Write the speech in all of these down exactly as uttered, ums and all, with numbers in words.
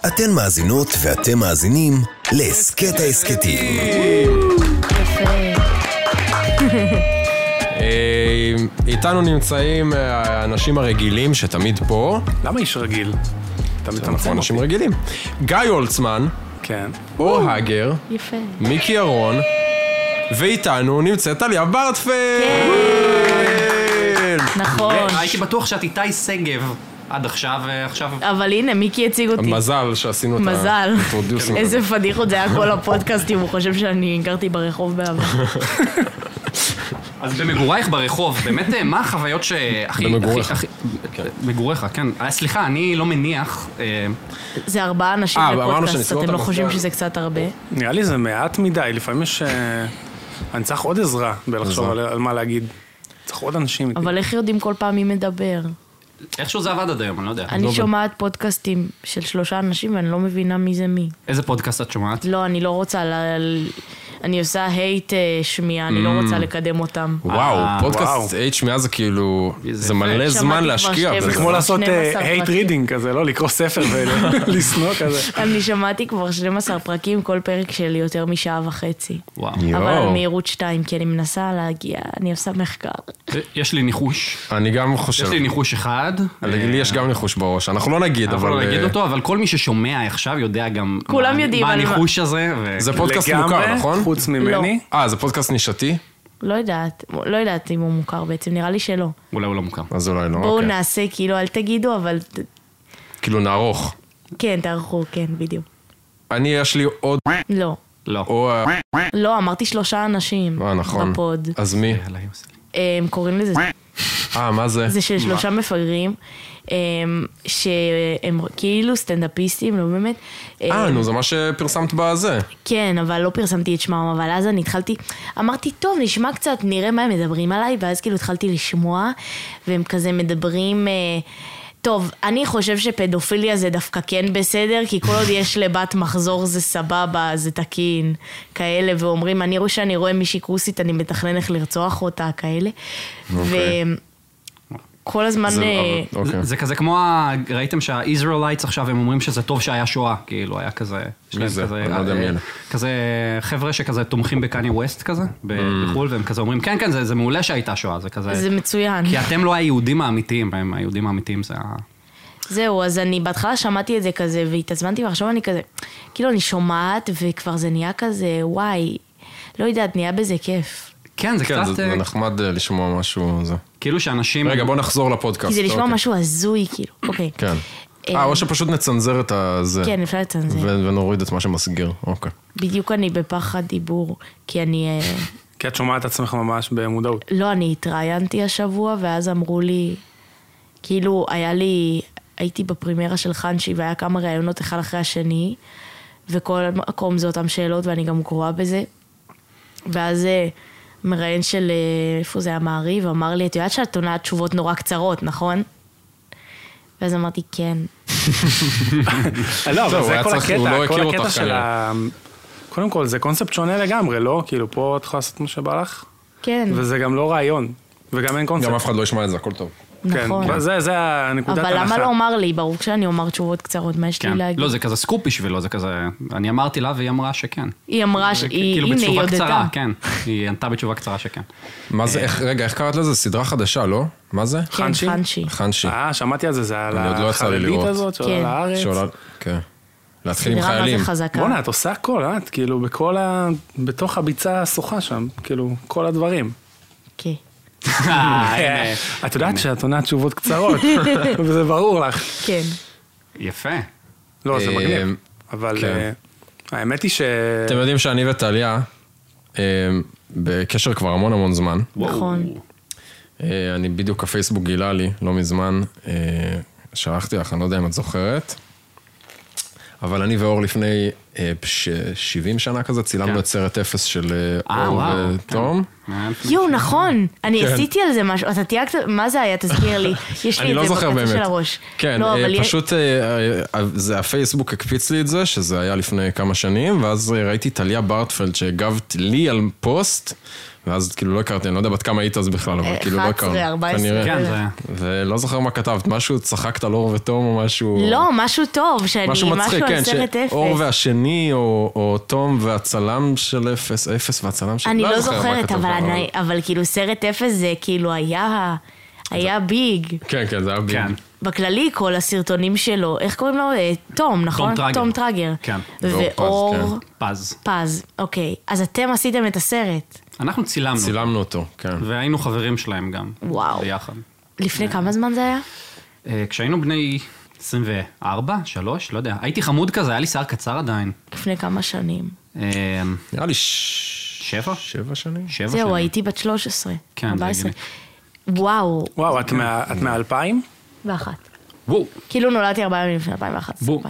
אתן מאזינות ואתם מאזינים להסקט ההסקטים. איתנו נמצאים האנשים הרגילים שתמיד פה. למה איש רגיל? אנחנו אנשים רגילים. גיא הולצמן, כן. אור הגר, יפה. מיקי ירון, ואיתנו נמצאת עליה ברטפלד. נכון. הייתי בטוח שאת איתי סגב עד עכשיו, עכשיו... אבל הנה, מיקי הציג אותי. מזל שעשינו את מזל. האינטרודיוסינג. איזה פדיחות זה היה כל הפודקאסטים, הוא חושב שאני גרתי ברחוב בעבר. אז במגורייך ברחוב, באמת, מה החוויות שהכי... במגוריך. מגוריך, כן. סליחה, אני לא מניח... זה ארבעה אנשים בפודקאסט, אתם לא חושבים שזה קצת הרבה? נראה לי זה מעט מדי, לפעמים יש... אני צריך עוד עזרה בלחשוב על מה להגיד. צריך עוד אנשים. אבל איך יודעים כל פעם מי מדבר? איכשהו זה עבד עד היום, אני לא יודע. אני שומעת פודקאסטים של שלושה אנשים ואני לא מבינה מי זה מי. איזה פודקאסט את שומעת? לא, אני לא רוצה... אני עושה הייט שמיעה, אני לא רוצה לקדם אותם. וואו, פודקאסט הייט שמיעה זה כאילו, זה מלא זמן להשקיע. זה כמו לעשות הייט רידינג כזה, לא? לקרוא ספר ולסנוע כזה. אני שמעתי כבר שנים עשר פרקים, כל פרק של יותר משעה וחצי. וואו. אבל מהירות שתיים, כי אני מנסה להגיע, אני עושה מחקר. יש לי ניחוש. אני גם חושב. יש לי ניחוש אחד. לי יש גם ניחוש בראש, אנחנו לא נגיד, אבל... אנחנו לא נגיד אותו, אבל כל מי ששומע עכשיו יודע גם... כולם יודעים מה הניחוש הזה. זה פודקאסט מוכר, נכון? חוץ ממני. אה, זה פודקאסט נישתי? לא יודעת, לא יודעת אם הוא מוכר בעצם, נראה לי שלא. אולי הוא לא מוכר. אז אולי לא, בואו נעשה, כאילו, אל תגידו, אבל... כאילו נערוך. כן, תערכו, כן, בדיוק. אני, יש לי עוד... לא. לא. לא, אמרתי שלושה אנשים. אה, נכון. בפוד. אז מי? הם קוראים לזה... אה, מה זה? זה של שלושה מפגרים, שהם כאילו סטנדאפיסטים, לא באמת. אה, נו, זה מה שפרסמת בזה. כן, אבל לא פרסמתי את שמם, אבל אז אני התחלתי, אמרתי, טוב, נשמע קצת, נראה מה הם מדברים עליי, ואז כאילו התחלתי לשמוע, והם כזה מדברים... טוב, אני חושב שפדופיליה זה דווקא כן בסדר, כי כל עוד יש לבת מחזור זה סבבה, זה תקין, כאלה, ואומרים, אני רואה שאני רואה מישהי כוסית, אני מתכנן איך לרצוח אותה, כאלה. וכל הזמן... זה כזה כמו, ראיתם שהישראליטס עכשיו, הם אומרים שזה טוב שהיה שואה, כאילו, היה כזה... מי זה? אני לא יודע מי אלה. כזה חבר'ה שכזה תומכים בקני ווסט כזה, בחול, והם כזה אומרים, כן, כן, זה מעולה שהייתה שואה, זה כזה... זה מצוין. כי אתם לא היהודים האמיתיים, הם היהודים האמיתיים זה ה... זהו, אז אני בהתחלה שמעתי את זה כזה, והתעצבנתי, ועכשיו אני כזה, כאילו אני שומעת, וכבר זה נהיה כזה, וואי, לא יודעת, נהיה בזה כיף. כן, זה קצת... זה נחמד לשמוע משהו, זה. כאילו שאנשים... רגע, בוא נחזור לפודקאסט. כי זה לשמוע משהו הזוי, כאילו, אוקיי. כן. אה, או שפשוט נצנזר את הזה. כן, אפשר לצנזר. ונוריד את מה שמסגיר, אוקיי. בדיוק אני בפחד דיבור, כי אני... כי את שומעת את עצמך ממש במודעות. לא, אני התראיינתי השבוע, ואז אמרו לי, כאילו, היה לי... הייתי בפרימיירה של חנשי, והיה כמה ראיונות אחד אחרי השני, וכל מקום זה אותם שאלות, ואני גם קרואה בזה. ואז מראיין של, איפה זה היה מעריב, אמר לי, את יודעת שאת עונה תשובות נורא קצרות, נכון? ואז אמרתי, כן. לא, אבל זה כל הקטע, כל הקטע של ה... קודם כל, זה קונספט שונה לגמרי, לא? כאילו, פה את יכולה לעשות מה שבא לך? כן. וזה גם לא רעיון, וגם אין קונספט. גם אף אחד לא ישמע את זה, הכל טוב. נכון. זה, זה הנקודת אבל הנחה. למה לא אומר לי? ברור כשאני אומר תשובות קצרות, מה יש לי להגיד? לא, זה כזה סקופ בשבילו, זה כזה... אני אמרתי לה והיא אמרה שכן. היא אמרה ש... כאילו בתשובה קצרה, כן. היא ענתה בתשובה קצרה שכן. מה זה, רגע, איך קראת לזה? סדרה חדשה, לא? מה זה? חנשי? חנשי. חנשי. אה, שמעתי על זה, זה על החרדית הזאת שעולה לארץ. כן. להתחיל עם חיילים. בוא'נה, את עושה הכל, את כאילו בכל ה... בתוך הביצה השוחה שם, כאילו, כל הדברים. כן. את יודעת שאת עונה תשובות קצרות, וזה ברור לך. כן. יפה. לא, זה מגניב. אבל האמת היא ש... אתם יודעים שאני וטליה בקשר כבר המון המון זמן. נכון. אני בדיוק הפייסבוק גילה לי, לא מזמן, שלחתי לך, אני לא יודע אם את זוכרת, אבל אני ואור לפני שבעים שנה כזה, צילמנו את סרט אפס של אור ותום. יו, נכון, אני עשיתי על זה משהו, אתה תייגת, מה זה היה? תזכיר לי, יש לי את זה בקצה של הראש. כן, פשוט זה הפייסבוק הקפיץ לי את זה, שזה היה לפני כמה שנים, ואז ראיתי טליה ברטפלד שהגבת לי על פוסט, ואז כאילו לא הכרתי, אני לא יודע בת כמה היית אז בכלל, אבל כאילו לא הכרתי. אחת עשרה, ארבע עשרה. ולא זוכר מה כתבת, משהו, צחקת על אור ותום או משהו... לא, משהו טוב, שאני, משהו על סרט אפס. אור והשני, או תום והצלם של אפס, אפס והצלם של... אני לא זוכרת, אבל כאילו סרט אפס זה כאילו היה... היה ביג. כן, כן, זה היה ביג. בכללי כל הסרטונים שלו, איך קוראים לו? תום, נכון? תום טראגר. כן. ואור... פז. פז, אוקיי. אז אתם עשיתם את הסרט. אנחנו צילמנו. צילמנו אותו, כן. והיינו חברים שלהם גם. וואו. ביחד. לפני כמה זמן זה היה? כשהיינו בני עשרים וארבע, שלוש, לא יודע. הייתי חמוד כזה, היה לי שיער קצר עדיין. לפני כמה שנים? נראה לי שבע? שבע שנים? שבע שנים. זהו, הייתי בת שלוש עשרה. כן, זה הגיוני. וואו. וואו, את מאלפיים? ואחת. וואו. כאילו נולדתי ארבעה ימים לפני אלפיים ואחת. בום.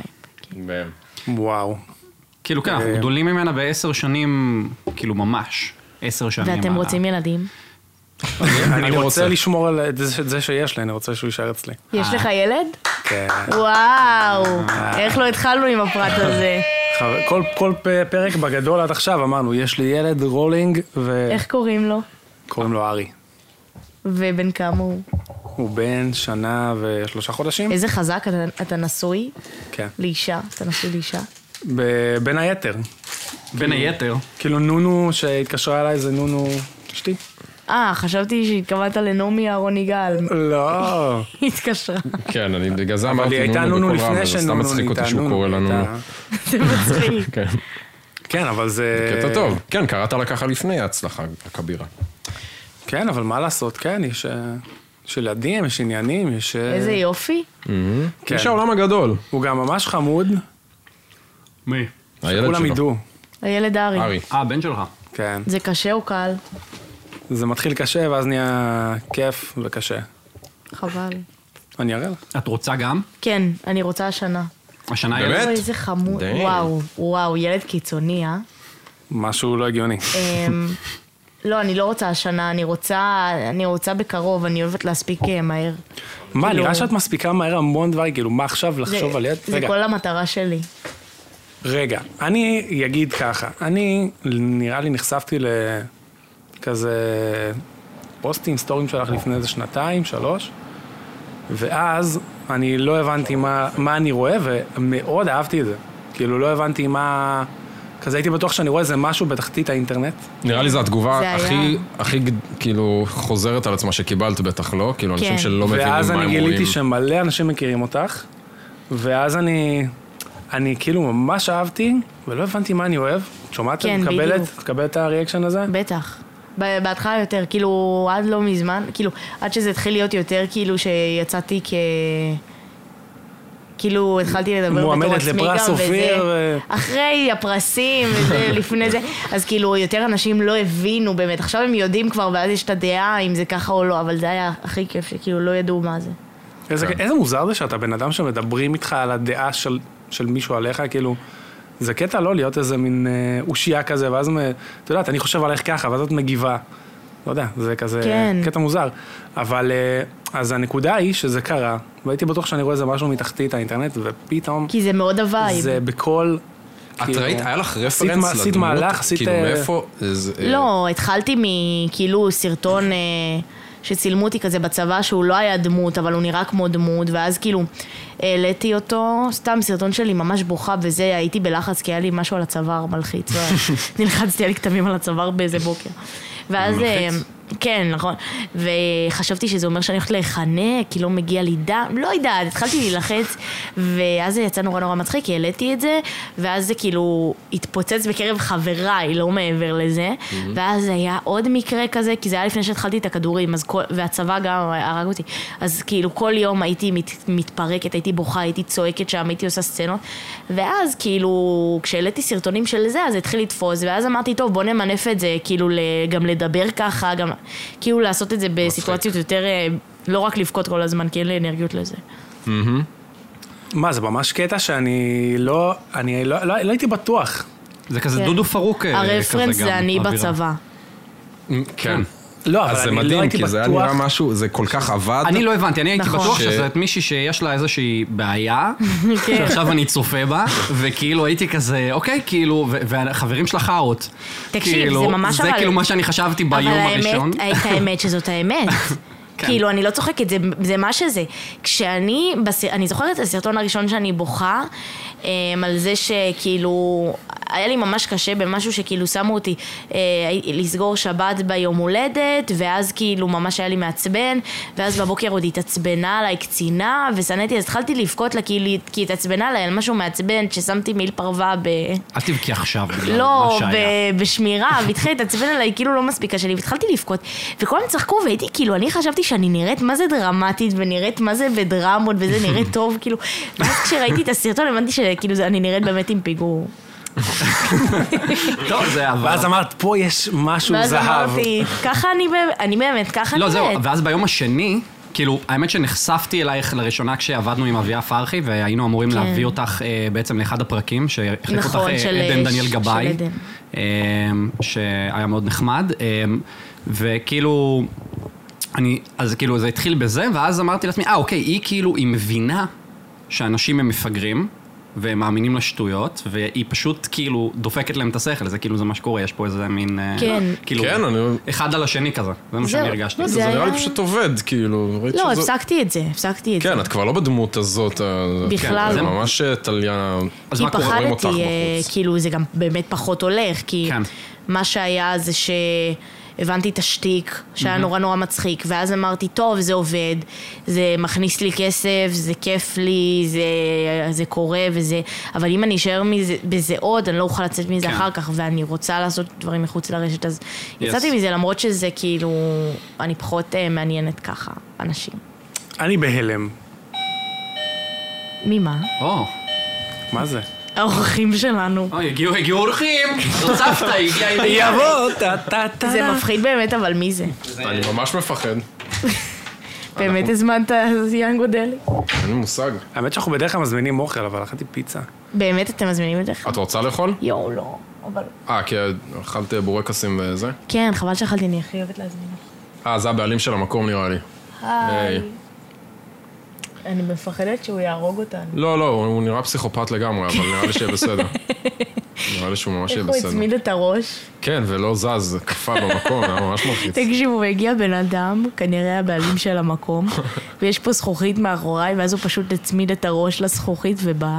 וואו. כאילו כן, אנחנו גדולים ממנה בעשר שנים, כאילו ממש. עשר שנים. ואתם רוצים ילדים? אני רוצה לשמור על זה שיש לי, אני רוצה שהוא יישאר אצלי. יש לך ילד? כן. וואו, איך לא התחלנו עם הפרט הזה? כל פרק בגדול עד עכשיו אמרנו, יש לי ילד, רולינג, ו... איך קוראים לו? קוראים לו ארי. ובן כמה הוא? הוא בן שנה ושלושה חודשים. איזה חזק, אתה נשוי? כן. לאישה, אתה נשוי לאישה? בין היתר. בין היתר? כאילו נונו שהתקשרה אליי זה נונו אשתי. אה, חשבתי שהתכוונת לנעמי אהרון יגאל. לא. התקשרה. כן, אני בגלל זה אמרתי נונו בכל רם, וזה סתם מצחיק אותי שהוא קורא לנו. זה מצחיק. כן, אבל זה... קטע טוב. כן, קראת לה ככה לפני ההצלחה הכבירה. כן, אבל מה לעשות? כן, יש ילדים, יש עניינים, יש... איזה יופי. יש העולם הגדול. הוא גם ממש חמוד. מי? הילד כולם ידעו. הילד ארי. ארי. אה, בן שלך. כן. זה קשה או קל? זה מתחיל קשה, ואז נהיה כיף וקשה. חבל. אני אראה לך. את רוצה גם? כן, אני רוצה השנה. השנה באמת? ילד? איזה חמוד. וואו, וואו, ילד קיצוני, אה? משהו לא הגיוני. לא, אני לא רוצה השנה, אני רוצה, אני רוצה בקרוב, אני אוהבת להספיק מהר. מה, נראה שאת מספיקה מהר המון דברים, כאילו, מה עכשיו לחשוב על ילד? זה כל המטרה שלי. רגע, אני אגיד ככה, אני נראה לי נחשפתי לכזה פוסטים, סטורים שלך לפני איזה שנתיים, שלוש, ואז אני לא הבנתי מה, מה אני רואה, ומאוד אהבתי את זה. כאילו, לא הבנתי מה... כזה הייתי בטוח שאני רואה איזה משהו בתחתית האינטרנט. נראה לי זו התגובה הכי, הכי כאילו חוזרת על עצמה שקיבלת בטח לא, כאילו אנשים שלא מבינים מה הם רואים. ואז אני גיליתי שמלא אנשים מכירים אותך, ואז אני, אני כאילו ממש אהבתי, ולא הבנתי מה אני אוהב. שומעת? כן, בדיוק. תקבל את הריאקשן הזה? בטח. בהתחלה יותר, כאילו עד לא מזמן, כאילו עד שזה התחיל להיות יותר כאילו שיצאתי כ... כאילו התחלתי לדבר בתור עצמי גם, וזה, אחרי הפרסים וזה, לפני זה, אז כאילו יותר אנשים לא הבינו באמת, עכשיו הם יודעים כבר, ואז יש את הדעה אם זה ככה או לא, אבל זה היה הכי כיף שכאילו לא ידעו מה זה. איזה מוזר זה שאתה בן אדם שמדברים איתך על הדעה של מישהו עליך, כאילו, זה קטע לא להיות איזה מין אושייה כזה, ואז אתה יודעת, אני חושב עליך ככה, ואז את מגיבה. לא יודע, זה כזה כן. קטע מוזר. אבל, אז הנקודה היא שזה קרה, והייתי בטוח שאני רואה איזה משהו מתחתית האינטרנט, ופתאום... כי זה מאוד הווייב. זה בכל... את כאילו, ראית, היה לך רפרנס לדמות? עשית מהלך, עשית... כאילו, מאיפה... זה, לא, התחלתי מכאילו סרטון שצילמו אותי כזה בצבא, שהוא לא היה דמות, אבל הוא נראה כמו דמות, ואז כאילו העליתי אותו, סתם סרטון שלי ממש בוכה, וזה, הייתי בלחץ, כי היה לי משהו על הצוואר מלחיץ, נלחצתי, היה לי כתמים על הצוואר באיזה בוקר. ואז, כן, נכון, וחשבתי שזה אומר שאני הולכת להיחנק, כי לא מגיע לי דם, לא יודעת, התחלתי להילחץ, ואז זה יצא נורא נורא מצחיק, כי העליתי את זה, ואז זה כאילו התפוצץ בקרב חבריי, לא מעבר לזה, ואז היה עוד מקרה כזה, כי זה היה לפני שהתחלתי את הכדורים, והצבא גם הרג אותי, אז כאילו כל יום הייתי מתפרקת, הייתי בוכה, הייתי צועקת שם, הייתי עושה סצנות, ואז כאילו, כשהעליתי סרטונים של זה, אז התחיל לתפוס, ואז אמרתי, טוב, בוא נמנף את זה, כאילו גם לדבר ככה, גם כאילו לעשות את זה בסיטואציות יותר, לא רק לבכות כל הזמן, כי אין לי אנרגיות לזה. מה, זה ממש קטע שאני לא, אני לא, לא, לא הייתי בטוח. זה כזה דודו פרוק. הרפרנס זה אני בצבא. כן. לא, אז אבל זה אני לא מדהים, הייתי כי בטוח. זה היה נראה משהו, זה כל כך עבד. אני לא הבנתי, אני הייתי נכון. בטוח ש- שזאת מישהי שיש לה איזושהי בעיה, כן. שעכשיו אני צופה בה, וכאילו הייתי כזה, אוקיי, כאילו, ו- והחברים שלה חאות. תקשיב, כאילו, זה ממש זה אבל- כאילו מה שאני חשבתי ביום הראשון. אבל האמת, האמת שזאת האמת. כן. כאילו, אני לא צוחקת, זה, זה מה שזה. כשאני, בסר, אני זוכרת את הסרטון הראשון שאני בוכה, um, על זה שכאילו, היה לי ממש קשה במשהו שכאילו שמו אותי uh, לסגור שבת ביום הולדת, ואז כאילו ממש היה לי מעצבן, ואז בבוקר עוד התעצבנה עליי קצינה, ושנאתי, אז התחלתי לבכות לה, כי, כי התעצבנה עליי על משהו מעצבן, ששמתי מעיל פרווה ב... אל תבכי עכשיו בגלל מה לא, שהיה. ב- בשמירה, והתחיל להתעצבן עליי, כאילו לא מספיקה שלי, והתחלתי לבכות, וכולם צחקו, והייתי כאילו, אני חשבתי שאני נראית מה זה דרמטית, ונראית מה זה בדרמות, וזה נראית טוב, כאילו, ואז כשראיתי את הסרטון, הבנתי שכאילו, אני נראית באמת עם פיגור. טוב, זה עבר. ואז אמרת, פה יש משהו ואז זהב. אמרתי, ככה אני באמת, אני באמת, ככה לא, זהו, נראית. ואז ביום השני, כאילו, האמת שנחשפתי אלייך לראשונה כשעבדנו עם אביה פרחי, והיינו אמורים כן. להביא אותך אה, בעצם לאחד הפרקים, שהחליף אותך נכון, אה, של- עדן דניאל של גבאי, עדן. אה, שהיה מאוד נחמד, אה, וכאילו, אני, אז כאילו זה התחיל בזה, ואז אמרתי לעצמי, אה, אוקיי, היא כאילו, היא מבינה שאנשים הם מפגרים, והם מאמינים לשטויות, והיא פשוט כאילו דופקת להם את השכל, זה כאילו זה מה שקורה, יש פה איזה מין... אה, כן. כאילו, כן, אני... אחד על השני כזה, זה מה שאני זהו. הרגשתי. לא, זה זה נראה לי היה- פשוט עובד, כאילו. ראית לא, שזו- הפסקתי את זה, הפסקתי את זה. כן, את כבר לא בדמות הזאת. ה- בכלל זה לא. ממש טליה... אז כי מה קורה? רואים אותך פחדתי, אה, בחוץ. כאילו זה גם באמת פחות הולך, כי כן. מה שהיה זה שהבנתי את השטיק, שהיה נורא נורא מצחיק, ואז אמרתי, טוב, זה עובד, זה מכניס לי כסף, זה כיף לי, זה, זה קורה וזה, אבל אם אני אשאר מזה, בזה עוד, אני לא אוכל לצאת מזה כן. אחר כך, ואני רוצה לעשות דברים מחוץ לרשת, אז Yes. יצאתי מזה, למרות שזה כאילו, אני פחות אה, מעניינת ככה, אנשים. אני בהלם. ממה? או, מה זה? האורחים שלנו. אוי, הגיעו, הגיעו אורחים, זאת סבתא, הגיעה עם... יבוא, טה טה טה. זה מפחיד באמת, אבל מי זה? אני ממש מפחד. באמת הזמנת יאנגו דלי? אין לי מושג. האמת שאנחנו בדרך כלל מזמינים אוכל, אבל אכלתי פיצה. באמת אתם מזמינים את זה? את רוצה לאכול? יואו, לא. אבל... אה, כי אכלת בורקסים וזה? כן, חבל שאכלתי, אני חייבת להזמין. אה, זה הבעלים של המקום נראה לי. היי. אני מפחדת שהוא יהרוג אותנו. לא, לא, הוא הוא נראה פסיכופת לגמרי, אבל נראה לי שיהיה בסדר. נראה לי שהוא ממש יהיה איך הוא בסדר. הצמיד את הראש? כן, ולא זז, קפא במקום, היה ממש מלחיץ. תקשיבו, הגיע בן אדם, כנראה הבעלים של המקום, ויש פה זכוכית מאחוריי, ואז הוא פשוט הצמיד את הראש לזכוכית ובא.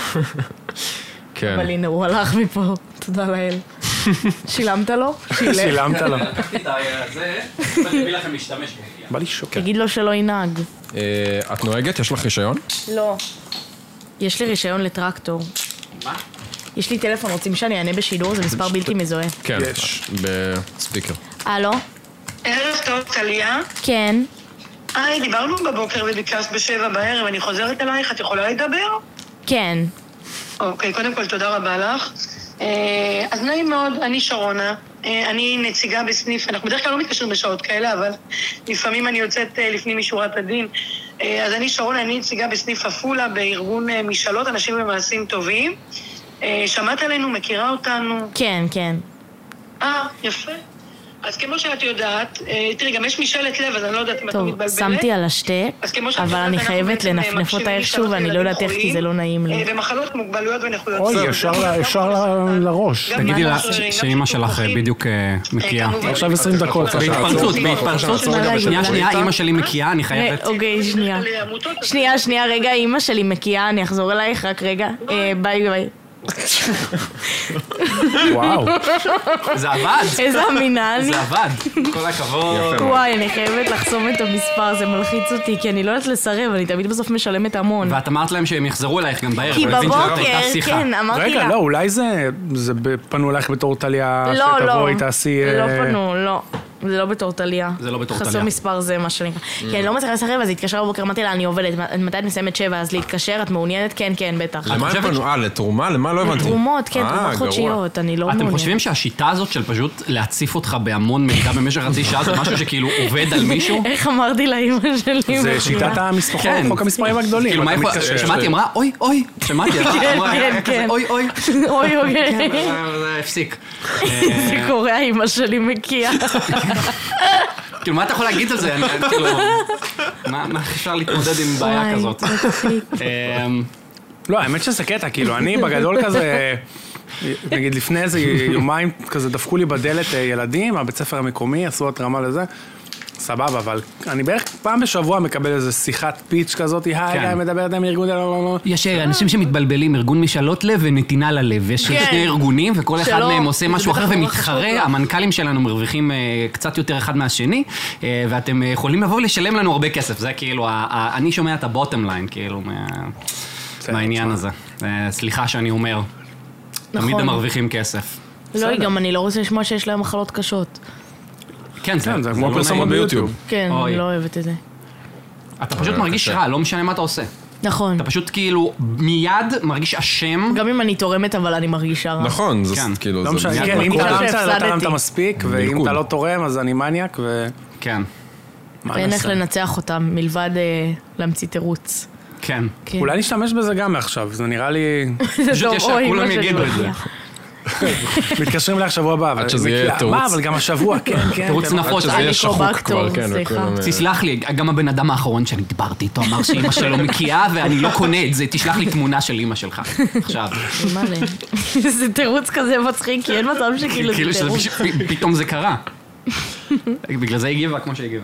כן. אבל הנה, הוא הלך מפה, תודה לאל. שילמת לו? שילם. שילמת לו. לקחתי את זה, ואני אביא לכם להשתמש בו. בא לי שוקר. תגיד לו שלא ינהג. אה, את נוהגת? יש לך רישיון? לא. יש לי רישיון לטרקטור. מה? יש לי טלפון, רוצים שאני אענה בשידור, זה מספר בלתי מזוהה. כן, יש. בספיקר. הלו? ערב טוב, טליה. כן. היי, דיברנו בבוקר וביקשת בשבע בערב, אני חוזרת אלייך, את יכולה לדבר? כן. אוקיי, קודם כל תודה רבה לך. אה, אז נעים מאוד, אני שרונה, אה, אני נציגה בסניף, אנחנו בדרך כלל לא מתקשרים בשעות כאלה, אבל לפעמים אני יוצאת אה, לפנים משורת הדין. אה, אז אני שרונה, אני נציגה בסניף עפולה, בארגון אה, משאלות, אנשים במעשים טובים. אה, שמעת עלינו, מכירה אותנו? כן, כן. אה, יפה. אז כמו שאת יודעת, אה, תראי, גם יש משאלת לב, אז אני לא יודעת אם את לא טוב, מתבלבלת. שמתי על השתק, אז כמו שאת אבל יודעת, אני אנחנו חייבת בעצם לנפנף מקשיבים אותה איכשהו, לשאלות ואני לא יודעת איך, ילדים כי זה לא נעים לי. אה, במחלות, מוגבלויות ונכויות. אוי, שונות. ישר ל- ישר ל- לראש. גם תגידי לה משברים, גם שאימא שיתוק שלך מוחין. בדיוק אה, מקיאה. כמובן. עכשיו עשרים דקות. בהתפרצות, בהתפרצות. רגע, שנייה, רגע. שנייה, אימא שלי מקיאה, אני חייבת. אוקיי, שנייה. לעמותות, אז- שנייה, שנייה, רגע, אימא שלי מקיאה, אני אחזור אלייך, רק רגע. אה, ביי ביי. וואו. זה עבד, איזה אמינה אני. זה עבד. כל הכבוד. יפה מאוד. וואי, אני חייבת לחסום את המספר, זה מלחיץ אותי, כי אני לא יודעת לסרב, אני תמיד בסוף משלמת המון. ואת אמרת להם שהם יחזרו אלייך גם בערב. כי הוא הבין שזאת בבוקר, הייתה שיחה. כן, אמרתי רגע, לה. לא, אולי זה, זה ב- פנו אלייך בתור טליה, לא, לא. שתבואי, תעשי... לא אה, פנו, לא. זה לא בתור טליה. זה לא בתור חסום טליה. מספר זה מה שנקרא. כי אני לא מצליחה לשחק, אז התקשר בבוקר, אמרתי לה, אני עובדת, מתי את מסיימת שבע, אז להתקשר, את מעוניינת? כן, כן, בטח. למה הם פנו? אה, לתרומה? למה לא הבנתי? תרומות, כן, אה, תרומות גרוע. חודשיות, אני לא אתם מעוניינת. חושבים שהשיטה הזאת של פשוט להציף אותך בהמון מידע במשך חצי שעה זה משהו שכאילו עובד על מישהו? איך אמרתי לאמא שלי? זה שיטת המספחות, חוק המספרים הגדולים. כאילו, מה אתה איפה, מתקשר. שמעתי, אמרה, אוי, אוי, שמעתי, אמרה, כן, כן. אוי, אוי, אוי, אוקיי. זה הפסיק. זה קורה, אמא שלי מקיאה. כאילו, מה אתה יכול להגיד על זה? אני, כאילו, מה מה אפשר להתמודד עם בעיה וואי, כזאת? זה מצחיק. אמ, לא, האמת שזה קטע, כאילו, אני בגדול כזה, נגיד לפני איזה יומיים כזה דפקו לי בדלת ילדים, מהבית ספר המקומי, עשו התרמה לזה, סבבה, אבל אני בערך פעם בשבוע מקבל איזה שיחת פיץ' כזאת, היי, כן. גיא, מדברת עם ארגון, לא, לא, לא. יש אנשים שמתבלבלים, ארגון משאלות לב ונתינה ללב. יש כן. שני ארגונים וכל אחד שלא, מהם עושה זה משהו בטח אחר נורא ומתחרה. חשוב לו. המנכ"לים שלנו מרוויחים אה, קצת יותר אחד מהשני, אה, ואתם אה, יכולים לבוא ולשלם לנו הרבה כסף. זה כאילו, ה- ה- אני שומע את הבוטם ליין, כאילו, מה- מהעניין הזה. אה, סליחה שאני אומר, תמיד נכון. הם מרוויחים כסף. לא, גם אני לא רוצה לשמוע שיש להם מחלות קשות. כן, זה כן, זה זה כמו לא פרסומות נעים. ביוטיוב. כן, אוי. אני לא אוהבת את זה. אתה פשוט מרגיש רע, לא משנה מה אתה עושה. נכון. אתה פשוט כאילו מיד מרגיש אשם. גם אם אני תורמת, אבל אני מרגישה רע. נכון, זה כן. כאילו... לא זה משנה, מיד כן, אם מקום. תרמת, לא שהפסדתי. תרמת מספיק, ואם מלכוד. אתה לא תורם, אז אני מניאק, ו... כן, מה אין איך נעשה? לנצח אותם, מלבד אה, להמציא תירוץ. כן. כן. אולי נשתמש בזה גם מעכשיו, זה נראה לי... זה פשוט טוב, ישר, אוי, כולם אמא שלי יגידו את זה. מגיעה. מתקשרים לך שבוע הבא. עד שזה יהיה ומקיאה, תירוץ. מה, אבל גם השבוע, כן, כן. תירוץ כן. נפוץ. שזה יהיה אני שחוק קובקטור, כבר, כן, סליחה. וכולם... תסלח לי, גם הבן אדם האחרון שאני דיברתי איתו אמר שאמא שלו מקיאה ואני לא קונה את זה, תשלח לי תמונה של אמא שלך. עכשיו. מלא. זה תירוץ כזה מצחיק, כי אין מצב שכאילו כאילו זה תירוץ. שפתאום זה קרה. בגלל זה הגיבה כמו שהגיבה.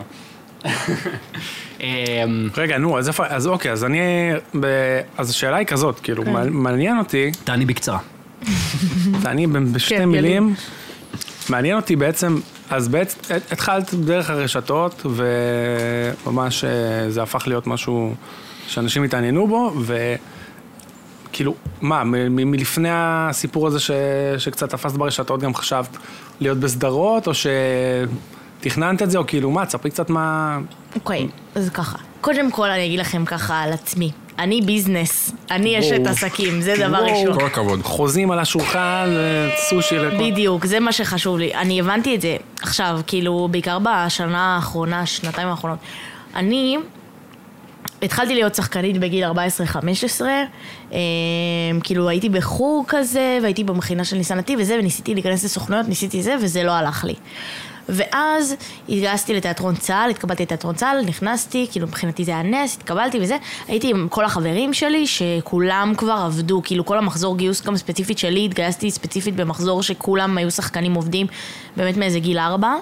אמ, רגע, נו, אז איפה, אז אוקיי, אז אני, ב- אז השאלה היא כזאת, כאילו, כן. מעניין אותי, תעני בקצרה. אני ב- בשתי כן, מילים, מעניין אותי בעצם, אז בעצם התחלת דרך הרשתות, וממש אה, זה הפך להיות משהו שאנשים התעניינו בו, וכאילו, מה, מ- מ- מלפני הסיפור הזה ש- שקצת תפסת ברשתות, גם חשבת להיות בסדרות, או שתכננת את זה, או כאילו, מה, תספרי קצת מה... אוקיי, אז ככה. קודם כל אני אגיד לכם ככה על עצמי. אני ביזנס, אני אשת וואו. עסקים, זה דבר וואו. ראשון. כל הכבוד. חוזים על השולחן, סושי לכל... בדיוק, זה מה שחשוב לי. אני הבנתי את זה עכשיו, כאילו, בעיקר בשנה האחרונה, שנתיים האחרונות. אני התחלתי להיות שחקנית בגיל ארבע עשרה חמש עשרה, אה, כאילו הייתי בחוג כזה, והייתי במכינה של ניסן נתיב וזה, וניסיתי להיכנס לסוכנויות, ניסיתי זה, וזה לא הלך לי. ואז התגייסתי לתיאטרון צה"ל, התקבלתי לתיאטרון צה"ל, נכנסתי, כאילו מבחינתי זה היה נס, התקבלתי וזה, הייתי עם כל החברים שלי שכולם כבר עבדו, כאילו כל המחזור גיוס גם ספציפית שלי, התגייסתי ספציפית במחזור שכולם היו שחקנים עובדים, באמת מאיזה גיל ארבע.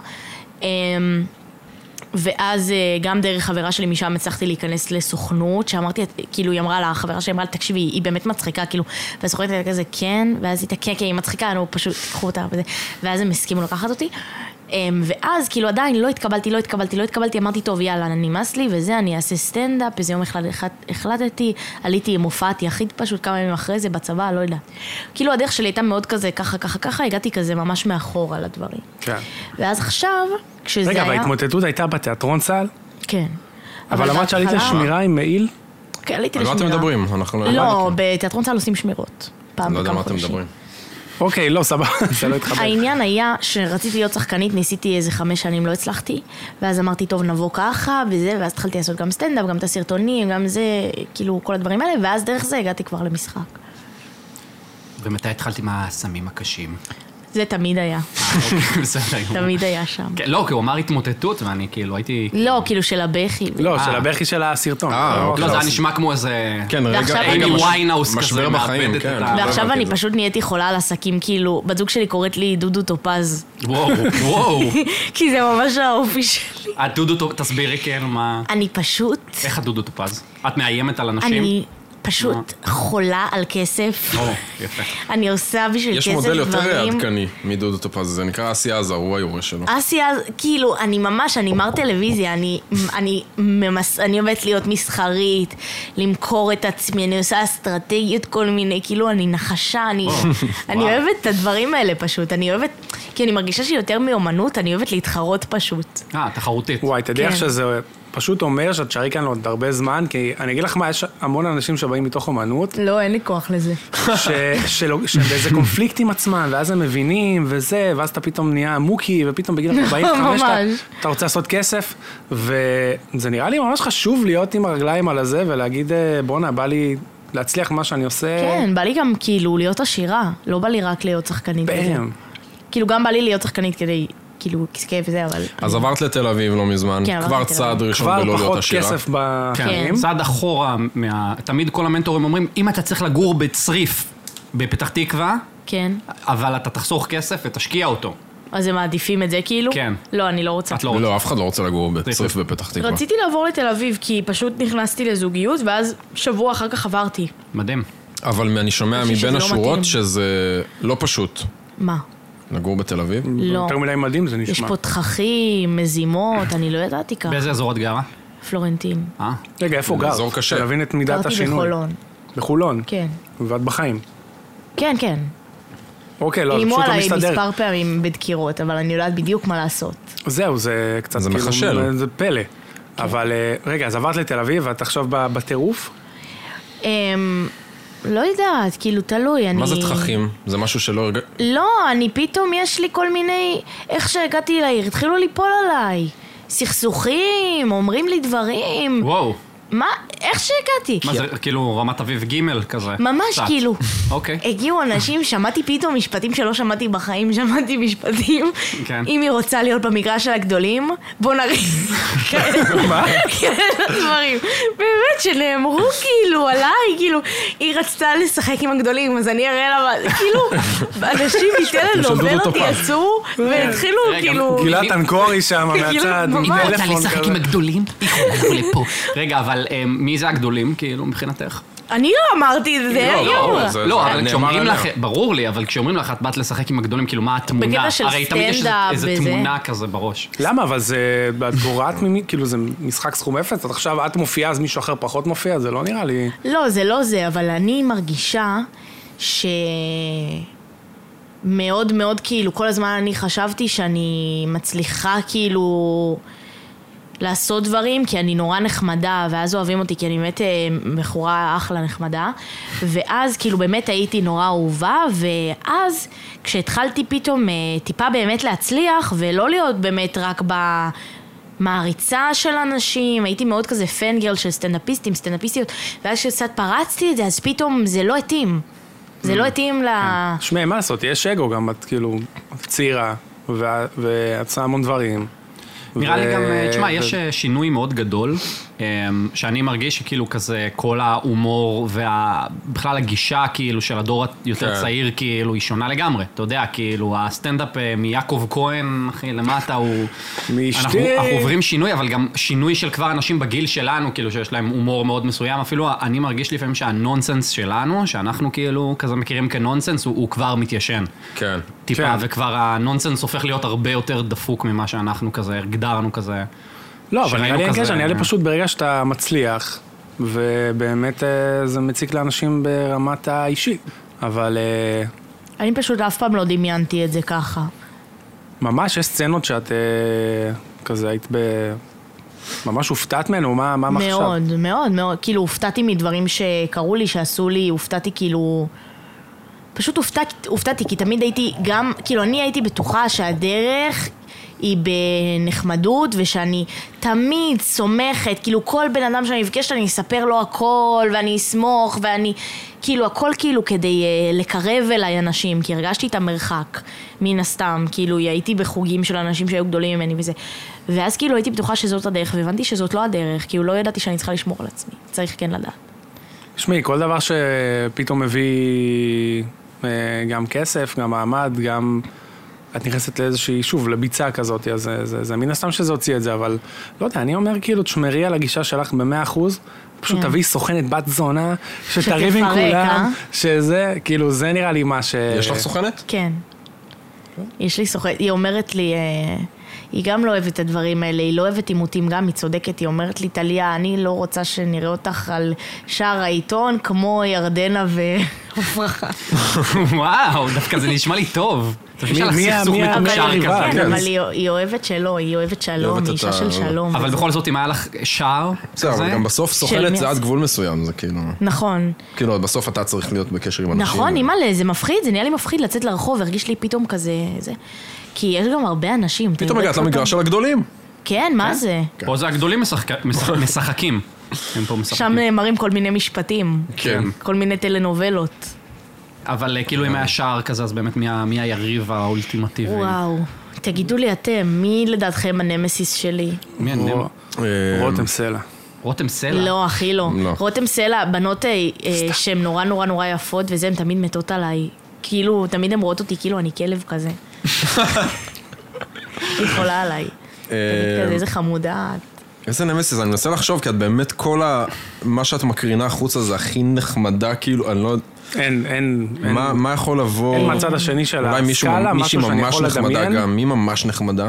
ואז גם דרך חברה שלי משם הצלחתי להיכנס לסוכנות, שאמרתי, כאילו היא אמרה לה, החברה שלי אמרה לה, תקשיבי, היא באמת מצחיקה, כאילו, והסוכנת הייתה כזה, כן, ואז היא הייתה, כן, כן, היא מצחיקה, נו, פשוט, תקחו אותה, וזה, ואז הם הסכימו לקחת אותי, ואז כאילו עדיין לא התקבלתי, לא התקבלתי, לא התקבלתי, אמרתי, טוב, יאללה, נמאס לי, וזה, אני אעשה סטנדאפ, איזה יום אחד החלטתי, עליתי עם הופעת יחיד פשוט כמה ימים אחרי זה, בצבא, לא יודעת. כאילו הדרך שלי הייתה מאוד כזה, ככה, ככה, ככה, הגעתי כזה ממש מאחור על הדברים. כן. ואז עכשיו, כשזה רגע, היה... וההתמוטטות הייתה בתיאטרון צה"ל? כן. אבל אמרת שעלית בהתחלה- לשמירה עם מעיל? כן, עליתי על מה לשמירה. אתם מדברים? אנחנו לא, בתיאטרון צה"ל עושים שמירות. פעם לא יודע בכמה מה אתם חודשים. מדברים. אוקיי, לא, סבבה, זה לא התחבר. העניין היה שרציתי להיות שחקנית, ניסיתי איזה חמש שנים, לא הצלחתי, ואז אמרתי, טוב, נבוא ככה, וזה, ואז התחלתי לעשות גם סטנדאפ, גם את הסרטונים, גם זה, כאילו, כל הדברים האלה, ואז דרך זה הגעתי כבר למשחק. ומתי התחלתי עם הסמים הקשים? זה תמיד היה, בסדר. תמיד היה שם. כן, לא, כי הוא אמר התמוטטות, ואני כאילו הייתי... לא, כאילו של הבכי. לא, אה. של הבכי של הסרטון. אה, לא, אוקיי. לא, זה היה נשמע כמו איזה... כן, רגע, ועכשיו רגע, אני מש- ויינהאוס כזה, משבר בחיים, מאבדת כן. את ה- לא ועכשיו הבנתי אני את זה. פשוט נהייתי חולה על עסקים, כאילו, בת זוג שלי קוראת לי דודו טופז, וואו, וואו. כי זה ממש האופי שלי. הדודו טופז, תסבירי כן, מה... אני פשוט... איך הדודו טופז? את מאיימת על אנשים? אני... פשוט חולה על כסף. או, יפה. אני עושה בשביל כסף יש דברים. מודל יותר עדכני מדודו טופז, זה נקרא אסי עזר, הוא היורש שלו. אסי עזר, כאילו, אני ממש, אני מר טלוויזיה, אני, אני, ממס, אני אוהבת להיות מסחרית, למכור את עצמי, אני עושה אסטרטגיות כל מיני, כאילו, אני נחשה, אני, אני אוהבת את הדברים האלה פשוט, אני אוהבת, כי אני מרגישה שיותר מאומנות, אני אוהבת להתחרות פשוט. אה, תחרותית. וואי, תדעי איך כן. שזה פשוט אומר שאת שרי כאן עוד הרבה זמן, כי אני אגיד לך מה, יש המון אנשים שבאים מתוך אומנות, לא, אין לי כוח לזה. ש- שלא- שהם באיזה קונפליקט עם עצמם, ואז הם מבינים, וזה, ואז אתה פתאום נהיה מוקי, ופתאום בגיל ארבעים וחמש אתה, ממש. אתה רוצה לעשות כסף, וזה נראה לי ממש חשוב להיות עם הרגליים על הזה, ולהגיד, אה, בואנה, בא לי להצליח מה שאני עושה. כן, בא לי גם כאילו להיות עשירה, לא בא לי רק להיות שחקנית. וזה. בהם. כאילו גם בא לי להיות שחקנית כדי, כאילו, כיף וזה, אבל... אז עברת לתל אביב לא מזמן, כן, עברתי כבר לתל צעד אביב. ראשון כבר בלא להיות פחות עשירה. כסף כן, בחיים. צעד אחורה, מה... תמיד כל המנטורים אומרים, אם אתה צריך לגור בצריף בפתח תקווה, כן. אבל אתה תחסוך כסף ותשקיע אותו. אז הם מעדיפים את זה כאילו? כן. לא, אני לא רוצה. את לא רוצה. לא, אף אחד לא רוצה לגור בצריף בפתח תקווה. רציתי לעבור לתל אביב, כי פשוט נכנסתי לזוגיות, ואז שבוע אחר כך עברתי. מדהים. אבל אני שומע חושבת שזה מבין לא השורות מתאים. שזה לא פשוט מה? לגור בתל אביב. לא. יותר מדי מדהים זה נשמע. יש פה תככים, מזימות, אני לא ידעתי ככה. באיזה אזור את גרה? פלורנטין. אה? רגע, איפה זה גר? אזור קשה. להבין את מידת גרתי השינוי. בחולון. בחולון? כן. ואת בחיים. כן, כן. אוקיי, לא, זה איימו פשוט לא עליי מסתדר. מספר פעמים בדקירות, אבל אני יודעת בדיוק מה לעשות. זהו, זה קצת זה כאילו... מחשל. זה פלא. אבל אה, רגע, אז עברת לתל אביב, ואת עכשיו ב- בטירוף? אמ, לא יודעת, כאילו תלוי, אני... מה זה תככים? זה משהו שלא הרג... לא, אני פתאום יש לי כל מיני... איך שהגעתי לעיר, התחילו ליפול עליי. סכסוכים, אומרים לי דברים. וואו. מה? איך שהגעתי? מה זה, כאילו רמת אביב ג' כזה? ממש קצת. כאילו. אוקיי. הגיעו אנשים, שמעתי פתאום משפטים שלא שמעתי בחיים, שמעתי משפטים. כן. אם היא רוצה להיות במגרש של הגדולים, בוא נריב. מה? כאלה דברים. באמת, שנאמרו כאילו עליי, כאילו, היא רצתה לשחק עם הגדולים, אז אני אראה לה, מה- כאילו, אנשים מטלנובלות יצאו, והתחילו רגע, כאילו... גילת אנקורי שם כאילו, מהצד, עם ממש. אם רוצה טלפון לשחק כזה. עם הגדולים, יכולנו לפה. רגע, אבל אה, מי זה הגדולים, כאילו, מבחינתך? אני לא אמרתי את זה, לא, היא לא, אמרה. זה- לא, זה אבל נאמר כשאומרים עליה. לך, ברור לי, אבל כשאומרים לך, את באת לשחק עם הגדולים, כאילו, מה התמונה? בקטע של הרי תמיד יש איזה- סטנדאפ איזה וזה. תמונה כזה בראש. למה? אבל זה... את גורעת ממי? כאילו זה משחק סכום אפס? אז עכשיו את מופיעה, אז מישהו אחר פחות מופיע? זה לא נראה לי... לא, זה לא זה, אבל אני מרגישה ש... מאוד מאוד כאילו, כל הזמן אני חשבתי שאני מצליחה כאילו לעשות דברים, כי אני נורא נחמדה, ואז אוהבים אותי, כי אני באמת אה, בחורה אחלה נחמדה, ואז כאילו באמת הייתי נורא אהובה, ואז כשהתחלתי פתאום אה, טיפה באמת להצליח, ולא להיות באמת רק ב... מעריצה של אנשים, הייתי מאוד כזה פנגרל של סטנדאפיסטים, סטנדאפיסטיות, ואז כשקצת פרצתי את זה, אז פתאום זה לא התאים. זה לא התאים ל... שמע, מה לעשות? יש אגו גם, את כאילו צעירה, וה- ואת עושה המון דברים. נראה לי ו- גם, תשמע, ו- יש שינוי מאוד גדול, שאני מרגיש שכאילו כזה כל ההומור ובכלל הגישה כאילו של הדור היותר כן. צעיר כאילו היא שונה לגמרי, אתה יודע, כאילו הסטנדאפ מיעקב כהן, אחי, למטה הוא... מאשתי. אנחנו אנחנו עוברים שינוי, אבל גם שינוי של כבר אנשים בגיל שלנו, כאילו שיש להם הומור מאוד מסוים, אפילו אני מרגיש לפעמים שהנונסנס שלנו, שאנחנו כאילו כזה מכירים כנונסנס, הוא, הוא כבר מתיישן. כן. טיפה, כן. וכבר הנונסנס הופך להיות הרבה יותר דפוק ממה שאנחנו כזה, הגדרנו כזה. לא, אבל נראה שראינו לי אין כזה- קשר, נראה לי פשוט ברגע שאתה מצליח, ובאמת אה, זה מציק לאנשים ברמת האישי. אבל אה, אני פשוט אף פעם לא דמיינתי את זה ככה. ממש יש סצנות שאת אה, כזה היית ב... ממש הופתעת ממנו, מה מה מחשב? מאוד, מאוד, מאוד. כאילו, הופתעתי מדברים שקרו לי, שעשו לי, הופתעתי כאילו... פשוט הופתעתי, הופתעתי, כי תמיד הייתי גם, כאילו, אני הייתי בטוחה שהדרך היא בנחמדות, ושאני תמיד סומכת, כאילו, כל בן אדם שאני מבקשת, אני אספר לו הכל, ואני אסמוך, ואני, כאילו, הכל כאילו כדי uh, לקרב אליי אנשים, כי הרגשתי את המרחק, מן הסתם, כאילו, הייתי בחוגים של אנשים שהיו גדולים ממני וזה. ואז כאילו הייתי בטוחה שזאת הדרך, והבנתי שזאת לא הדרך, כאילו, לא ידעתי שאני צריכה לשמור על עצמי, צריך כן לדעת. תשמעי, כל דבר שפתאום מביא אה, גם כסף, גם מעמד, גם... את נכנסת לאיזושהי, שוב, לביצה כזאת, אז זה, זה, זה מן הסתם שזה הוציא את זה, אבל לא יודע, אני אומר כאילו, תשמרי על הגישה שלך במאה אחוז, פשוט תביא סוכנת בת זונה, שתריב עם כולם, שזה, כאילו, זה נראה לי מה ש... יש לך סוכנת? כן. יש לי סוכנת, היא אומרת לי, היא גם לא אוהבת את הדברים האלה, היא לא אוהבת עימותים גם, היא צודקת, היא אומרת לי, טליה, אני לא רוצה שנראה אותך על שער העיתון, כמו ירדנה ועפרחה. וואו, דווקא זה נשמע לי טוב. מי הריבה? כן, אבל היא אוהבת שלא, היא אוהבת שלום, היא אישה של שלום. אבל בכל זאת, אם היה לך שער בסדר, אבל גם בסוף סוכנת זה עד גבול מסוים, זה כאילו... נכון. כאילו, בסוף אתה צריך להיות בקשר עם אנשים. נכון, אימא'לה, זה מפחיד, זה נהיה לי מפחיד לצאת לרחוב, הרגיש לי פתאום כזה, זה... כי יש גם הרבה אנשים. פתאום הגעת למגרש של הגדולים. כן, מה זה? פה זה הגדולים משחקים. שם נאמרים כל מיני משפטים. כן. כל מיני טלנובלות. אבל כאילו אם היה שער כזה, אז באמת מי היריב האולטימטיבי? וואו. תגידו לי אתם, מי לדעתכם הנמסיס שלי? מי הנמסיס? רותם סלע. רותם סלע? לא, אחי לא. רותם סלע, בנות שהן נורא נורא נורא יפות, וזה הן תמיד מתות עליי. כאילו, תמיד הן רואות אותי כאילו אני כלב כזה. היא חולה עליי. תמיד כזה, איזה חמודה. איזה נמסיס, אני מנסה לחשוב, כי את באמת כל מה שאת מקרינה החוצה זה הכי נחמדה, כאילו, אני לא... אין, אין... מה יכול לבוא... אין מהצד השני של הסקאלה, משהו שאני יכול לדמיין? גם מי ממש נחמדה?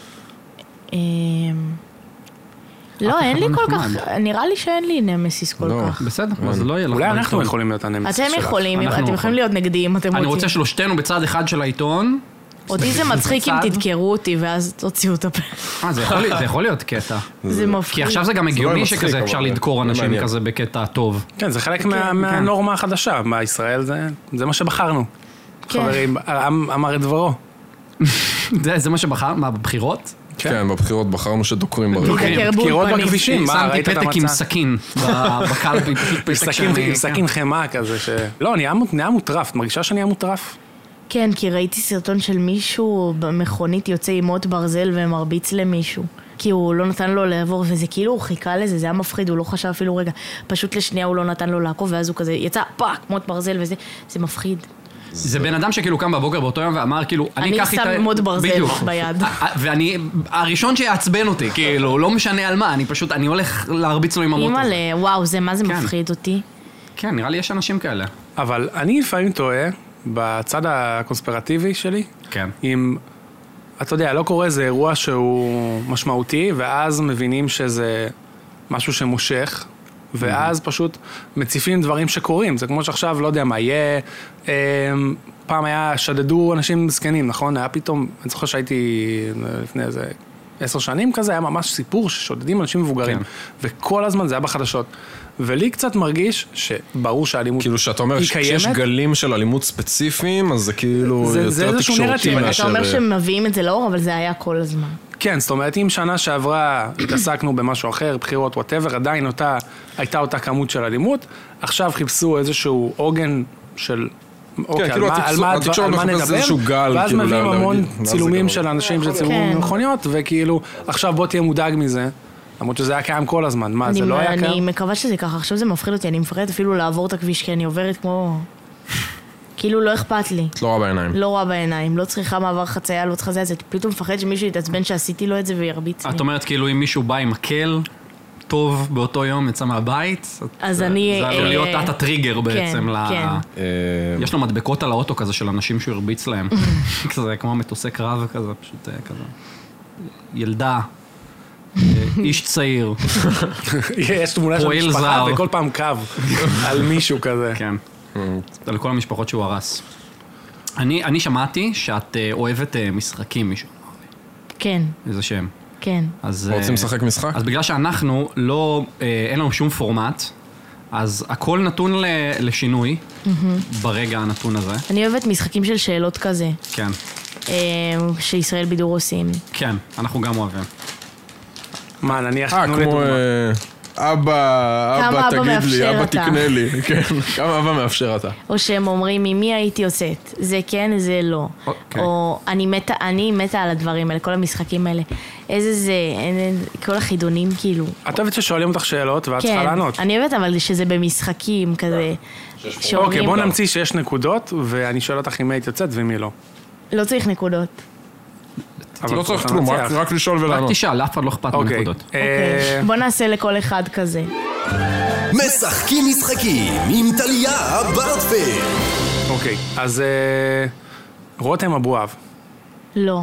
לא, אין לי כל כך... נראה לי שאין לי נמסיס כל כך. בסדר, אז לא יהיה לך... אולי אנחנו יכולים להיות הנמסיס שלך. אתם יכולים, אתם יכולים להיות נגדיים, אתם רוצים. אני רוצה שלושתנו בצד אחד של העיתון. אותי זה מצחיק אם תדקרו אותי ואז תוציאו את הפה. אה, זה יכול להיות קטע. זה מפחיד. כי עכשיו זה גם הגיוני שכזה אפשר לדקור אנשים כזה בקטע טוב. כן, זה חלק מהנורמה החדשה. בישראל זה מה שבחרנו. חברים, העם אמר את דברו. זה מה שבחר? מה, בבחירות? כן, בבחירות בחרנו שדוקרים ברגעים. דקירות בכבישים, מה, שמתי ראית את פתק עם המצע? סכין בקלפי, פתק שאני... עם סכין חמה כזה ש... לא, נהיה מוטרף, מרגישה שנהיה מוטרף? כן, כי ראיתי סרטון של מישהו במכונית יוצא עם מוט ברזל ומרביץ למישהו. כי הוא לא נתן לו לעבור, וזה כאילו הוא חיכה לזה, זה היה מפחיד, הוא לא חשב אפילו רגע. פשוט לשנייה הוא לא נתן לו לעקוב, ואז הוא כזה יצא פאק, מוט ברזל וזה, זה מפחיד. זה בן אדם שכאילו קם בבוקר באותו יום ואמר כאילו, אני אקח איתה... אני שם מוט ברזל ביד. ואני, הראשון שיעצבן אותי, כאילו, לא משנה על מה, אני פשוט, אני הולך להרביץ לו עם המוט הזה. אימא'לה, וואו, זה מה זה מפחיד אותי. כן, נראה לי יש אנשים כאלה. אבל אני לפעמים טועה, בצד הקונספירטיבי שלי, כן. אם, אתה יודע, לא קורה איזה אירוע שהוא משמעותי, ואז מבינים שזה משהו שמושך, ואז פשוט מציפים דברים שקורים. זה כמו שעכשיו, לא יודע מה, יהיה... פעם היה, שדדו אנשים זקנים, נכון? היה פתאום, אני זוכר שהייתי לפני איזה עשר שנים כזה, היה ממש סיפור ששודדים אנשים מבוגרים. כן. וכל הזמן זה היה בחדשות. ולי קצת מרגיש שברור שהאלימות כאילו שאתה אומר שיש גלים של אלימות ספציפיים, אז זה כאילו יותר תקשורתי מאשר... אתה אומר שמביאים את זה לאור, אבל זה היה כל הזמן. כן, זאת אומרת, אם שנה שעברה התעסקנו במשהו אחר, בחירות, whatever, עדיין אותה, הייתה אותה כמות של אלימות, עכשיו חיפשו איזשהו עוגן של... אוקיי, על מה נדבר, ואז מביאים המון צילומים של אנשים שצילמו במכוניות, וכאילו, עכשיו בוא תהיה מודאג מזה. למרות שזה היה קיים כל הזמן, מה, זה לא היה קיים? אני מקווה שזה ככה, עכשיו זה מפחיד אותי, אני מפחדת אפילו לעבור את הכביש, כי אני עוברת כמו... כאילו לא אכפת לי. לא רואה בעיניים. לא רואה בעיניים, לא צריכה מעבר חצייה, לא צריכה זה, זה פתאום מפחד שמישהו יתעצבן שעשיתי לו את זה וירביץ לי. את אומרת כאילו אם מישהו בא עם מקל טוב באותו יום, יצא מהבית, אז אני... זה עלול להיות את הטריגר בעצם. יש לו מדבקות על האוטו כזה של אנשים שהוא הרביץ להם. כזה כמו מטוסי קרב כזה, פשוט כזה. ילדה. איש צעיר. יש תמונה של משפחה וכל פעם קו על מישהו כזה. כן. על כל המשפחות שהוא הרס. אני שמעתי שאת אוהבת משחקים, מישהו. כן. איזה שם. כן. רוצים לשחק משחק? אז בגלל שאנחנו לא, אין לנו שום פורמט, אז הכל נתון לשינוי ברגע הנתון הזה. אני אוהבת משחקים של שאלות כזה. כן. שישראל בידור עושים. כן, אנחנו גם אוהבים. מה, נניח... אה, כמו... אבא, אבא תגיד לי, אבא תקנה לי, כן, כמה אבא מאפשר אתה. או שהם אומרים, ממי הייתי יוצאת, זה כן, זה לא. או אני מתה, אני מתה על הדברים האלה, כל המשחקים האלה. איזה זה, כל החידונים כאילו. את אוהבת ששואלים אותך שאלות ואת צריכה לענות. כן, אני אוהבת אבל שזה במשחקים כזה. אוקיי, בוא נמציא שיש נקודות, ואני שואל אותך אם היית יוצאת ומי לא. לא צריך נקודות. לא צריך כלום, רק לשאול ולענות. רק תשאל, אף אחד לא אכפת מנקודות. בוא נעשה לכל אחד כזה. משחקים משחקים עם טליה ברטפלד. אוקיי, אז רותם אבואב. לא.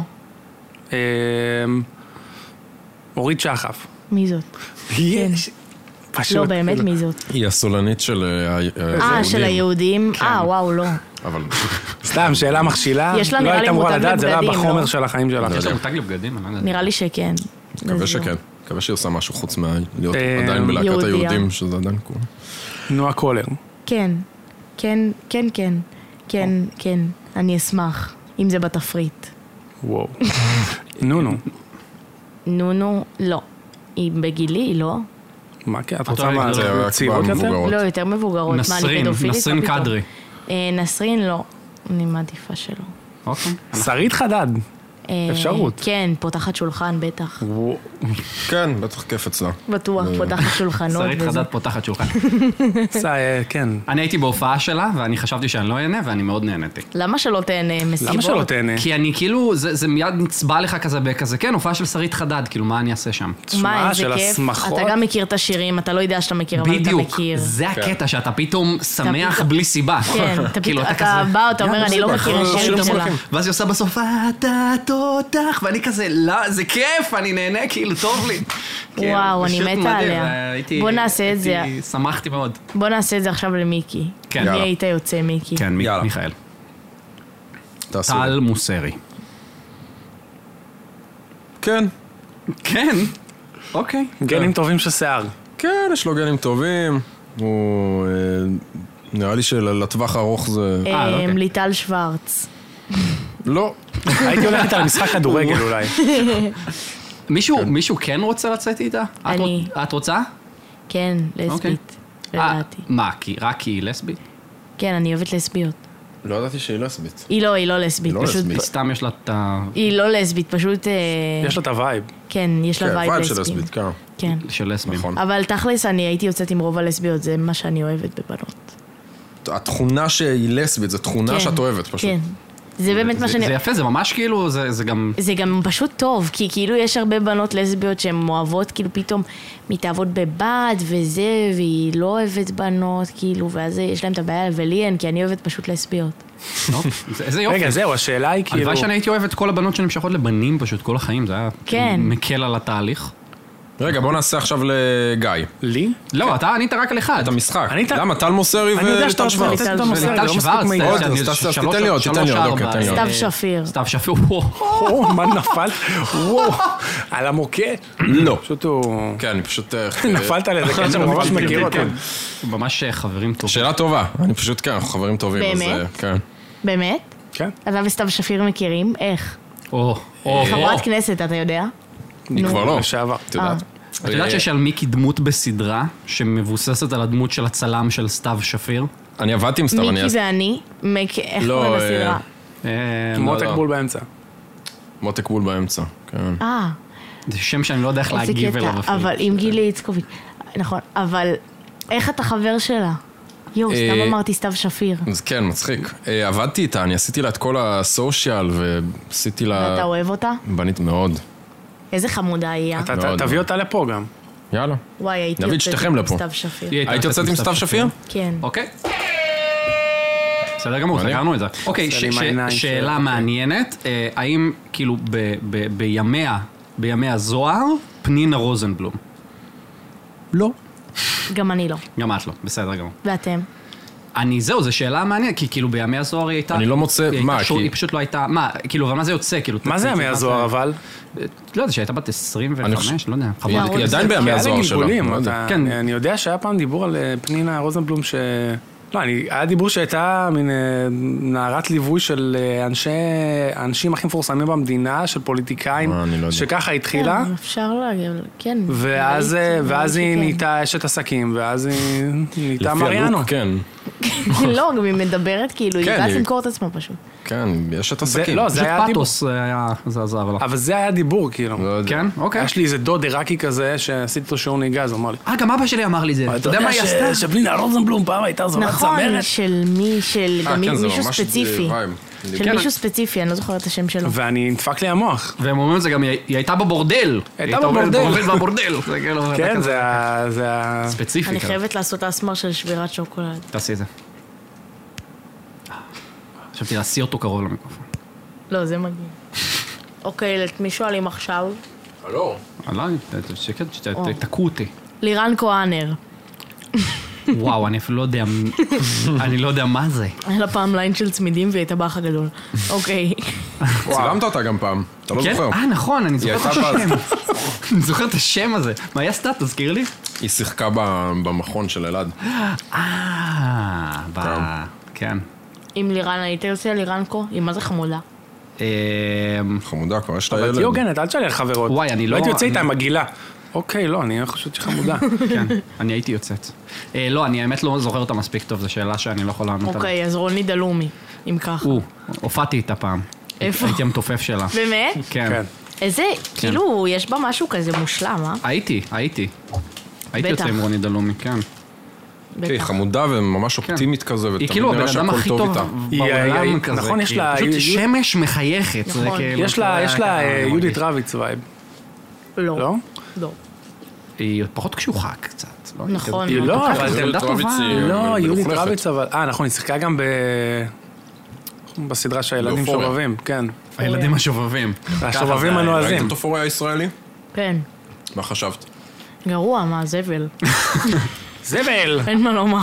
אורית שחף. מי זאת? יש. פשוט. לא, באמת מי זאת? היא הסולנית של היהודים. אה, של היהודים? אה, וואו, לא. אבל... סתם, שאלה מכשילה. יש לה נראה לי מותג לבגדים, זה לא לא? בחומר של החיים שלך. יש לה מותג לבגדים? אני לא יודע. נראה לי שכן. מקווה אז לא. שכן. מקווה שהיא עושה משהו חוץ מהלהיות אה, עדיין בלהקת יהודיה. היהודים, שזה עדיין קורה. נועה קולר. כן, כן, כן, כן, כן, כן, אני אשמח, אם זה בתפריט. וואו. נו נו. נו נו, לא. היא בגילי, לא? מה כן? את אתה רוצה אוהב מה? את זה רק צעירות יותר? במבוגרות. לא, יותר מבוגרות. מה, אני נסרין, פדופילית? נסרין מה פתאום? קדרי. אה, נסרין, לא. אני מעדיפה שלא. אוקיי. שרית חדד. אה, אפשרות. כן, פותחת שולחן, בטח. וואו. כן, בטח כיף אצלה. בטוח, פותחת שולחנות שרית וזה. חדד פותחת שולחן. עשה, אה, כן. אני הייתי בהופעה שלה, ואני חשבתי שאני לא אהנה, ואני מאוד נהניתי. למה שלא תהנה מסיבות? למה שלא תהנה? כי אני כאילו, זה זה מיד נצבע לך כזה בכזה, כן, הופעה של שרית חדד, כאילו, מה אני אעשה שם? מה, תשמע, איזה של כיף. השמחות. אתה גם מכיר את השירים, אתה לא יודע שאתה מכיר, אבל אתה בדיוק, מכיר. זה הקטע, שאתה פתאום שמח פתאום- בלי סיבה. כן, אתה כאילו, פתאום, אתה אתה כזה... בא, אתה אומר, אני לא מכיר את השירים שלה. ואז היא עושה בסוף, אתה תותח, ואני כזה, לא, זה כיף, אני נהנה, כאילו, טוב לי. כן, וואו, אני פשוט מתה מדהים, עליה. הייתי- בוא נעשה את זה. הייתי- שמחתי מאוד. בוא נעשה את זה עכשיו למיקי. כן. מי יאללה. היית יוצא, מיקי? כן, מי- יאללה. מיכאל. תעשו. טל מוסרי. כן. כן? אוקיי. גנים טובים של שיער. כן, יש לו גנים טובים. הוא... אה, נראה לי שלטווח הארוך זה... אה, אה, אוקיי. ליטל שוורץ. לא. הייתי הולכת על משחק כדורגל אולי. מישהו מישהו כן רוצה לצאת איתה? את אני. רוצ- את רוצה? כן, אוקיי. לסבית. אה, לדעתי. מה, כי- רק כי היא לסבית? כן, אני אוהבת לסביות. לא ידעתי שהיא לסבית. היא לא, היא לא לסבית. לא פשוט... לסבית. סתם יש לה את ה... היא לא לסבית, פשוט... אה, יש לו את הווייב. כן, יש לה כן, וייב וייב של לסבי. לסבית, כן. כן. של לסבים. נכון. אבל תכלס, אני הייתי יוצאת עם רוב הלסביות, זה מה שאני אוהבת בבנות. התכונה שהיא לסבית, זו תכונה כן, שאת אוהבת פשוט. כן. זה באמת מה זה- שאני... זה יפה, זה ממש כאילו, זה זה גם... זה גם פשוט טוב, כי כאילו יש הרבה בנות לסביות שהן אוהבות, כאילו פתאום מתאהבות בבת וזה, והיא לא אוהבת בנות, כאילו, ואז יש להם את הבעיה, ולי אין, כי אני אוהבת פשוט לסביות. טוב, זה- איזה יופי. רגע, זהו, השאלה היא כאילו... הלוואי שאני הייתי אוהב את כל הבנות שנמשכות לבנים פשוט כל החיים, זה היה כן. מקל על התהליך. רגע, בוא נעשה עכשיו לגיא. לי? לא, אתה ענית רק על אחד. את המשחק. אני ת- למה? טל מוסרי אני יודע שאתה וליטל רוצה שוורץ. לתת את וליטל הנושא, וליטל זה לא מספיק שוורץ, מידע. עוד, אני- אז ת- שלוש- תיתן לי עוד, שלוש תיתן לי עוד, ארבע, אוקיי, תן לי אה, עוד. סתיו שפיר. סתיו שפיר, וואו. או, מה נפלת? וואו, על המוקד. לא. פשוט הוא... כן, אני פשוט... אה, נפלת על איזה קשר, ממש מכיר אותו. כן. ממש אה, חברים טובים. שאלה טובה. אני פשוט, כן, אנחנו חברים טובים. אז, באמת? אה, כן. באמת? כן. אתה וסתיו שפיר מכירים? איך? או, או, חברת או. כנסת, אתה יודע? היא נו. כבר לא. לשעבר. את יודעת. את יודעת שיש על מיקי דמות בסדרה שמבוססת על הדמות של הצלם של סתיו שפיר? אני עבדתי עם סתיו, אני... מיקי ואני, מק- איך לא, קוראים אה, לסדרה? אה, מותק לא. בול באמצע. מותק בול באמצע. כן. אה, זה שם שאני לא יודע איך איזה להגיב אליו קטע, אפילו. אבל עם גילי איצקוביץ', נכון, אבל איך אתה חבר שלה? יואו, סתם אה, אמרתי סתיו שפיר. אז כן, מצחיק. אה, עבדתי איתה, אני עשיתי לה את כל הסושיאל ועשיתי לה... אתה אוהב אותה? בנית מאוד. איזה חמודה היא. אתה מאוד, ת- תביא אותה לפה גם. יאללה. וואי, הייתי נביא את יוצאת שתיכם עם לפה. סתיו שפיר. היא הייתה היית יוצאת עם סתיו שפיר? כן. אוקיי. בסדר גמור, מעניין. סגרנו את זה. אוקיי, עושה ש- לי ש- מהעיניים שאלה של- מעניינת, אה, האם כאילו ב- ב- בימיה, בימי הזוהר, פנינה רוזנבלום? לא. גם אני לא. גם את לא, בסדר גמור. ואתם? אני, זהו, זו שאלה מעניינת, כי כאילו בימי הזוהר היא הייתה... אני לא מוצא- היא הייתה מה, שור- כי- היא פשוט לא הייתה... מה, כאילו, אבל מה זה יוצא? כאילו, מה זה תצא- ימי הזוהר אבל? לא יודע, שהייתה בת עשרים אני וחמש, חושב- לא יודע. היא- חברת היא כנסת. עדיין בימי היה לה הזוהר שלה. גלגולים, לא יודע. אתה- כן. אני יודע שהיה פעם דיבור על אה, פנינה רוזנבלום ש... לא, אני, היה דיבור שהייתה מין אה, נערת ליווי של אה, אנשי, האנשים הכי מפורסמים במדינה, של פוליטיקאים, אה, אני לא יודע. שככה התחילה, כן, אפשר להגיד, כן. ואז, נראה לי- אה, נראה ואז לי היא שכן. נהייתה אשת עסקים, ואז היא נהייתה לפי מריאנו. הלוק, כן. לא, גם היא מדברת כאילו, היא כן, יודעת היא- למכור את עצמה פשוט. כן, יש את זה, עסקים. לא, זה פשוט היה דיבור. פאטוס היה, זה עזר לה. אבל זה היה דיבור, כאילו. לא יודע. כן? אוקיי. יש לי איזה דוד עיראקי כזה, שעשיתי אותו שיעור נהיגה, אז הוא אמר לי, אה, גם אבא שלי אמר לי זה. אתה יודע מה היא עשתה? שפנינה רוזנבלום פעם הייתה זונת נכון, צמרת? של מי, של אה, גם כן, זה מישהו ממש ספציפי. וייב. של מישהו ספציפי, אני לא זוכרת את השם שלו. ואני נדפק לי המוח. והם אומרים את זה גם, היא הייתה בבורדל. הייתה בבורדל. עובדת בבורדל. זה כאילו... כן, זה ה... זה ה... ספציפי. אני חייבת לעשות אסמר של שבירת שוקולד. תעשי את זה. חשבתי להסיר אותו קרוב למיקרופון. לא, זה מגיע. אוקיי, את מי שואלים עכשיו? הלו. עליי, שקט, תקעו אותי. לירן כהנר. וואו, אני אפילו לא יודע, אני לא יודע מה זה. היה לה פעם ליין של צמידים והיא הייתה באח הגדול. אוקיי. צילמת אותה גם פעם, אתה לא זוכר. אה, נכון, אני זוכר את היא הייתה השם. אני זוכר את השם הזה. מה היה סטאט, תזכיר לי? היא שיחקה במכון של אלעד. אה, כן. עם לירן, היית יוצא לירן כה? היא מה זה חמודה? חמודה, כבר יש לה אבל ילד. תהיי הוגנת, אל תשאלי על חברות. וואי, אני לא... לא הייתי יוצא איתה מגעילה. אוקיי, לא, אני חושבת שחמודה. כן, אני הייתי יוצאת. לא, אני האמת לא זוכר אותה מספיק טוב, זו שאלה שאני לא יכול לענות עליה. אוקיי, אז רוני דלומי, אם ככה. או, הופעתי איתה פעם. איפה? הייתי המתופף שלה. באמת? כן. איזה, כאילו, יש בה משהו כזה מושלם, אה? הייתי, הייתי. הייתי בטח. יוצא עם רוני דלומי, כן. היא חמודה וממש אופטימית כזה, היא כאילו הבן אדם הכי טוב בעולם כזה. נכון, יש לה... פשוט שמש מחייכת. יש לה יהודית רביץ וייב. לא. לא? לא. היא פחות קשוחה קצת. נכון. היא לא, אבל... יהודית רביץ היא לא, יהודית מלוכלכת. רביץ, אבל... אה, נכון, היא שיחקה גם ב... בסדרה שהילדים באופוריה. שובבים, כן. הילדים השובבים. השובבים ראית הנועזים. את אופוריה הישראלי? כן. מה חשבת? גרוע, מה, זבל. זבל! אין מה לומר.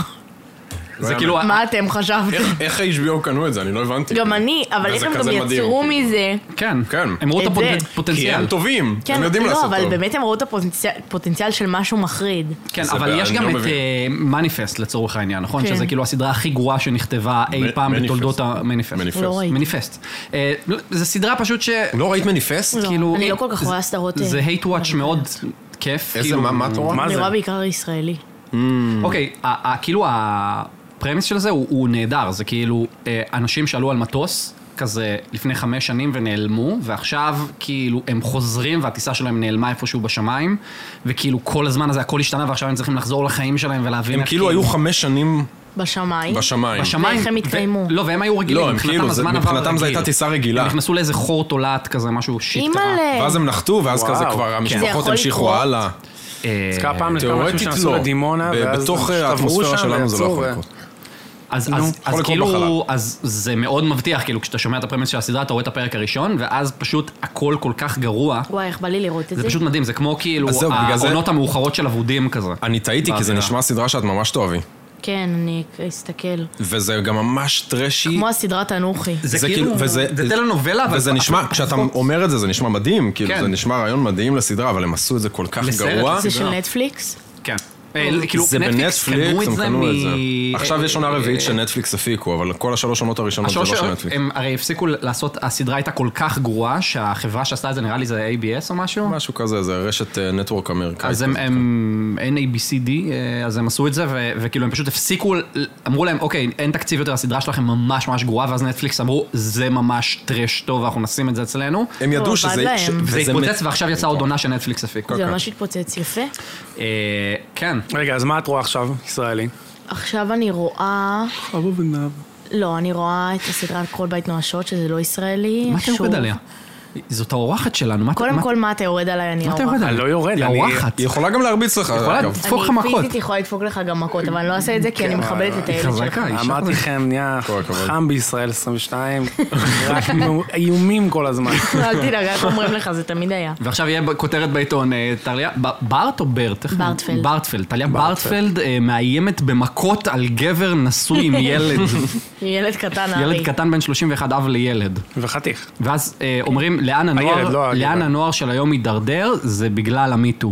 זה כאילו... מה אתם חשבתם? איך ה-אייץ' בי או קנו את זה? אני לא הבנתי. גם אני, אבל איך וזה הם גם כזה מדהים, יצרו כאילו. מזה. כן, כן. הם ראו את את זה. כי הפוטנציאל. הם טובים, כן, הם יודעים לא, לעשות אבל טוב. באמת הם ראו את הפוטנציאל של משהו מחריד. כן, זה אבל בעיה, יש אני גם לא את מבין. מניפסט לצורך העניין, נכון? כן. שזה כאילו הסדרה הכי גרועה שנכתבה אי פעם מניפסט. בתולדות המניפסט. מניפסט. לא ראיתי. מניפסט. אה, זו סדרה פשוט ש... לא ראית מניפסט? לא, כאילו, אני לא כל כך רואה סדרות. זה אה, hate watch מאוד כיף. איזה, כאילו- מה מה את רואה? מה אני זה? רואה בעיקר ישראלי. אוקיי, ה- ה- כאילו הפרמיס של זה הוא, הוא נהדר, זה כאילו אה, אנשים שעלו על מטוס כזה לפני חמש שנים ונעלמו, ועכשיו כאילו הם חוזרים והטיסה שלהם נעלמה איפשהו בשמיים, וכאילו כל הזמן הזה הכל השתנה ועכשיו הם צריכים לחזור לחיים שלהם ולהבין הם איך כאילו היו חמש שנים בשמיים. בשמיים. בשמיים. ואיך הם ו- התקיימו? לא, והם היו רגילים, לא, הם כאילו, זה- הזמן עבר מבחינתם זו רגיל. הייתה טיסה רגילה. הם נכנסו לאיזה חור תולעת כזה, משהו שיט קרה. אימא'לה. ואז הם נחתו, ואז וואו. כזה כבר זה המשפחות יכול המשיכו לקרות? הלאה. אה, אז כמה פעם לכמה אנשים תיאורטית שנסעו לא. לדימונה, ב- ואז בתוך שברו האטמוספירה שם שלנו זה לא ויצאו, יכול ו- לקרות. אז, נו, אז, יכול אז לקרות כאילו, בחלל. אז זה מאוד מבטיח, כאילו, כשאתה שומע את הפרמיס של הסדרה, אתה רואה את הפרק הראשון, ואז פשוט הכל כל כך גרוע. וואי, איך בא לי לראות את זה? זה פשוט מדהים, זה כמו כאילו אז זהו, בגלל זה- העונות המאוחרות של אבודים כזה. אני טעיתי, כי זה באווירה. נשמע סדרה שאת ממש תאהבי. כן, אני אסתכל. וזה גם ממש טרשי. כמו הסדרת אנוכי. זה זה כאילו, כאילו- וזה- זה טלנובלה, אבל... וזה נשמע, כשאתה אומר את זה, זה נשמע מדהים, כאילו כן. זה נשמע רעיון מדהים לסדרה, אבל הם עשו את זה כל כך לסרט, גרוע. זה של נטפליקס? כן. אה, כאילו, זה נטפליקס קנו בנטפליקס, את הם זה קנו את זה. מ- עכשיו יש עונה אה, רביעית אה, שנטפליקס הפיקו, אבל כל השלוש עונות הראשונות זה לא השלוש של שעות, נטפליקס. הם הרי הפסיקו לעשות, הסדרה הייתה כל כך גרועה, שהחברה שעשתה את זה נראה לי זה איי בי אס או משהו. משהו כזה, זה רשת נטוורק אמריקאית. אז הם, כזאת. הם אן איי בי סי די, אה, אז הם עשו את זה, ו- וכאילו הם פשוט הפסיקו, אמרו להם, אוקיי, אין תקציב יותר, הסדרה שלכם ממש ממש גרועה, ואז נטפליקס אמרו, זה ממש טרש טוב, אנחנו נשים את זה אצלנו. הם לא, ידעו עבד שזה... להם. ש- זה וזה התפוצץ, מ- ועכשיו יצאה עוד עונה של נטפליקס הפיקו. זה ממש התפוצץ יפה. אה, כן. רגע, אז מה את רואה עכשיו, ישראלי? עכשיו אני רואה... אבו ונב. לא, אני רואה את הסדרה על כל בית נואשות, שזה לא ישראלי. מה אתה שוב. יורד עליה? זאת האורחת שלנו, מה אתה... קודם מה- כל, מה אתה יורד עליי? אני מה אתה האורחת. יורד אני עליה? לא יורד, היא אני- האורחת. היא יכולה גם להרביץ לך, יכולה אגב. לדפוק לך מכות. אני פיזית יכולה לדפוק לך גם מכות, אבל אני לא אעשה את זה כי אני מכבדת את היא הילד שלך. חזקה, היא אמרתי לכם, נהיה כל הכבוד. חם בישראל עשרים ושתיים, רק איומים כל הזמן. אל תדאג, איך אומרים לך, זה תמיד היה. ועכשיו יהיה כותרת בעיתון, אה, טליה, ב- בארט או ברט? איך- בארטפלד. בארטפלד. טליה בארטפלד אה, מאיימת במכות על גבר נשוי עם ילד. ילד קטן, ילד ארי. קטן בן שלושים ואחת, אב לילד. וחתיך. ואז אה, אומרים, לאן הנוער, הילד, לא הגבר. לאן הנוער של היום יידרדר, זה בגלל המיטו.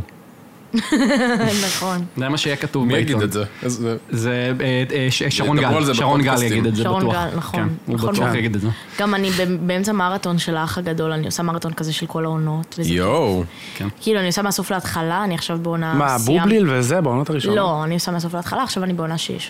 נכון. זה מה שיהיה כתוב מי בעיתון. יגיד את זה? איזה- זה אה, אה, ש- שרון ידברו גל, על זה שרון גל בפודקאסטים. יגיד את זה שרון בטוח. גל, נכון. כן, הוא נכון בטוח מאוד. יגיד את זה. גם אני ב- באמצע מרתון של האח הגדול, אני עושה מרתון כזה של כל העונות. וזה יואו. כאילו, אני עושה מהסוף להתחלה, אני עכשיו בעונה... מה, סיימתי- בובליל וזה, בעונות הראשונות? לא, אני עושה מהסוף להתחלה, עכשיו אני בעונה שיש.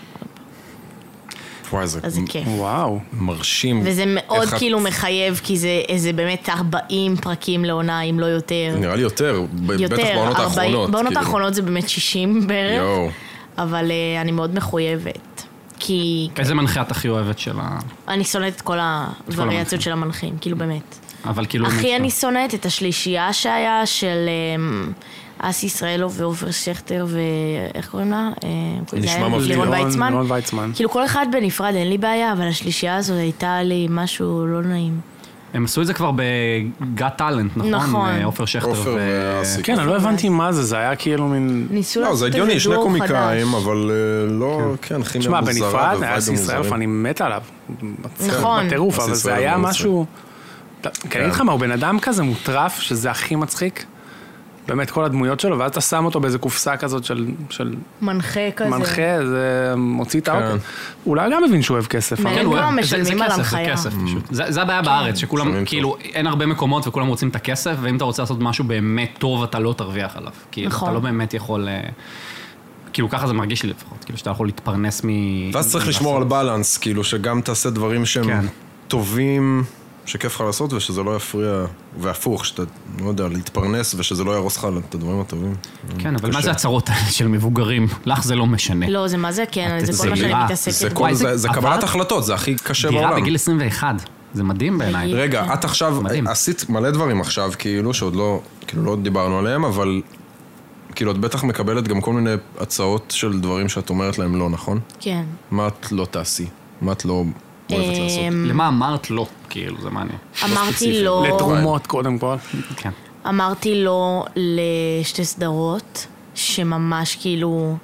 וואי, זה אז זה כיף. וואו. מרשים. וזה מאוד איך את- כאילו מחייב, כי זה איזה באמת ארבעים פרקים לעונה, אם לא יותר. נראה לי יותר, ב- בטח יותר, בעונות ארבעים. האחרונות. בעונות כאילו. האחרונות זה באמת שישים בערך. יואו. אבל uh, אני מאוד מחויבת. כי... איזה מנחה את הכי אוהבת של ה... אני שונאת את כל הווריאציות של המנחים, כאילו באמת. אבל כאילו... הכי אני שונאת את השלישייה שהיה של אסי ישראלוב ועופר שכטר ואיך קוראים לה? נשמע מבטיח. לירון לירון ויצמן. כאילו כל אחד בנפרד אין לי בעיה, אבל השלישייה הזו הייתה לי משהו לא נעים. הם עשו את זה כבר בגאט טאלנט, נכון? נכון. עופר שכטר עופר ו... ואסי. כן, אני לא הבנתי מה זה, זה היה כאילו מין... ניסו לא, לעשות זה איזה הגיוני, שני דואו קומיקאים, חדש. אבל אה, לא, כן, כימיה תשמע, מוזרה בנפרד, ווייבים אסי ישראלוב, מוזרים. אני מת עליו. נכון. בטירוף, אסי אבל זה ישראלוב היה מצחיק. משהו... כן, אני אגיד לך מה, הוא בן אדם כזה מוטרף, שזה הכי מצחיק. באמת, כל הדמויות שלו, ואז אתה שם אותו באיזה קופסה כזאת של... של מנחה כזה. מנחה, זה מוציא את האוכל. אולי גם מבין שהוא אוהב כסף. מ- אבל- הם הוא- גם זה- משלמים זה על כסף, הנחיה. זה כסף פשוט. זה זה הבעיה בארץ, שכולם, משלמים כאילו, אין הרבה מקומות וכולם רוצים את הכסף, ואם אתה רוצה לעשות משהו באמת טוב, אתה לא תרוויח עליו. כאילו, נכון. אתה לא באמת יכול... אה, כאילו, ככה זה מרגיש לי לפחות, כאילו, שאתה יכול להתפרנס מ... ואז צריך לשמור על בלנס, כאילו שגם תעשה דברים שהם כן. טובים, שכיף לך לעשות, ושזה לא יפריע, והפוך, שאתה, לא יודע, להתפרנס, ושזה לא ירוס לך את הדברים הטובים. כן, אבל מה קשה. זה הצרות האלה של מבוגרים? לך זה לא משנה. לא, זה מה זה, כן, את זה כל מה שאני צעירה. מתעסקת. זה בו. כל- וואי, זה- זה- זה עברת- קבלת החלטות, זה הכי קשה דירה בעולם. בגיל עשרים ואחת, זה מדהים בעיניי. בגיל- רגע, כן. את עכשיו מדהים. עשית מלא דברים עכשיו, כאילו, שעוד לא, כאילו, לא דיברנו עליהם, אבל כאילו, את בטח מקבלת גם כל מיני הצעות של דברים שאת אומרת להם לא, נכון? כן. מה את לא תעשי? מה את לא אוהבת לעשות? אמ, למה אמרת לא? כאילו, זה מעניין. אמרתי ספציפי. לו, לתרומות קודם כל. כן. אמרתי לו לשתי סדרות, שממש כאילו,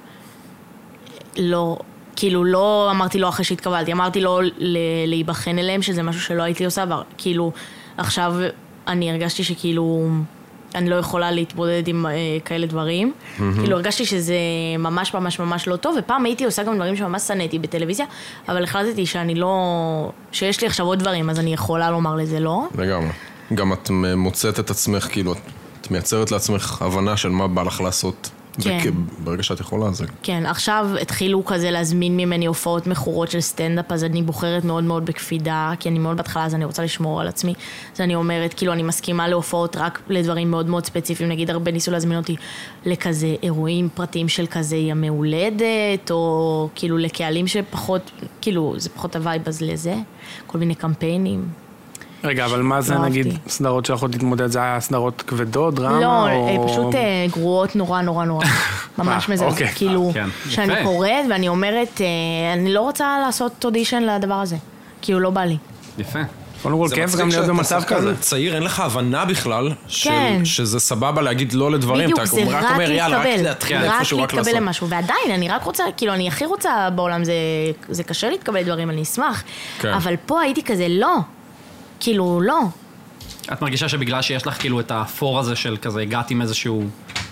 לא, כאילו לא אמרתי לו אחרי שהתקבלתי, אמרתי לו ל- להיבחן אליהם, שזה משהו שלא הייתי עושה, וכאילו, עכשיו אני הרגשתי שכאילו, אני לא יכולה להתמודד עם אה, כאלה דברים. כאילו הרגשתי שזה ממש ממש ממש לא טוב, ופעם הייתי עושה גם דברים שממש שנאתי בטלוויזיה, אבל החלטתי שאני לא, שיש לי עכשיו עוד דברים, אז אני יכולה לומר לזה לא. לגמרי. גם את מוצאת את עצמך, כאילו, את מייצרת לעצמך הבנה של מה בא לך לעשות. כן. וכ- ברגע שאת יכולה, זה... כן, עכשיו התחילו כזה להזמין ממני הופעות מכורות של סטנדאפ, אז אני בוחרת מאוד מאוד בקפידה, כי אני מאוד בהתחלה, אז אני רוצה לשמור על עצמי. אז אני אומרת, כאילו, אני מסכימה להופעות רק לדברים מאוד מאוד ספציפיים. נגיד, הרבה ניסו להזמין אותי לכזה אירועים פרטיים של כזה ימי הולדת, או כאילו לקהלים שפחות, כאילו, זה פחות הווייב אז לזה. כל מיני קמפיינים. רגע, אבל מה זה לא נגיד אהבתי. סדרות שיכולות להתמודד? זה היה סדרות כבדות, דרמה? לא, או... פשוט אה, גרועות נורא נורא נורא. ממש אה, מזלזל. אוקיי. כאילו, כן. שאני יפה. קוראת ואני אומרת, אה, אני לא רוצה לעשות אודישן לדבר הזה. כאילו, לא בא לי. יפה. קודם כל כיף גם להיות במצב כזה. צעיר, אין לך הבנה בכלל, של- כן. שזה סבבה להגיד לא לדברים. בדיוק, אתה זה רק רק אומר, יאללה, רק להתקבל. להתחיל רק איפשהו, רק להתקבל לעשות. למשהו. ועדיין, אני רק רוצה, כאילו, אני הכי רוצה בעולם, זה- זה קשה להתקבל לדברים, אני אשמח. כן. אבל פה הייתי כזה, לא. כאילו, לא. את מרגישה שבגלל שיש לך כאילו את האפור הזה של כזה, הגעת עם איזשהו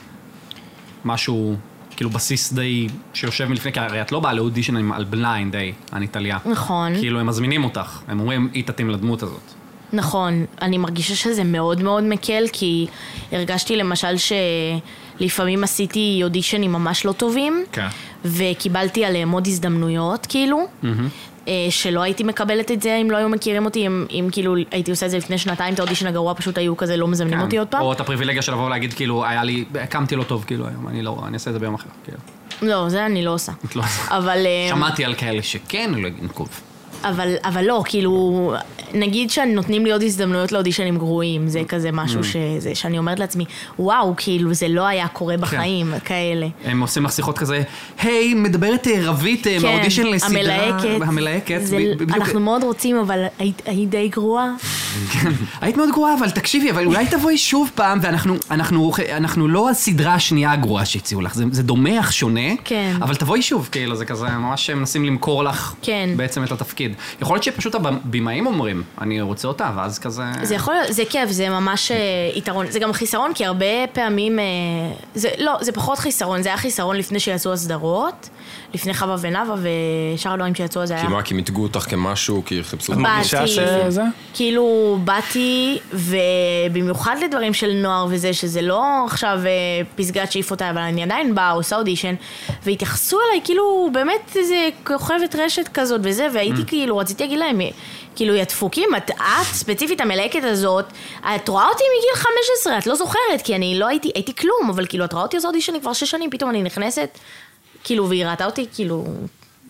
משהו, כאילו בסיס די שיושב מלפני, כי הרי את לא באה לאודישן על בליינד, היי, אני טליה. נכון. כאילו הם מזמינים אותך, הם אומרים, היא תתאים לדמות הזאת. נכון, אני מרגישה שזה מאוד מאוד מקל, כי הרגשתי למשל שלפעמים עשיתי אודישנים ממש לא טובים, כן. וקיבלתי עליהם עוד הזדמנויות, כאילו, אה, שלא הייתי מקבלת את זה אם לא היו מכירים אותי, אם, אם כאילו הייתי עושה את זה לפני שנתיים, את האודישן הגרוע פשוט היו כזה לא מזמנים אותי עוד פעם. או את הפריבילגיה של לבוא ולהגיד, כאילו, היה לי, הקמתי לא טוב, כאילו, היום, אני לא, אני אעשה את זה ביום אחר, כאילו. לא, זה אני לא עושה. את לא עושה. אבל... אה, שמעתי על כאלה שכן, לא נקוב. אבל, אבל לא, כאילו, נגיד שנותנים לי עוד הזדמנויות לאודישנים גרועים, זה כזה משהו שזה, שאני אומרת לעצמי, וואו, כאילו, זה לא היה קורה בחיים, כאלה. הם עושים לך שיחות כזה, היי, מדברת אה, רבית אה, מהאודישן לסדרה. המלהקת. המלהקת. זה- ב- בדיוק. אנחנו מאוד רוצים, אבל היית היית די גרועה. היית מאוד גרועה, אבל תקשיבי, אבל אולי תבואי שוב פעם, ואנחנו אנחנו, אנחנו לא הסדרה השנייה הגרועה שהציעו לך, זה, זה דומה אך שונה, כן. אבל תבואי שוב, כאילו, זה כזה, ממש מנסים למכור לך כן. בעצם את התפקיד. יכול להיות שפשוט הבימאים אומרים, אני רוצה אותה, ואז כזה... זה יכול להיות, זה כיף, זה ממש אה, יתרון, זה גם חיסרון, כי הרבה פעמים, אה, זה, לא, זה פחות חיסרון, זה היה חיסרון לפני שיצאו הסדרות, לפני חווה ונאווה ושאר הדברים שיצאו, זה היה... כי מה, כי מיתגו אותך כמשהו, כי חיפשו... את מרגישה שזה? כאילו, באתי, ובמיוחד לדברים של נוער וזה, שזה לא עכשיו אה, פסגת שאיפותיי, אבל אני עדיין באה, עושה אודישן, והתייחסו אליי כאילו באמת איזה כוכבת רשת כזאת וזה, והייתי כאילו, רציתי להגיד להם, כאילו, יא דפוקים, את, את ספציפית המלהקת הזאת, את רואה אותי מגיל חמש עשרה, את לא זוכרת, כי אני לא הייתי, הייתי כלום, אבל כאילו, את רואה אותי עושה אודישנים כבר שש שנים, פתאום אני נכנסת, כאילו, והיא ראתה אותי, כאילו...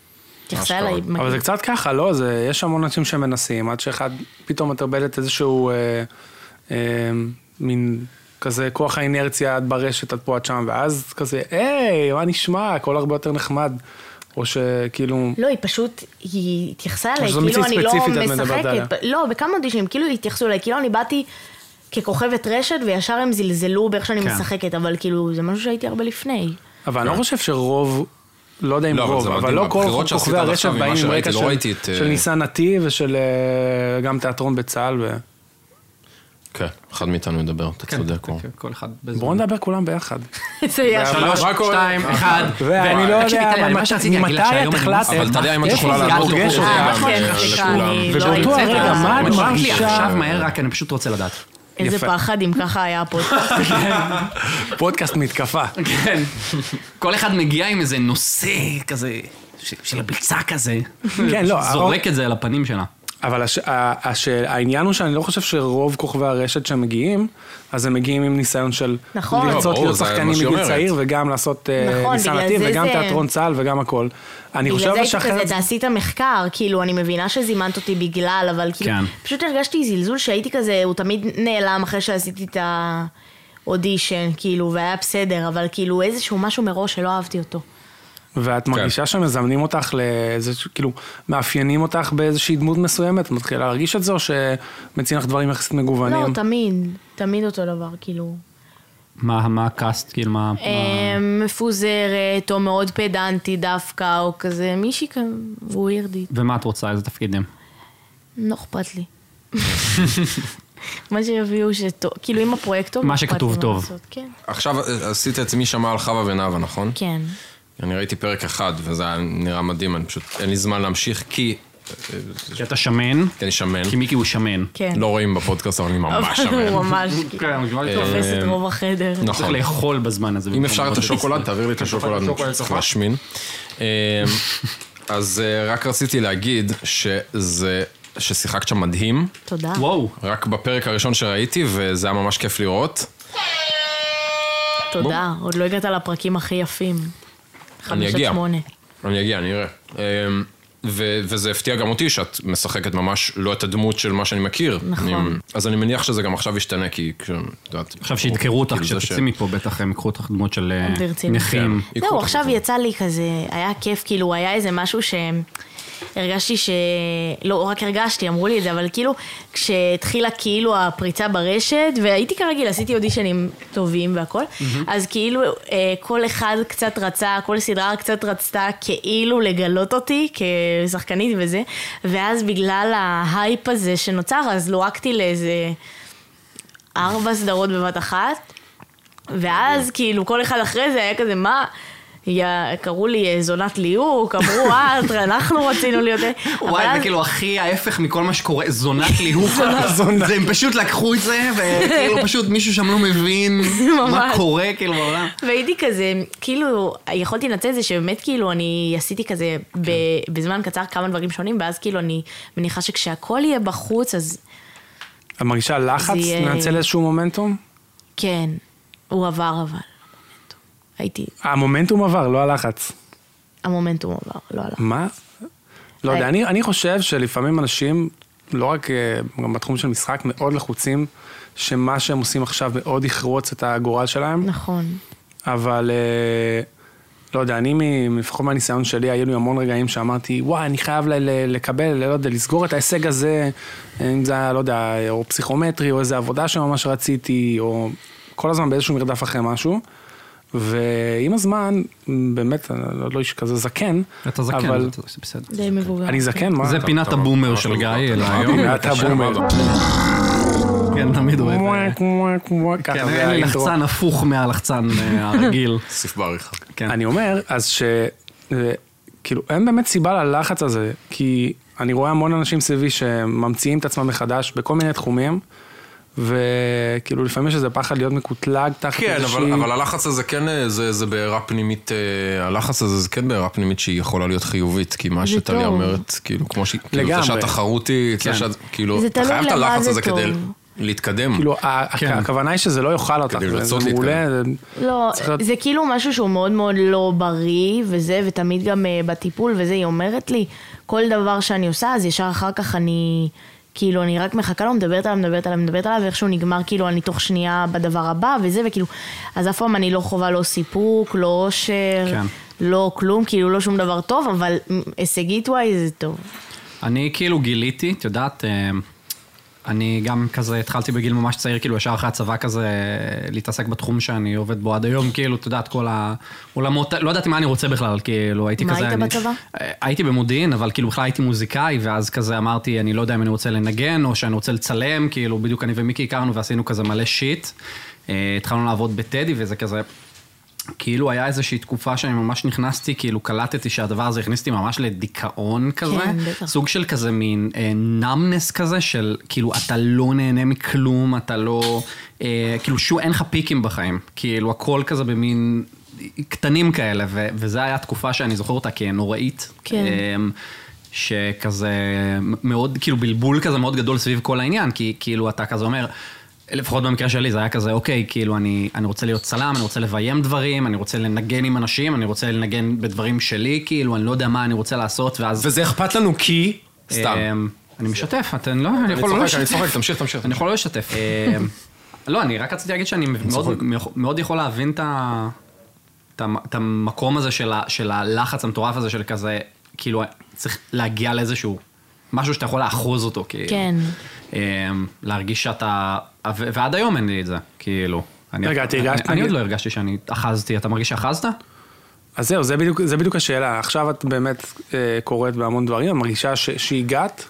התייחסה אליי. אבל זה קצת ככה, לא? זה, יש המון אנשים שמנסים, עד שאחד פתאום מטרבלת איזשהו אה, אה, מין כזה כוח האינרציה עד ברשת, עד פה עד שם, ואז כזה, היי, מה נשמע? הכל הרבה יותר נחמד. או שכאילו... לא, היא פשוט, היא התייחסה אליי, כאילו אני לא משחקת. לא, בכמה אודישנים, כאילו התייחסו אליי, כאילו אני באתי ככוכבת רשת, וישר הם זלזלו באיך שאני משחקת, אבל כאילו זה משהו שהייתי הרבה לפני. אבל אני לא חושב שרוב, לא יודע אם רוב, אבל לא כל כוכבי הרשת באים עם רקע של ניסן נתיב, ושל גם תיאטרון בצה"ל. כן, אחד מאיתנו מדבר, אתה צודק. כל אחד. בואו נדבר כולם ביחד. זה יהיה. שלוש, שתיים, אחד. ואני לא יודע, ממתי את החלטת? אבל אתה יודע אם את יכולה לענות אותו ובאותו הרגע, מה את מרגישה? עכשיו מהר, רק אני פשוט רוצה לדעת. איזה פחד אם ככה היה הפודקאסט. פודקאסט מתקפה. כן. כל אחד מגיע עם איזה נושא כזה, של הביצה כזה. כן, לא. זורק את זה על הפנים שלה. אבל הש... הש... העניין הוא שאני לא חושב שרוב כוכבי הרשת שמגיעים, אז הם מגיעים עם ניסיון של נכון. לרצות להיות שחקנים מגיל צעיר, וגם לעשות נכון, ניסן נתיב, וגם זה... תיאטרון צה"ל וגם הכל. אני חושב בגלל שאחרת... זה הייתי כזה, תעשית מחקר, כאילו, אני מבינה שזימנת אותי בגלל, אבל כאילו, כן. פשוט הרגשתי זלזול שהייתי כזה, הוא תמיד נעלם אחרי שעשיתי את האודישן, כאילו, והיה בסדר, אבל כאילו, איזשהו משהו מראש שלא אהבתי אותו. ואת מרגישה שמזמנים אותך לאיזה, כאילו, מאפיינים אותך באיזושהי דמות מסוימת, מתחילה להרגיש את זה, או שמציעים לך דברים יחסית מגוונים? לא, תמיד, תמיד אותו דבר, כאילו. מה, מה הקאסט, כאילו, מה... מפוזרת, או מאוד פדנטי דווקא, או כזה, מישהי כאן, ווירדית. ומה את רוצה, איזה תפקידים? לא אכפת לי. מה שיביאו שטוב, כאילו אם הפרויקט טוב, מה שכתוב טוב. עכשיו עשית את מי שמע על חווה ונאווה, נכון? כן. אני ראיתי פרק אחד, וזה היה נראה מדהים, אני פשוט, אין לי זמן להמשיך, כי... כי אתה שמן. כי אני שמן. כי מיקי הוא שמן. כן. לא רואים בפודקאסט, אבל אני ממש שמן. הוא ממש, תופס את רוב החדר. נכון. צריך לאכול בזמן הזה. אם אפשר את השוקולד, תעביר לי את השוקולד, אני צריך להשמין. אז רק רציתי להגיד שזה... ששיחקת שם מדהים. תודה. וואו. רק בפרק הראשון שראיתי, וזה היה ממש כיף לראות. תודה, עוד לא הגעת לפרקים הכי יפים. אני חמש עד אגיע. שמונה. אני אגיע, אני אראה. ו- וזה הפתיע גם אותי שאת משחקת ממש לא את הדמות של מה שאני מכיר. נכון. אני, אז אני מניח שזה גם עכשיו ישתנה, כי... עכשיו שידקרו אותך, כשתצאי מפה בטח הם יקחו אותך דמות של נכים. זהו, עכשיו יצא לי כזה, היה כיף, כאילו היה איזה משהו ש... הרגשתי ש... לא רק הרגשתי, אמרו לי את זה, אבל כאילו, כשהתחילה כאילו הפריצה ברשת, והייתי כרגיל, עשיתי אודישנים טובים והכל, אז כאילו כל אחד קצת רצה, כל סדרה קצת רצתה כאילו לגלות אותי כשחקנית וזה, ואז בגלל ההייפ הזה שנוצר, אז לורקתי לאיזה ארבע סדרות בבת אחת, ואז כאילו כל אחד אחרי זה היה כזה, מה... קראו לי זונת ליהוק, אמרו, אה, אנחנו רצינו להיות... וואי, זה כאילו הכי ההפך מכל מה שקורה, זונת ליהוק. הם פשוט לקחו את זה, וכאילו פשוט מישהו שם לא מבין מה קורה, כאילו בעולם. והייתי כזה, כאילו, יכולתי לנצל את זה שבאמת כאילו אני עשיתי כזה בזמן קצר כמה דברים שונים, ואז כאילו אני מניחה שכשהכל יהיה בחוץ, אז... את מרגישה לחץ לנצל איזשהו מומנטום? כן, הוא עבר אבל. הייתי... המומנטום עבר, לא הלחץ. המומנטום עבר, לא הלחץ. מה? לא יודע, אני, אני חושב שלפעמים אנשים, לא רק גם בתחום של משחק, מאוד לחוצים, שמה שהם עושים עכשיו מאוד יחרוץ את הגורל שלהם. נכון. אבל, לא יודע, אני, לפחות מהניסיון שלי, היו לי המון רגעים שאמרתי, וואי, אני חייב לקבל, לא יודע, לסגור את ההישג הזה, אם זה היה, לא יודע, או פסיכומטרי, או איזו עבודה שממש רציתי, או כל הזמן באיזשהו מרדף אחרי משהו. ועם הזמן, באמת, אני לא איש כזה זקן. אתה זקן, זה בסדר. די מבוגר. אני זקן, מה? זה פינת הבומר של גיא, אלא היום. פינת הבומר. כן, תמיד אוהב. כן, אין לי לחצן הפוך מהלחצן הרגיל. סיף בעריכה. אני אומר, אז ש... כאילו, אין באמת סיבה ללחץ הזה, כי אני רואה המון אנשים סביבי שממציאים את עצמם מחדש בכל מיני תחומים, וכאילו לפעמים יש איזה פחד להיות מקוטלג תחת כן, אבל, אבל הלחץ הזה כן, זה, זה בעירה פנימית, הלחץ הזה זה כן בעירה פנימית שהיא יכולה להיות חיובית, כי מה שטליה אומרת, כאילו, כמו שהיא, כאילו, זה שהתחרות היא, כאילו, אתה חייב את הלחץ הזה כדי... להתקדם. כאילו, הכוונה היא שזה לא יאכל אותך, זה מעולה. לא, זה כאילו משהו שהוא מאוד מאוד לא בריא, וזה, ותמיד גם בטיפול, וזה, היא אומרת לי, כל דבר שאני עושה, אז ישר אחר כך אני, כאילו, אני רק מחכה לו, מדברת עליו, מדברת עליו, מדברת עליו, ואיכשהו נגמר, כאילו, אני תוך שנייה בדבר הבא, וזה, וכאילו, אז אף פעם אני לא חובה לא סיפוק, לא אושר, לא כלום, כאילו, לא שום דבר טוב, אבל הישגית וואי, זה טוב. אני כאילו גיליתי, את יודעת, אני גם כזה התחלתי בגיל ממש צעיר, כאילו ישר אחרי הצבא כזה, להתעסק בתחום שאני עובד בו עד היום, כאילו, את יודעת, כל העולמות, לא ידעתי מה אני רוצה בכלל, כאילו, הייתי כזה... מה היית בצבא? הייתי במודיעין, אבל כאילו בכלל הייתי מוזיקאי, ואז כזה אמרתי, אני לא יודע אם אני רוצה לנגן, או שאני רוצה לצלם, כאילו, בדיוק אני ומיקי הכרנו ועשינו כזה מלא שיט, התחלנו לעבוד בטדי, וזה כזה... כאילו היה איזושהי תקופה שאני ממש נכנסתי, כאילו קלטתי שהדבר הזה הכניסתי ממש לדיכאון כזה, כן, בטח. סוג של כזה מין אה, נאמנס כזה, של כאילו אתה לא נהנה מכלום, אתה לא, אה, כאילו שו אין לך פיקים בחיים, כאילו הכל כזה במין קטנים כאלה, ו- וזה היה תקופה שאני זוכר אותה כנוראית, כן. אה, שכזה מאוד, כאילו בלבול כזה מאוד גדול סביב כל העניין, כי כאילו אתה כזה אומר, לפחות במקרה שלי זה היה כזה, אוקיי, כאילו אני, אני רוצה להיות צלם, אני רוצה לביים דברים, אני רוצה לנגן עם אנשים, אני רוצה לנגן בדברים שלי, כאילו אני לא יודע מה אני רוצה לעשות, ואז... וזה אכפת לנו כי... סתם. אני משתף, אתה לא... אני יכול לא לשתף. אני צוחק, תמשיך, תמשיך. אני יכול לא לשתף. לא, אני רק רציתי להגיד שאני מאוד יכול להבין את המקום הזה של הלחץ המטורף הזה, של כזה, כאילו צריך להגיע לאיזשהו... משהו שאתה יכול לאחוז אותו, כאילו. כן. להרגיש שאתה... ועד היום אין לי את זה, כאילו. רגע, אתה הרגשת? אני עוד לא הרגשתי שאני אחזתי. אתה מרגיש שאחזת? אז זהו, זה בדיוק, זה בדיוק השאלה. עכשיו את באמת קוראת בהמון דברים, את מרגישה שהגעת?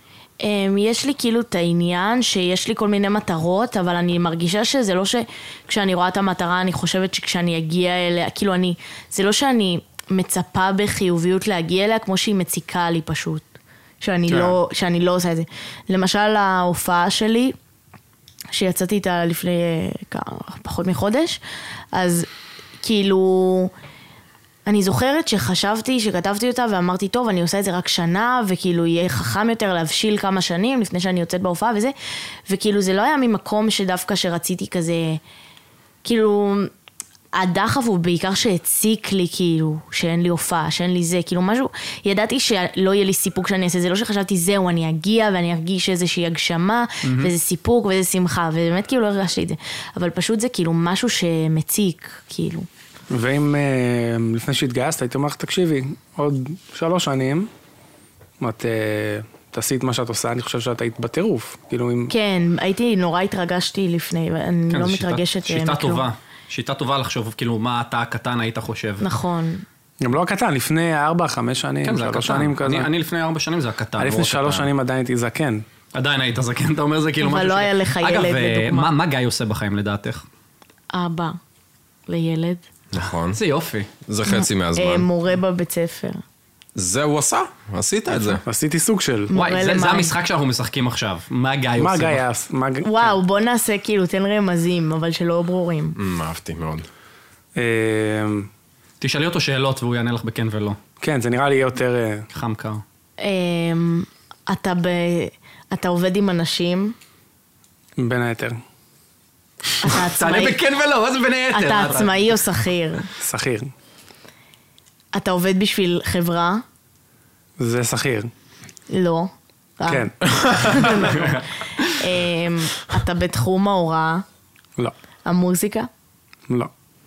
יש לי כאילו את העניין שיש לי כל מיני מטרות, אבל אני מרגישה שזה לא שכשאני רואה את המטרה, אני חושבת שכשאני אגיע אליה, כאילו אני... זה לא שאני מצפה בחיוביות להגיע אליה, כמו שהיא מציקה לי פשוט. שאני לא, שאני לא עושה את זה. למשל, ההופעה שלי, שיצאתי איתה לפני פחות מחודש, אז כאילו, אני זוכרת שחשבתי, שכתבתי אותה ואמרתי, טוב, אני עושה את זה רק שנה, וכאילו יהיה חכם יותר להבשיל כמה שנים לפני שאני יוצאת בהופעה וזה, וכאילו זה לא היה ממקום שדווקא שרציתי כזה, כאילו... הדחף הוא בעיקר שהציק לי כאילו, שאין לי הופעה, שאין לי זה, כאילו משהו, ידעתי שלא יהיה לי סיפוק שאני אעשה, זה לא שחשבתי זהו, אני אגיע ואני ארגיש איזושהי הגשמה, mm-hmm. וזה סיפוק ואיזה שמחה, ובאמת כאילו לא הרגשתי את זה, אבל פשוט זה כאילו משהו שמציק, כאילו. ואם לפני שהתגייסת, הייתי אומר לך, תקשיבי, עוד שלוש שנים, את תעשי את מה שאת עושה, אני חושב שאת היית בטירוף, כאילו אם... כן, הייתי, נורא התרגשתי לפני, ואני לא מתרגשת. שיטה טובה. שיטה טובה לחשוב, כאילו, מה אתה הקטן היית חושב. נכון. גם לא הקטן, לפני ארבע, חמש שנים, כן, זה שלוש הקטן. שנים כזה. אני, אני לפני ארבע שנים זה הקטן. לפני שלוש שנים עדיין הייתי זקן. עדיין היית זקן, אתה אומר זה כאילו משהו... אבל לא היה לך ילד, לדוגמה. אגב, מה, מה גיא עושה בחיים לדעתך? אבא לילד. נכון. זה יופי. זה חצי מהזמן. מורה בבית ספר. זה הוא עשה, עשית את זה. עשיתי סוג של... וואי, זה, זה המשחק שאנחנו משחקים עכשיו. מה גיא עושה? מה גיא עשה? וואו, בוא נעשה כאילו, תן רמזים, אבל שלא ברורים. אהבתי מאוד. תשאלי אותו שאלות והוא יענה לך בכן ולא. כן, זה נראה לי יותר... חם קר. אתה ב... אתה עובד עם אנשים? בין היתר. אתה עצמאי... תענה בכן ולא, מה זה בין היתר? אתה עצמאי או שכיר? שכיר. אתה עובד בשביל חברה? זה שכיר. לא. כן. אתה בתחום ההוראה? לא. המוזיקה? לא.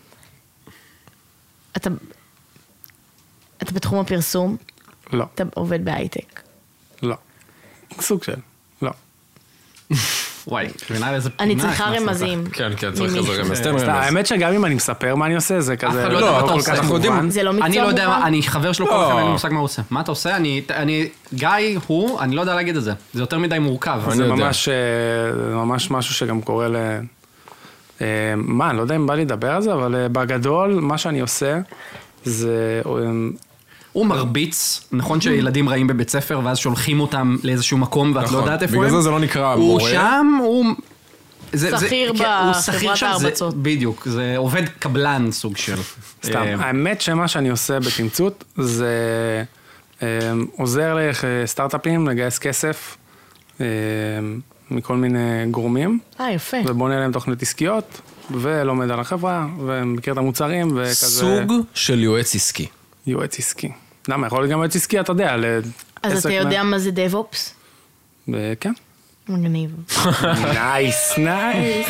אתה... אתה בתחום הפרסום? לא. אתה עובד בהייטק? לא. סוג של. לא. וואי, אני צריכה רמזים. כן, כן, צריך איזה רמז. תן רמז. האמת שגם אם אני מספר מה אני עושה, זה כזה לא כל כך מובן. זה לא מקצוע מובן? אני לא יודע, אני חבר שלו כל כך, אין לי מושג מה הוא עושה. מה אתה עושה? אני, גיא הוא, אני לא יודע להגיד את זה. זה יותר מדי מורכב. זה ממש משהו שגם קורה ל... מה, אני לא יודע אם בא לי לדבר על זה, אבל בגדול, מה שאני עושה, זה... הוא מרביץ, נכון שילדים רעים בבית ספר, ואז שולחים אותם לאיזשהו מקום, ואת לא יודעת איפה הם. בגלל זה זה לא נקרא הוא מורה. שם, הוא... שכיר בחברת ההרבצות. בדיוק, זה עובד קבלן סוג של... סתם, האמת שמה שאני עושה בתמצות, זה עוזר לסטארט-אפים לגייס כסף, מכל מיני גורמים, אה, יפה. ובונה להם תוכניות עסקיות, ולומד על החברה, ומכיר את המוצרים, וכזה... סוג של יועץ עסקי. יועץ עסקי. למה? יכול להיות גם יועץ עסקי, אתה יודע, אז אתה יודע מה זה דב-אופס? כן. מגניב. נייס, נייס.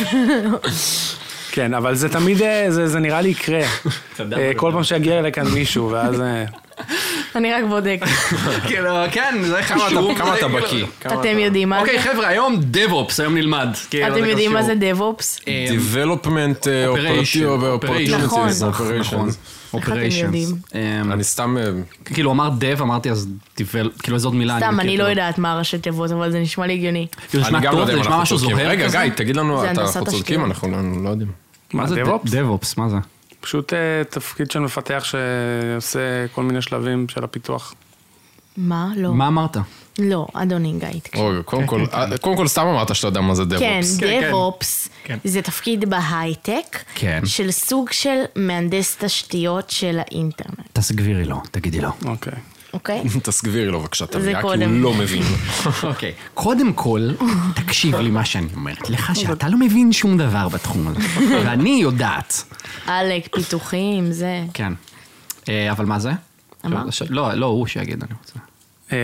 כן, אבל זה תמיד, זה נראה לי יקרה. כל פעם שיגיע אליי כאן מישהו, ואז... אני רק בודק. כן, זה חשוב. כמה אתה בקיא? אתם יודעים מה זה? אוקיי, חבר'ה, היום דב-אופס, היום נלמד. אתם יודעים מה זה דב-אופס? Development Operations. נכון. Operations. אני סתם... כאילו, אמר דב, אמרתי אז כאילו איזו עוד מילה. סתם, אני לא יודעת מה ראשי תיבות, אבל זה נשמע לי הגיוני. אני גם לא יודע אם אנחנו צודקים. רגע, כזה? גיא, תגיד לנו, זה אתה הנדסת אנחנו צודקים, השתיות. אנחנו לא יודעים. מה, זה דב-אופס? דב-אופס, מה זה? פשוט אה, תפקיד של מפתח שעושה כל מיני שלבים של הפיתוח. מה? לא. מה אמרת? לא, אדוני גיא, תקשיב. רגע, קודם כל, קודם כל סתם אמרת שאתה יודע מה זה כן, DevOps. דב-אופס זה תפקיד בהייטק כן. של סוג של מהנדס תשתיות של האינטרנט, תסגבירי לו, תגידי לו. אוקיי. אוקיי? תסגבירי לו בבקשה, זה תביאה, כי הוא קודם. לא מבין. אוקיי. קודם כל, תקשיב לי מה שאני אומרת לך, שאתה לא מבין שום דבר בתחום הזה. ואני יודעת. עלק, פיתוחים, זה. כן. אה, אבל מה זה? אמרתי. לא, לא, הוא שיגיד, אני רוצה. אה,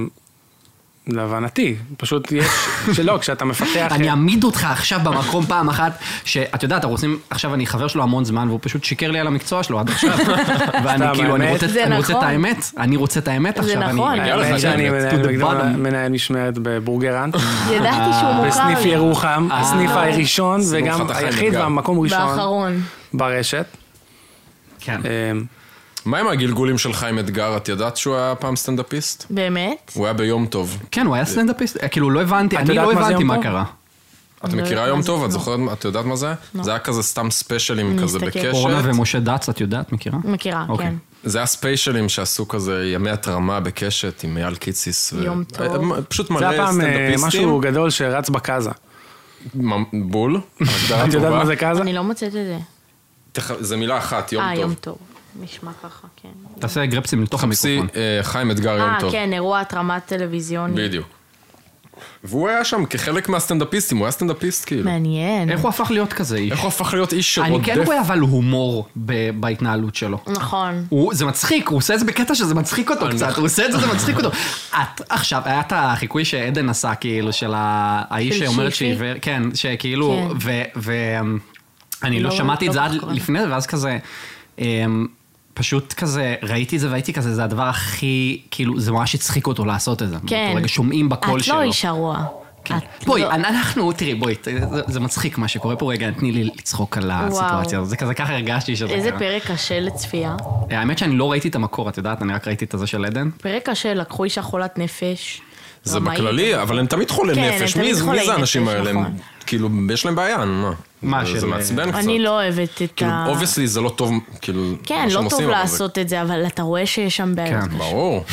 להבנתי, פשוט יש, שלא, כשאתה מפתח... אני אעמיד אותך עכשיו במקום פעם אחת, שאת יודעת, רוצים, עכשיו אני חבר שלו המון זמן, והוא פשוט שיקר לי על המקצוע שלו עד עכשיו. ואני כאילו, אני רוצה זה אני רוצה את נכון. האמת, אני רוצה את האמת זה עכשיו. אני- נכון. אני- האמת שאני to מנהל the מקדום- bottom. מנהל משמרת בבורגראנט, ידעתי שהוא מוכר בסניף לי. ירוחם, הסניף הראשון וגם חתך היחיד האתגר. והמקום ראשון באחרון. ברשת. כן. אה, מה עם הגלגולים של חיים אתגר? את ידעת שהוא היה פעם סטנדאפיסט? באמת? הוא היה ביום טוב. כן, הוא היה סטנדאפיסט, כאילו לא הבנתי, אני יודעת לא מה זה הבנתי יום מה טוב? קרה. את לא מכירה יודעת יום מה זה טוב? את לא. זוכרת? את יודעת מה זה? זה היה כזה סתם ספיישלים אני כזה אסתכל. בקשת. אורנה ומשה דץ, את יודעת, מכירה? מכירה, אוקיי. כן. זה היה ספיישלים שעשו כזה ימי התרמה בקשת עם אייל קיציס. ו- יום טוב. אה, פשוט זה מלא הפעם אה, סטנדאפיסטים. משהו גדול שרץ בקאזה. מ- בול. הגדרה את יודעת טובה. מה זה קאזה? אני לא מוצאת את זה. תח- זה מילה אחת, יום אה, טוב. יום טוב. נשמע ככה, כן. תעשה גרפסים לתוך חפשי המיקרופון. אה, חיים אתגר יום אה, טוב. כן, אירוע התרמת טלוויזיוני. בדיוק. והוא היה שם כחלק מהסטנדאפיסטים, הוא היה סטנדאפיסט כאילו. מעניין. איך הוא הפך להיות כזה איש? איך הוא הפך להיות איש אני שרודף? כן רואה אבל הומור ב- בהתנהלות שלו. נכון. הוא, זה מצחיק, הוא עושה את זה בקטע שזה מצחיק אותו קצת, הוא עושה את זה, זה מצחיק אותו. את, עכשיו, היה את החיקוי שעדן עשה, כאילו, של ה- האיש של שאומרת שיפי? שהיא עיוור, כן, שכאילו, כן. ו... ו- אני לא לא- שמעתי את לא זה עד כל כך קורה. לפני זה, ואז כזה, אמ, פשוט כזה, ראיתי את זה והייתי כזה, זה הדבר הכי, כאילו, זה ממש הצחיק אותו לעשות את זה. כן. באותו רגע שומעים בקול את שלו. לא אישה רואה. כן. את בואי, לא- אנחנו, תראי, בואי, זה- זה מצחיק מה שקורה פה רגע, תני לי לצחוק על הסיטואציה הזאת. זה כזה, ככה הרגשתי שזה איזה קרה. פרק קשה לצפייה. האמת שאני לא ראיתי את המקור, את יודעת, אני רק ראיתי את הזה של עדן. פרק קשה, לקחו אישה חולת נפש. זה רמאית. בכללי, אבל הם תמיד חולי כן, נפש. הם מי תמיד זה- חולי מי זה האנשים נפש, האלה? הם- נכון. כאילו, יש להם בעיה, מה? מה, זה של- מעצבן קצת. אני לא אוהבת את כאילו, ה... אובייסלי זה לא טוב, כאילו, כן, מה שהם לא טוב עושים, אבל זה- לעשות את זה, אבל אתה רואה שיש שם בעיות. כן. ברור.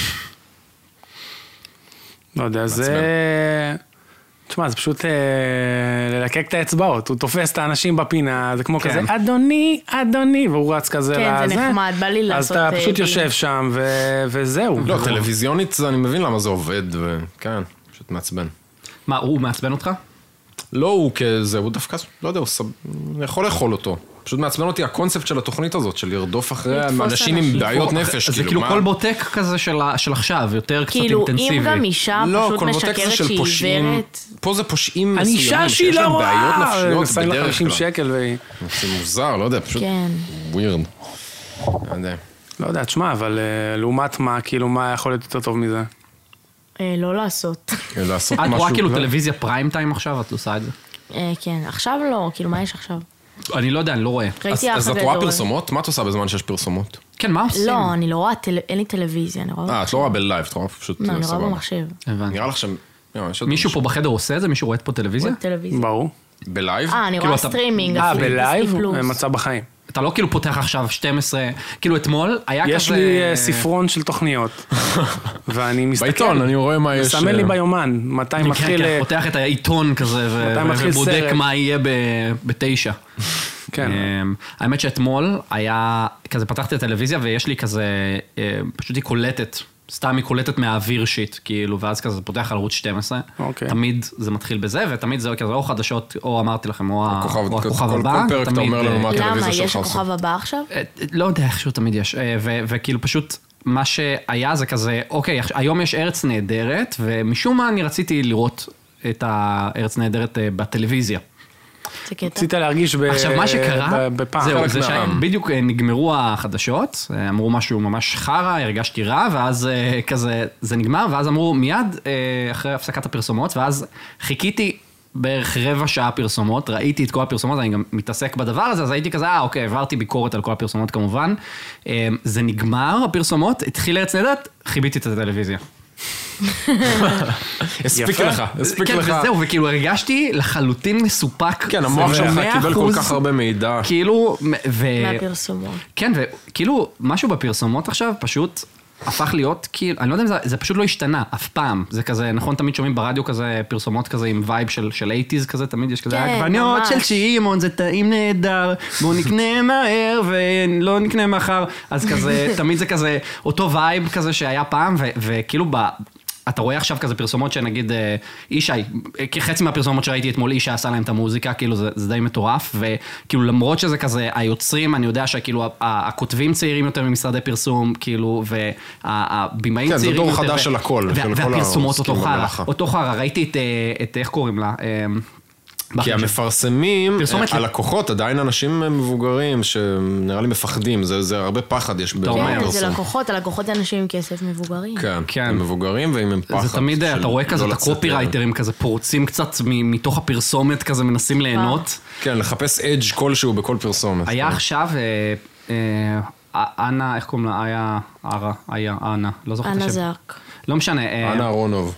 לא יודע, זה... תשמע, זה פשוט אה, ללקק את האצבעות, הוא תופס את האנשים בפינה, זה כמו כן. כזה, אדוני, אדוני, והוא רץ כזה כן, זה לזה. נחמד, בא לי אז לעשות, אתה אה, פשוט בי. יושב שם, ו- וזהו. לא, טלוויזיונית, זה- אני מבין למה זה עובד, וכן, פשוט מעצבן. מה, הוא מעצבן אותך? לא הוא כזה, הוא דווקא, לא יודע, הוא סב... אני יכול לאכול אותו. פשוט מעצבן אותי הקונספט של התוכנית הזאת, של לרדוף אחרי לתפוס אנשים עם אנשים. בעיות זה- נפש, זה כאילו מה? כל בוטק כזה של ה- של עכשיו, יותר קצת כאילו, אינטנסיבי. אם גם אישה לא, פשוט כל בוטק זה משקרת של שהיא פושעים, עיוורת, פה זה פושעים אני מסוימים, אישה שהיא שיש לא להם בעיות רואה, נפשיות ושמים לה בדרך חמישים כלל. שקל, והיא... זה מוזר, לא יודע, פשוט כן. ווירד. לא יודע. לא יודע, תשמע, אבל אה, לעומת מה, כאילו, מה יכול להיות יותר טוב מזה? אה, לא לעשות. לעשות את רואה משהו. כאילו לא. טלוויזיה פריים טיים עכשיו, את עושה את זה? אה, כן, עכשיו לא, כאילו, מה יש עכשיו? אני לא יודע, אני לא רואה. אז- ראיתי אז אח את רואה הגדול. פרסומות? מה את עושה בזמן שיש פרסומות? כן, מה עושים? לא, אני לא רואה, טל- אין לי טלוויזיה, אני רואה... אה, את לא רואה בלייב, את רואה פשוט לא, אני רואה סבבה. במחשב. הבנתי. נראה לך ש... לא, יש עוד מישהו משהו. פה בחדר עושה את זה? מישהו רואה פה טלוויזיה? רואה טלוויזיה. ברור. בלייב? אה, אני כאילו, רואה אתה- סטרימינג. אה, אפילו, בלייב? דיסני פלוס. מצב בחיים. אתה לא כאילו פותח עכשיו שתים עשרה, כאילו אתמול היה כזה... יש לי אה, ספרון של תוכניות, ואני מסתכל. בעיתון, אני רואה מה יש... מסמן לי אה, ביומן, מתי כן, מתחיל... כן, אה, פותח את העיתון כזה ו- מתי מתחיל ובודק סרט. מה יהיה ב- בתשע. כן. אמ, האמת שאתמול היה, כזה פתחתי את הטלוויזיה ויש לי כזה, אה, פשוט היא קולטת סתם היא קולטת מהאוויר שיט, כאילו, ואז כזה פותח על ערוץ שתים עשרה. אוקיי. תמיד זה מתחיל בזה, ותמיד זה כזה או חדשות, או אמרתי לכם, או הכוכב, או הכוכב כל, הבא. כל פרק אתה אומר לנו מה הטלוויזיה למה, שלך יש עושה. הכוכב הבא עכשיו? אה, לא יודע איכשהו תמיד יש, אה, ו- וכאילו פשוט מה שהיה זה כזה, אוקיי, היום יש ארץ נהדרת, ומשום מה אני רציתי לראות את הארץ נהדרת אה, בטלוויזיה. זה קטע. רצית להרגיש ב... עכשיו, מה שקרה, ב- בפעם. זהו, זה מהעם. שבדיוק נגמרו החדשות, אמרו משהו ממש חרא, הרגשתי רע, ואז כזה, זה נגמר, ואז אמרו מיד אחרי הפסקת הפרסומות, ואז חיכיתי בערך רבע שעה פרסומות, ראיתי את כל הפרסומות, אני גם מתעסק בדבר הזה, אז הייתי כזה, אה, אוקיי, העברתי ביקורת על כל הפרסומות כמובן, זה נגמר, הפרסומות, התחיל ארץ נהדרת, חיביתי את הטלוויזיה. הספיק לך, הספיק כן, לך. וזהו, וכאילו הרגשתי לחלוטין מסופק. כן, המוח זה שלך מאה קיבל כל אחוז, כך הרבה מידע. כאילו, ו... מהפרסומות. כן, וכאילו, משהו בפרסומות עכשיו פשוט הפך להיות, כאילו, אני לא יודע אם זה, זה פשוט לא השתנה, אף פעם. זה כזה, נכון, תמיד שומעים ברדיו כזה, פרסומות כזה עם וייב של, של אייטיז כזה, תמיד יש כזה, כן, עגבניות ממש. של שמעון, זה טעים נהדר, בואו נקנה מהר ולא נקנה מחר. אז כזה, תמיד זה כזה, אותו וייב כזה שהיה פעם, ו, וכאילו ב... אתה רואה עכשיו כזה פרסומות שנגיד אישי, כחצי מהפרסומות שראיתי אתמול אישי עשה להם את המוזיקה, כאילו זה, זה די מטורף, וכאילו למרות שזה כזה היוצרים, אני יודע שכאילו הכותבים צעירים יותר ממשרדי פרסום, כאילו, והבימאים כן, צעירים יותר. כן, זה דור חדש של הכל. וה, והפרסומות אותו חרא, במלאכה. אותו חרא, ראיתי את, את איך קוראים לה? כי המפרסמים, פרסומת ל- הלקוחות, עדיין אנשים מבוגרים שנראה לי מפחדים, זה, זה הרבה פחד יש אומר. כן, בפרסום. זה לקוחות, הלקוחות זה אנשים עם כסף מבוגרים. כן, כן. הם מבוגרים ועם הם פחד. זה תמיד, של אתה רואה כזה לא את לצאת, הקופי-רייטרים כזה פורצים קצת מ- מתוך הפרסומת, כזה מנסים ליהנות. כן, לחפש אדג' כלשהו בכל פרסומת. היה עכשיו, אה, אה, אנה, איך קוראים לה? היה, ארה, היה, אנה, לא זוכר את אנה השם. זק. לא משנה. אה, אנה אהרונוב.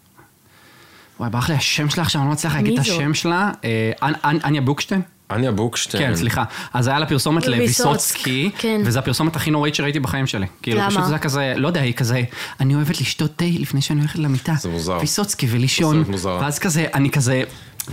וואי, ברח לי השם שלה עכשיו, אני לא מצליח להגיד מי את זאת? השם שלה. אה, אנ- אנ- אניה בוקשטיין? אניה בוקשטיין. כן, סליחה. אז היה לה פרסומת לויסוצק, לויסוצקי, כן. וזו הפרסומת הכי נוראית שראיתי בחיים שלי. כאילו, למה? פשוט זה היה כזה, לא יודע, היא כזה, אני אוהבת לשתות תה לפני שאני הולכת למיטה. זה מוזר. ויסוצקי ולישון. פרסומת מוזרה. ואז כזה, אני כזה,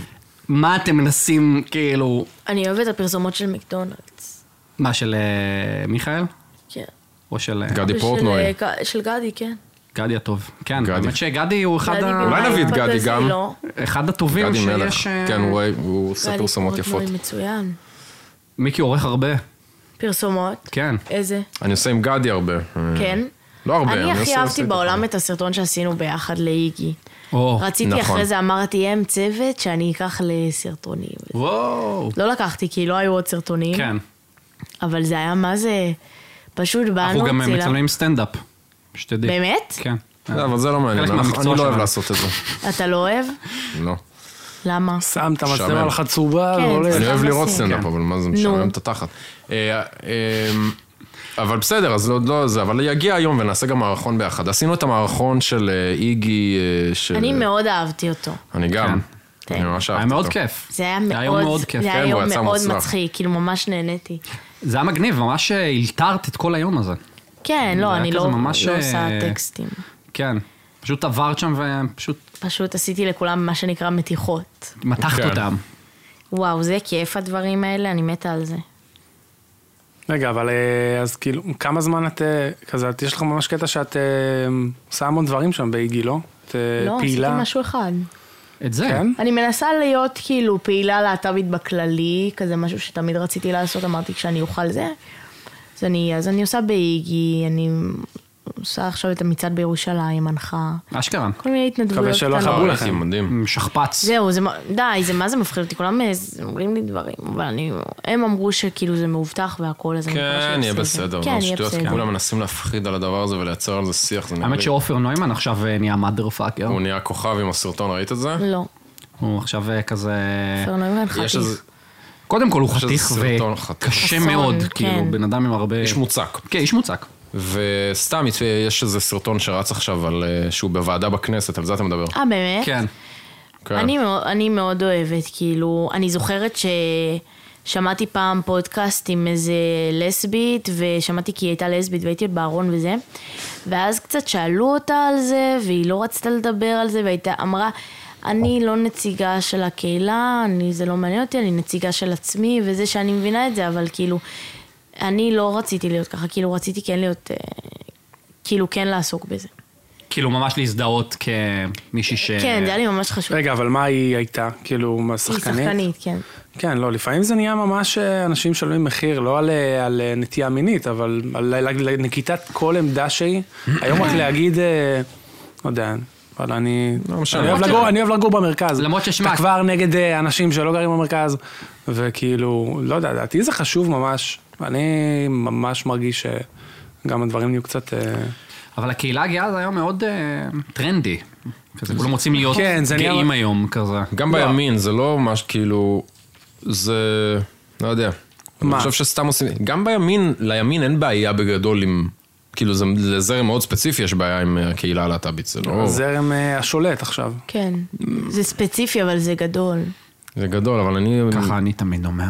מה אתם מנסים, כאילו, אני אוהבת את הפרסומות של מקדונלדס. מה, של אה, מיכאל? כן. או של... אה, גדי ושל, פורטנוי. אה, ג- של גדי, כן. גדי הטוב. כן, גדי. באמת שגדי הוא אחד גדי ה- אולי במאי, נביא את אכפת גדי לזה, גם. לא. אחד הטובים גדי מלך. שיש... אה, כן, הוא- הוא עושה גדי פרסומות יפות. פורטנוי מצוין. מיקי עורך הרבה. פרסומות. כן. איזה? אני עושה עם גדי הרבה. כן. לא הרבה. אני הכי עושה- אהבתי עושה בעולם איתו. את הסרטון שעשינו ביחד לאיגי. או, רציתי נכון. אחרי זה, אמרתי, הם צוות שאני אקח לסרטונים. וואו. לא לקחתי, כי לא היו עוד סרטונים. כן. אבל זה היה מה זה... פשוט באנו, אנחנו גם צילם- מצלמים סטנדאפ. שתדעי. באמת? כן. לא, אבל זה לא מעניין. חלק אני מהמקצוע אני לא אוהב שלנו. לעשות את זה. אתה לא אוהב? לא. למה? שם את המצלמה משעמם. על חצובה, כן, והולך. זה אני אוהב סתם לראות לשים. סטנדאפ, כן. אבל מה זה נו. משעמם את התחת. אה, אה, אבל בסדר, אז עוד לא זה, אבל יגיע היום ונעשה גם מערכון ביחד. עשינו את המערכון של אה, איגי, אה, של... אני מאוד אהבתי אותו. אני גם. כן. אני ממש היה אהבתי מאוד אותו. כיף. זה היה היה יום מאוד, מאוד כיף. זה כן, היה הוא יום יצא מאוד מוצלח. מצחיק, כאילו ממש נהניתי. זה היה מגניב, ממש אה, הלתרת את כל היום הזה. כן, זה לא, היה אני כזה לא ממש, לא אה, עושה טקסטים. כן. פשוט עברת שם ופשוט פשוט עשיתי לכולם מה שנקרא מתיחות. מתחת כן. אותם. וואו, זה כיף הדברים האלה, אני מתה על זה. רגע, אבל אה, אז כאילו, כמה זמן את, אה, כזה, את- יש לך ממש קטע שאת אה, עושה המון דברים שם באיגי, לא? את אה, לא, עשיתי פעילה. משהו אחד. את זה. כן? אני מנסה להיות כאילו פעילה להט"בית בכללי, כזה משהו שתמיד רציתי לעשות, אמרתי כשאני אוכל זה. אז אני, אז אני עושה באיגי, אני עושה עכשיו את המצעד בירושלים, מנחה, אשכרה. כל מיני התנדבויות מקווה שלא קטנות. חבו הייתי לכם. מדהים. עם שכפ"ץ. זהו, זה, מה- די, זה מה זה מפחיד אותי, כולם אה, אומרים לי דברים, אבל אני, הם אמרו שכאילו זה מאובטח והכל, אז אני מקווה כן, שיהיה יהיה בסדר. כן, זה יהיה שטויות, בסדר. כולם מנסים להפחיד על הדבר הזה ולייצר על זה שיח. זה נראה האמת לי- שעופר נוימן עכשיו אה, נהיה מאדר פאקר. הוא נהיה כוכב עם הסרטון, ראית את זה? לא, הוא עכשיו אה, כזה... פרנוימן יש חתיך. איזה... קודם כל הוא יש איזה חתיך סרטון חתיך. וקשה חסון, מאוד. כן. כאילו, בן אדם עם הרבה... איש מוצק. כן, איש מוצק. וסתם, יש איזה סרטון שרץ עכשיו על... אה, שהוא בוועדה בכנסת, על זה אתה מדבר. אה, באמת? כן. כן. אני מאוד, אני מאוד אוהבת, כאילו, אני זוכרת ששמעתי פעם פודקאסט עם איזה לסבית, ושמעתי כי היא הייתה לסבית והייתי עוד בארון וזה, ואז קצת שאלו אותה על זה, והיא לא רצתה לדבר על זה, והייתה אמרה, אני לא נציגה של הקהילה, אני, זה לא מעניין אותי, אני נציגה של עצמי, וזה שאני מבינה את זה, אבל כאילו, אני לא רציתי להיות ככה, כאילו רציתי כן להיות... כאילו כן לעסוק בזה. כאילו ממש להזדהות כמישהי ש... כן, זה היה לי ממש חשוב. רגע, אבל מה היא הייתה? כאילו, מה, היא שחקנית? שחקנית, כן. כן, לא, לפעמים זה נהיה ממש אנשים משלמים מחיר, לא על, על נטייה מינית, אבל על, על נקיטת כל עמדה שהיא. היום רק להגיד, לא יודע, אבל אני... אני אוהב לגור, אני אוהב לגור במרכז. למרות ששמע... אתה כבר נגד אנשים שלא גרים במרכז, וכאילו, לא יודע, דעתי זה חשוב ממש. אני ממש מרגיש שגם הדברים נהיו קצת... אבל הקהילה הגאה זה היום מאוד טרנדי. כזה, כולם רוצים להיות גאים היום, כזה. גם בימין, זה לא ממש כאילו... זה... לא יודע. אני חושב שסתם עושים... גם בימין, לימין אין בעיה בגדול עם... כאילו, זה זרם מאוד ספציפי, יש בעיה עם הקהילה הלהט"בית, זה לא... זרם השולט עכשיו. כן. זה ספציפי, אבל זה גדול. זה גדול, אבל אני... ככה אני תמיד אומר.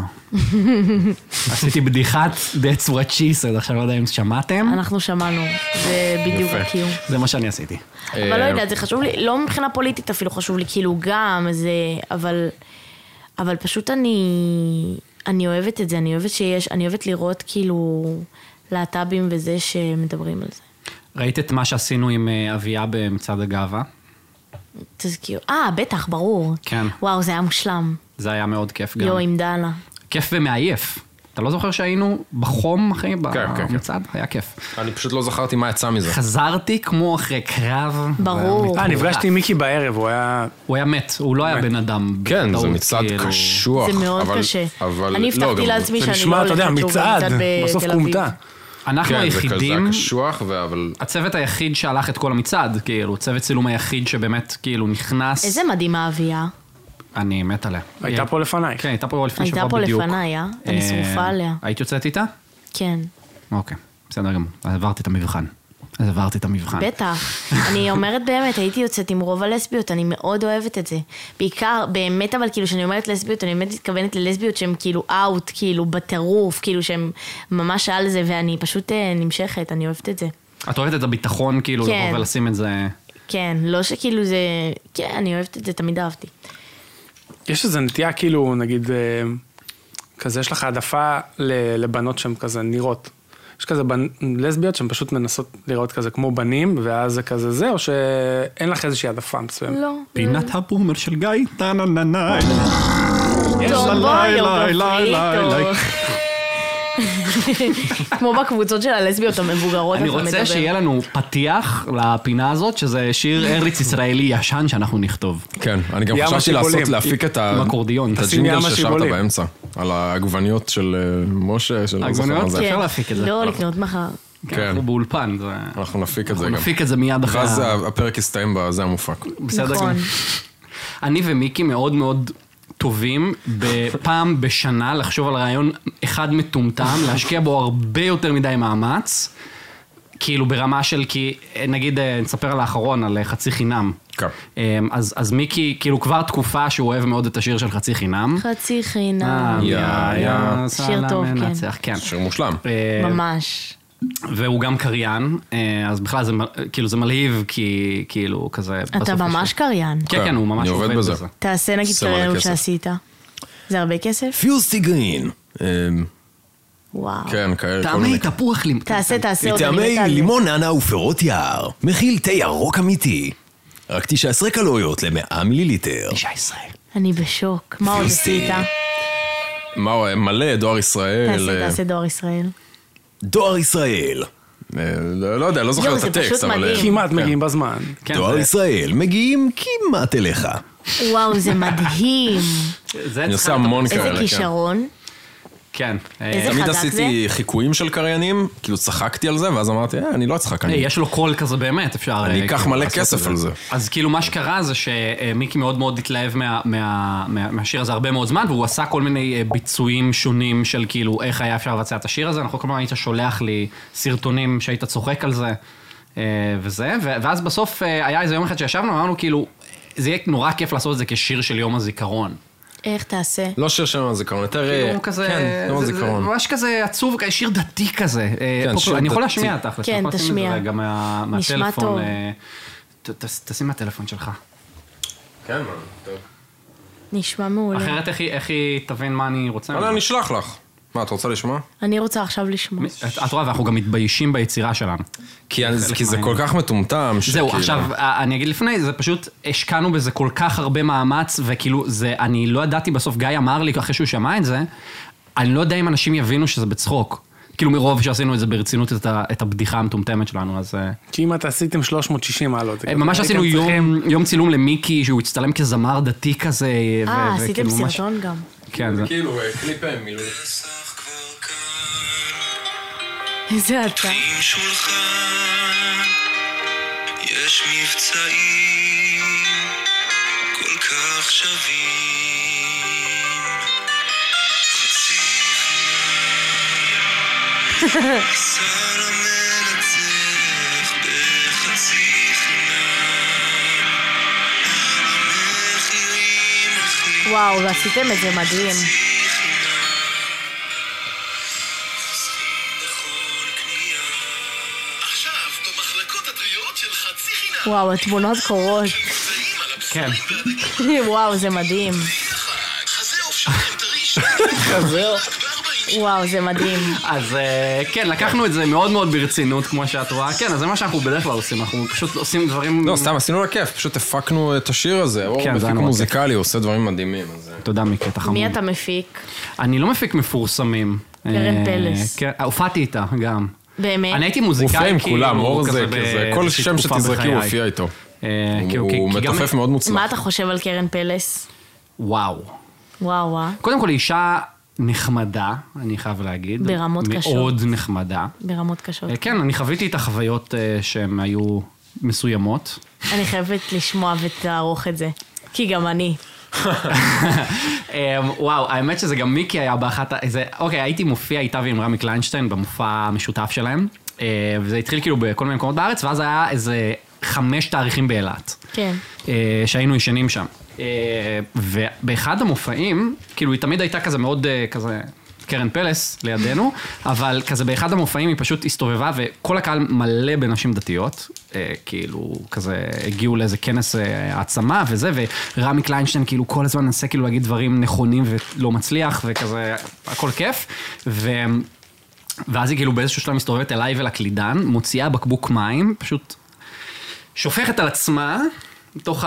עשיתי בדיחת That's what she said, עכשיו לא יודע אם שמעתם. אנחנו שמענו, זה בדיוק הקיום. זה מה שאני עשיתי. אבל לא יודעת, זה חשוב לי, לא מבחינה פוליטית אפילו חשוב לי, כאילו גם, זה, אבל, אבל פשוט אני, אני אוהבת את זה, אני אוהבת שיש, אני אוהבת לראות כאילו להט"בים וזה שמדברים על זה. ראית את מה שעשינו עם אביה במצעד הגאווה? תזכיר, אה, בטח, ברור. כן. וואו, זה היה מושלם. זה היה מאוד כיף גם. יו, עם דנה. כיף ומעייף. אתה לא זוכר שהיינו בחום אחרי במצעד? היה כיף. אני פשוט לא זכרתי מה יצא מזה. חזרתי כמו אחרי קרב. ברור. אה, נפגשתי עם מיקי בערב, הוא היה... הוא היה מת, הוא לא היה בן אדם. כן, זה מצעד קשוח. זה מאוד קשה. אני הבטחתי לעצמי שאני לא הולכת שוב מצעד, בסוף קומתה. אנחנו היחידים, זה קשוח, אבל... הצוות היחיד שהלך את כל המצעד, כאילו, צוות צילום היחיד שבאמת, כאילו, נכנס... איזה מדהימה אביה. אני מת עליה. הייתה פה לפניי. כן, הייתה פה לפני שבוע בדיוק. הייתה פה לפניי, אה? אני שרופה עליה. היית יוצאת איתה? כן. אוקיי, בסדר גמור. אז עברתי את המבחן. אז עברתי את המבחן. בטח. אני אומרת באמת, הייתי יוצאת עם רוב הלסביות, אני מאוד אוהבת את זה. בעיקר, באמת, אבל כאילו, שאני אומרת לסביות, אני באמת מתכוונת ללסביות שהן כאילו אאוט, כאילו בטירוף, כאילו שהן ממש על זה, ואני פשוט נמשכת, אני אוהבת את זה. את אוהבת את הביטחון, כאילו, כן. לבוא ולשים את זה... כן, לא שכאילו זה... כן, אני אוהבת את זה, תמיד אהבתי. יש איזו נטייה, כאילו, נגיד, כזה, יש לך העדפה לבנות שהן כזה נראות. יש כזה לסביות שהן פשוט מנסות לראות כזה כמו בנים, ואז זה כזה זה, או שאין לך איזושהי העדפה מסוימת? לא. פינת הבומר של גיא, טה-נה-נה-נה. טומבוי או גפריטו. כמו בקבוצות של הלסביות המבוגרות. אני רוצה שיהיה לנו פתיח לפינה הזאת, שזה שיר ארץ ישראלי ישן שאנחנו נכתוב. כן, אני גם חשבתי לעשות, להפיק את הג'ינגל ששרת באמצע, על העגבניות של משה, של העגבניות, אפשר להפיק את זה. לא, לקנות מחר. כן, אנחנו באולפן. אנחנו נפיק את זה גם. אנחנו נפיק את זה מיד אחרי. ואז הפרק יסתיים בזה המופק. נכון. אני ומיקי מאוד מאוד... טובים בפעם בשנה לחשוב על רעיון אחד מטומטם, להשקיע בו הרבה יותר מדי מאמץ, כאילו ברמה של, כי נגיד נספר על האחרון, על חצי חינם. כן. אז, אז מיקי, כאילו כבר תקופה שהוא אוהב מאוד את השיר של חצי חינם. חצי חינם. יא, יא. שיר טוב, כן. שיר מושלם. ממש. והוא גם קריין, אז בכלל זה, כאילו זה מלהיב, כי כאילו כזה... אתה ממש קריין. כן, כן, הוא ממש עובד בזה. תעשה נגיד קריין שעשית. זה הרבה כסף? פיוסטי גרין. וואו. כן, כאלה. טעמי תפוח לימון. תעשה, תעשה עוד. טעמי לימון נענה ופירות יער. מכיל תה ירוק אמיתי. רק תשע עשרה קלוריות ל-מאה מיליליטר. תשע עשרה. אני בשוק. מה עוד עשית? מה, מלא, דואר ישראל. תעשה, תעשה דואר ישראל. דואר ישראל. לא יודע, לא זוכר את הטקסט, אבל... כמעט מגיעים בזמן. דואר ישראל מגיעים כמעט אליך. וואו, זה מדהים. אני עושה המון כאלה, כן. איזה כישרון. כן. תמיד עשיתי חיקויים של קריינים, כאילו צחקתי על זה, ואז אמרתי, אה, אני לא אצחק. יש לו קול כזה באמת, אפשר... אני אקח מלא כסף על זה. אז כאילו מה שקרה זה שמיקי מאוד מאוד התלהב מהשיר הזה הרבה מאוד זמן, והוא עשה כל מיני ביצועים שונים של כאילו איך היה אפשר לבצע את השיר הזה. אנחנו כלומר היית שולח לי סרטונים שהיית צוחק על זה וזה, ואז בסוף היה איזה יום אחד שישבנו, אמרנו כאילו, זה יהיה נורא כיף לעשות את זה כשיר של יום הזיכרון. איך תעשה? לא שיר של יום הזיכרון, יותר... כאילו כזה... כן, יום הזיכרון. ממש כזה עצוב, שיר דתי כזה. אני יכול להשמיע תכלס. כן, תשמיע. רגע מהטלפון. תשים מהטלפון שלך. כן, טוב. נשמע מעולה. אחרת איך היא תבין מה אני רוצה? לא, אני אשלח לך. מה, את רוצה לשמוע? אני רוצה עכשיו לשמוע. את את רואה, ואנחנו גם מתביישים ביצירה שלנו. כי כי זה כל כך מטומטם. זהו, שכאילו- עכשיו, אני אגיד לפני, זה פשוט, השקענו בזה כל כך הרבה מאמץ, וכאילו, זה, אני לא ידעתי בסוף, גיא אמר לי, אחרי שהוא שמע את זה, אני לא יודע אם אנשים יבינו שזה בצחוק. כאילו מרוב שעשינו את זה ברצינות, את ה- את הבדיחה המטומטמת שלנו, אז... אה, כי אם אתה עשיתם שלוש מאות ושישים מעלות. ממש הייתם עשינו צריכים- יום, יום צילום למיקי, שהוא הצטלם כזמר דתי כזה, ו- אה, עשיתם וכאילו ממש- סרטון גם. כן, זה... כאילו, קליפ מילואים. איזה אתה. עם שולחן, יש מבצעים כל כך שווים, חצי חינם, סל המנצח בחצי חינם, המחירים הכי וואו, ועשיתם את זה מדהים. עכשיו, במחלקות הטריות של חצי חינם. וואו, התמונות קורות. כן. וואו, זה מדהים. חזה עוף שלכם טרי כזה. וואו, זה מדהים. אז אה, כן, לקחנו את זה מאוד מאוד ברצינות, כמו שאת רואה. כן, אז זה מה שאנחנו בדרך כלל עושים, אנחנו פשוט עושים דברים... לא, סתם, עשינו לכיף, פשוט הפקנו את השיר הזה. אור כן, זה מפיק היה נורא מוזיקלי, הוא עושה דברים מדהימים. אז... תודה מיקי, אתה חמוד. מי אתה מפיק? אני לא מפיק מפורסמים. קרן אה, פלס. כן, הופעתי איתה גם. באמת? אני הייתי הוא מוזיקאי, הופיע עם כאילו, כולם, אור זה כזה כזה, כל באיזושהי שם תקופה שתזרקי הוא בחיי. הופיע איתו. אה, הוא- כאילו, הוא כי גם- מתופף מאוד מוצלח. מה אתה חושב על קרן פלס? וואו. וואו, וואו. קודם כל, היא אישה נחמדה, אני חייב להגיד. ברמות קשות. מאוד נחמדה. ברמות קשות. אה, כן, אני חוויתי את החוויות אה, שהן היו מסוימות. אני חייבת לשמוע ותערוך את זה. כי גם אני. אה, וואו, האמת שזה גם מיקי היה באחת... ה- זה, אוקיי, הייתי מופיע איתה ועם רמי קליינשטיין במופע המשותף שלהם, אה, וזה התחיל כאילו בכל מיני מקומות בארץ, ואז היה איזה חמש תאריכים באילת. כן. אה, שהיינו ישנים שם. אה, ובאחד המופעים, כאילו היא תמיד הייתה כזה מאוד אה, כזה קרן פלס לידינו, אבל כזה באחד המופעים היא פשוט הסתובבה וכל הקהל מלא בנשים דתיות, אה, כאילו כזה הגיעו לאיזה כנס אה, העצמה וזה, ורמי קליינשטיין כאילו כל הזמן מנסה כאילו להגיד דברים נכונים ולא מצליח וכזה הכל כיף, ו... ואז היא כאילו באיזשהו שלב מסתובבת אליי ולקלידן, מוציאה בקבוק מים, פשוט שופכת על עצמה, מתוך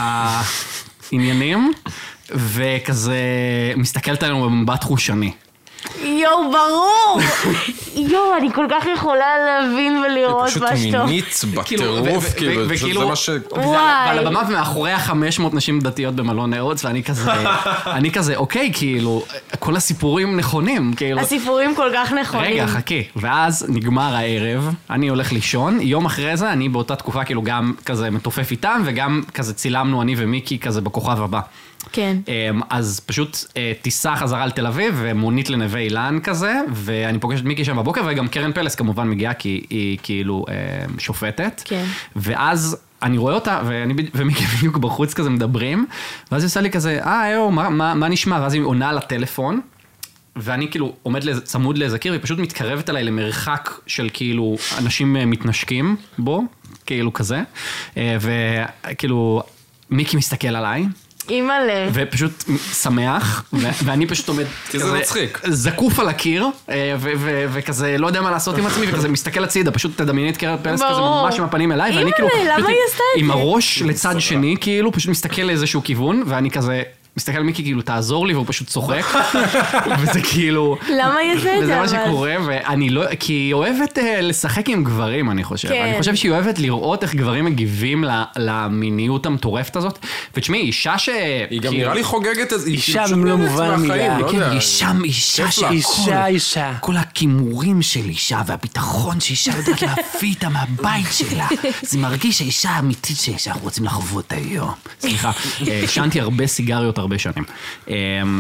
העניינים, וכזה מסתכלת עלינו במבט חושני. יואו, ברור! יואו, אני כל כך יכולה להבין ולראות פשוט מה שאתה... מינית כאילו, בטירוף, ו- ו- כאילו, ו- פשוט וכאילו- זה מה ש... וואי. ועל הבמה ומאחוריה חמש מאות נשים דתיות במלון נעוץ, ואני כזה, אני כזה, אוקיי, כאילו, כל הסיפורים נכונים, כאילו. הסיפורים כל כך נכונים. רגע, חכה. ואז נגמר הערב, אני הולך לישון, יום אחרי זה, אני באותה תקופה כאילו גם כזה מתופף איתם, וגם כזה צילמנו אני ומיקי כזה בכוכב הבא. כן. אמ, אז פשוט אה, טיסה חזרה לתל אביב, ומונית לנווה אילן כזה, ואני פוגש את מיקי שם בבוקר, וגם קרן פלס כמובן מגיעה, כי היא כאילו אה, שופטת. כן. ואז אני רואה אותה, ואני, בד- ומיקי בדיוק בחוץ כזה מדברים, ואז היא עושה לי כזה, אה, יו, מה, מה, מה נשמע? ואז היא עונה לטלפון, ואני כאילו עומד לאיזה, צמוד לאיזה קיר, והיא פשוט מתקרבת אליי למרחק של כאילו אנשים אה, מתנשקים בו, כאילו כזה, אה, וכאילו מיקי מסתכל עליי, אימא'לה. ופשוט שמח, ו- ואני פשוט עומד כי זה כזה מצחיק. זקוף על הקיר, אה, ו- ו- וכזה לא יודע מה לעשות עם עצמי, וכזה מסתכל הצידה, פשוט תדמייני את קרן פלס כזה ברור. ממש עם הפנים אליי, ואני אימא'לה, כאילו, למה פשוט היא עשתה את עם זה? הראש לצד שני, כאילו, פשוט מסתכל לאיזשהו כיוון, ואני כזה... מסתכל על מיקי, כאילו, תעזור לי, והוא פשוט צוחק, וזה כאילו... למה היא עושה את זה, וזה מה אבל? שקורה, ואני לא... כי היא אוהבת אה, לשחק עם גברים, אני חושב. כן. אני חושב שהיא אוהבת לראות איך גברים מגיבים ל- למיניות המטורפת הזאת. ותשמעי, אישה ש... היא גם כאילו- נראה לי חוגגת איזה... היא אישה פשוט במלוא נהנית מובן מהחיים, המילה. לא כן, יודע. אישה, אישה כיף לה. שהכל, אישה, אישה. כל הכימורים של אישה והביטחון שאישה יודעת להביא איתה מהבית שלה. זה מרגיש האישה האמיתית שאנחנו רוצים לחוות היום. סליחה, אה, שנתי הרבה סיגריות הרבה שנים. אה,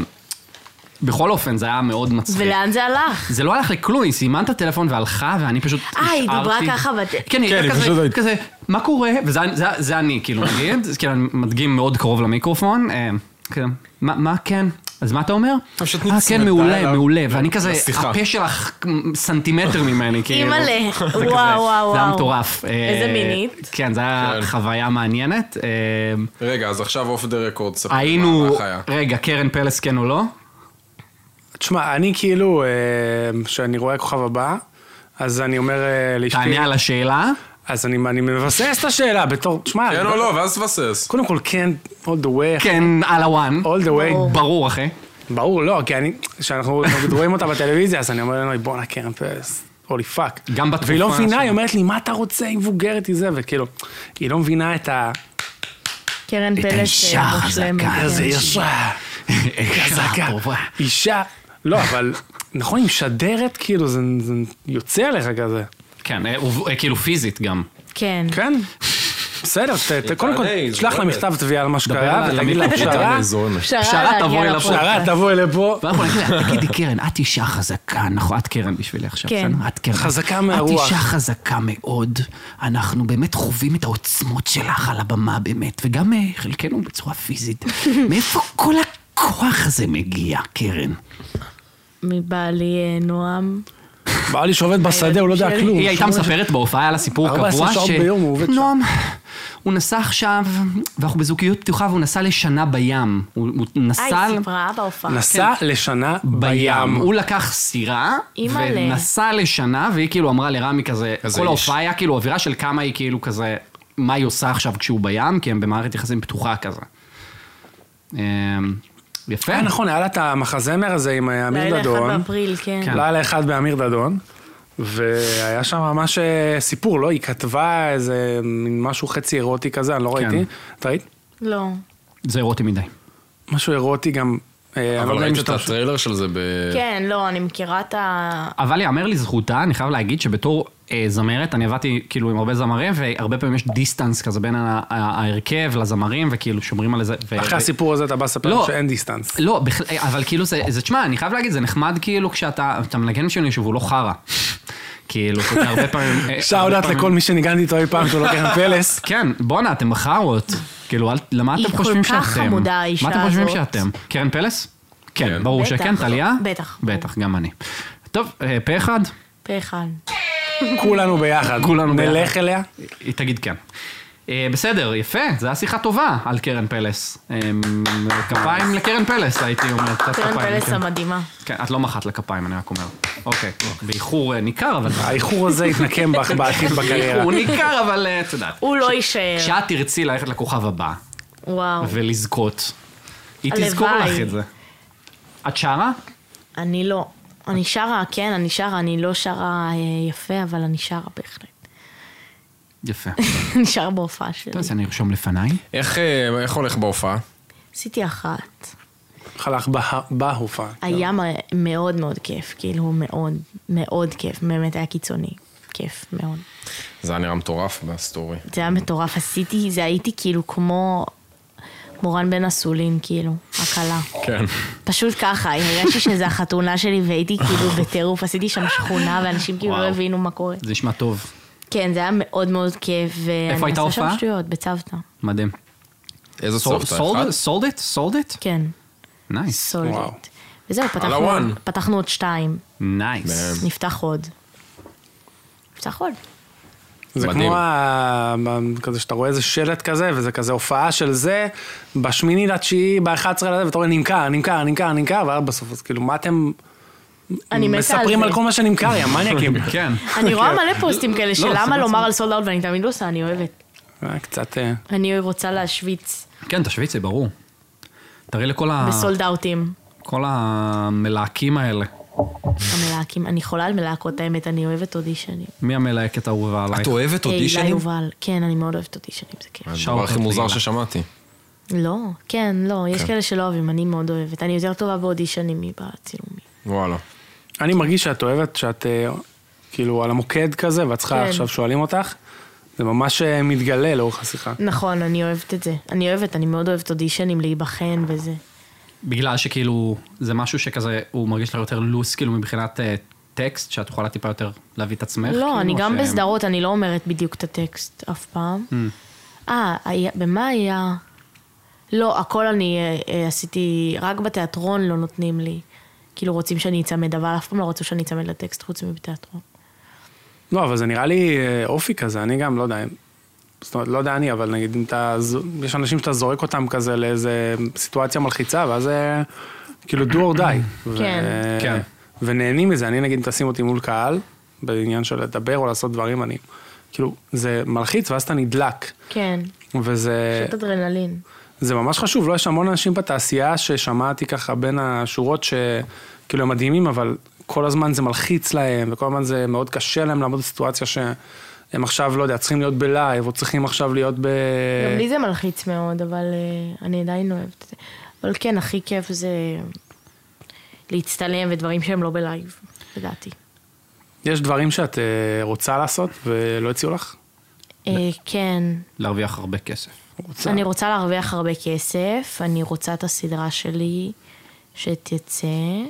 בכל אופן, זה היה מאוד מצחיק. ולאן זה הלך? זה לא הלך לכלום, היא סיימה את הטלפון והלכה, ואני פשוט אה, היא דיברה השארתי- ככה בת... כן, היא כן, הייתה היא פשוט כזה, הייתה- כזה, מה קורה? וזה זה- זה אני, כאילו, נגיד, אז כאילו, אני מדגים מאוד קרוב למיקרופון, אה, כן, מה מה כן? אז מה אתה אומר? פשוט אה, נצמדה כן, מעולה, אליו. מעולה, ואני כזה, לשיחה. הפה שלך סנטימטר ממני, כאילו. אימא'לה, זה כזה, וואו, וואו, זה היה וואו. מטורף. איזה אה, מינית. כן, זו הייתה כן. חוויה מעניינת. אה, רגע, אז עכשיו אוף דה רקורד, ספר היינו, מה היה. רגע, קרן פלס כן או לא? תשמע, אני כאילו, כשאני רואה כוכב הבא, אז אני אומר לאשתי... תענה על השאלה. אז אני, אני מבסס את השאלה בתור, תשמע... כן או לא, ואז תבסס. קודם כל, כן, all the way. כן, על הוואן. all the way. ברור, אחי. ברור, לא, כי אני, כשאנחנו רואים אותה בטלוויזיה, אז אני אומר לנו, בואנה, קרן פלס, הולי פאק. גם בתקופה... והיא לא מבינה, היא אומרת לי, מה אתה רוצה, היא מבוגרת, היא זה, וכאילו, היא לא מבינה את ה... קרן פלס מושלמת. איזה אישה, חזקה, אישה, לא, אבל נכון, היא משדרת, כאילו, זה יוצא עליך כזה. כן, כאילו פיזית גם. כן. כן? בסדר, קודם כל, תשלח לה מכתב תביעה על מה שקרה, ותגיד לה פשרה, פשרה תבואי לפה. פשרה תבואי לפה. ואנחנו נגיד לה, תגידי קרן, את אישה חזקה, נכון, את קרן בשבילי עכשיו, כן. את קרן. חזקה מהרוח. את אישה חזקה מאוד, אנחנו באמת חווים את העוצמות שלך על הבמה באמת, וגם חלקנו בצורה פיזית. מאיפה כל הכוח הזה מגיע, קרן? מבעלי נועם. בא לי שעובד בשדה, הוא לא יודע כלום. היא הייתה מספרת בהופעה, היה לה סיפור קבוע, ארבע עשרה שעות ביום הוא עובד שם. נועם, הוא נסע עכשיו, ואנחנו בזוגיות פתוחה, והוא נסע לשנה בים. הוא נסע... אה, היא סיפרה בהופעה. נסע לשנה בים. הוא לקח סירה, אימא'לה. ונסע לשנה, והיא כאילו אמרה לרמי כזה, כל ההופעה היה כאילו אווירה של כמה היא כאילו כזה, מה היא עושה עכשיו כשהוא בים, כי הם במערכת יחסים פתוחה כזה. יפה. אה, נכון, היה לה את המחזמר הזה עם אמיר לילה דדון. אחד באפריל, כן. לילה אחד באמיר דדון. והיה שם ממש סיפור, לא? היא כתבה איזה משהו חצי אירוטי כזה, אני לא ראיתי. אתה ראית? לא. זה אירוטי מדי. משהו אירוטי גם... אבל ראית את הטריילר של זה ב... כן, לא, אני מכירה את ה... אבל יאמר לזכותה, אני חייב להגיד שבתור אה, זמרת, אני עבדתי כאילו עם הרבה זמרים, והרבה פעמים יש דיסטנס כזה בין ההרכב לזמרים, וכאילו שומרים על זה. ו... אחרי הסיפור הזה אתה בא לספר לא, שאין דיסטנס. לא, בכ... אבל כאילו זה, זה, תשמע, אני חייב להגיד, זה נחמד כאילו כשאתה, אתה מנגן בשביל מישהו והוא לא חרא. כאילו, זה הרבה פעמים... שאודות לכל מי שניגנתי איתו אי פעם שהוא לא קרן פלס. כן, בואנה, אתם בחרות. כאילו, למה אתם חושבים שאתם? היא כל כך חמודה, האישה הזאת. מה אתם חושבים שאתם? קרן פלס? כן, ברור שכן, טליה? בטח. בטח, גם אני. טוב, פה אחד? פה אחד. כולנו ביחד. כולנו ביחד. נלך אליה? היא תגיד כן. בסדר, יפה, זו הייתה שיחה טובה על קרן פלס. כפיים לקרן פלס, הייתי אומר. קרן פלס המדהימה. כן, את לא מחת לכפיים, אני רק אומר. אוקיי, באיחור ניכר, אבל... האיחור הזה יתנקם בך בעתיד בקריירה. איחור ניכר, אבל את יודעת. הוא לא יישאר. כשאת תרצי ללכת לכוכב הבא. וואו. ולזכות. היא תזכור לך את זה. את שרה? אני לא. אני שרה, כן, אני שרה. אני לא שרה יפה, אבל אני שרה בהחלט. יפה. אני שרה בהופעה שלי. טוב, אז אני ארשום לפניי. איך הולך בהופעה? עשיתי אחת. הלך בהופעה. היה מאוד מאוד כיף, כאילו מאוד, מאוד כיף. באמת היה קיצוני. כיף, מאוד. זה היה נראה מטורף בסטורי. זה היה מטורף. עשיתי, זה הייתי כאילו כמו... מורן בן אסולין, כאילו, הקלה. כן. פשוט ככה, הרגשתי שזה החתונה שלי והייתי כאילו בטירוף, עשיתי שם שכונה ואנשים כאילו לא הבינו מה קורה. זה נשמע טוב. כן, זה היה מאוד מאוד כיף. איפה הייתה הופעה? ואני עושה שם שטויות, בצוותא. מדהים. איזה סבתא? סולד את? סולד את? כן. נייס. סולד את. וזהו, פתחנו עוד שתיים. נייס. נפתח עוד. נפתח עוד. זה כמו כזה שאתה רואה איזה שלט כזה, וזה כזה הופעה של זה, בשמיני לתשיעי, ב-אחד עשרה לזה, ואתה רואה נמכר, נמכר, נמכר, נמכר, ואז בסוף, אז כאילו, מה אתם מספרים על כל מה שנמכר, יא מניאקים? כן. אני רואה מלא פוסטים כאלה, שלמה לומר על סולד אאוט, ואני תמיד לא עושה, אני אוהבת. קצת... אני רוצה להשוויץ. כן, תשוויץ, זה ברור. תראי לכל ה... בסולד אאוטים. כל המלהקים האלה. המלהקים, אני חולה על מלהקות, האמת, אני אוהבת אודישנים. מי המלהקת האהובה עלייך? את אוהבת אודישנים? הילה יובל, כן, אני מאוד אוהבת אודישנים, זה כיף. הדבר הכי מוזר ששמעתי. לא, כן, לא, יש כאלה שלא אוהבים, אני מאוד אוהבת. אני יותר טובה באודישנים מבצילומים. וואלה. אני מרגיש שאת אוהבת, שאת כאילו על המוקד כזה, ואת צריכה עכשיו שואלים אותך, זה ממש מתגלה לאורך השיחה. נכון, אני אוהבת את זה. אני אוהבת, אני מאוד אוהבת אודישנים, להיבחן וזה. בגלל שכאילו, זה משהו שכזה, הוא מרגיש לה יותר לוס, כאילו מבחינת טקסט, שאת יכולה טיפה יותר להביא את עצמך. לא, אני גם בסדרות, אני לא אומרת בדיוק את הטקסט אף פעם. אה, במה היה? לא, הכל אני עשיתי, רק בתיאטרון לא נותנים לי. כאילו רוצים שאני אצמד, אבל אף פעם לא רצו שאני אצמד לטקסט חוץ מבתיאטרון. לא, אבל זה נראה לי אופי כזה, אני גם לא יודע, זאת אומרת, לא יודע אני, אבל נגיד, יש אנשים שאתה זורק אותם כזה לאיזה סיטואציה מלחיצה, ואז כאילו do or die. כן. כן. ונהנים מזה, אני נגיד תשים אותי מול קהל, בעניין של לדבר או לעשות דברים, אני, כאילו, זה מלחיץ ואז אתה נדלק. כן. וזה... פשוט אדרנלין. זה ממש חשוב, לא יש המון אנשים בתעשייה ששמעתי ככה בין השורות שכאילו הם מדהימים, אבל כל הזמן זה מלחיץ להם, וכל הזמן זה מאוד קשה להם לעמוד בסיטואציה שהם עכשיו, לא יודע, צריכים להיות בלייב, או צריכים עכשיו להיות ב... גם לי זה מלחיץ מאוד, אבל uh, אני עדיין אוהבת את זה. אבל כן, הכי כיף זה להצטלם ודברים שהם לא בלייב, לדעתי. יש דברים שאת uh, רוצה לעשות ולא הציעו לך? Uh, כן. להרוויח הרבה כסף. רוצה. אני רוצה להרוויח הרבה כסף, אני רוצה את הסדרה שלי שתצא,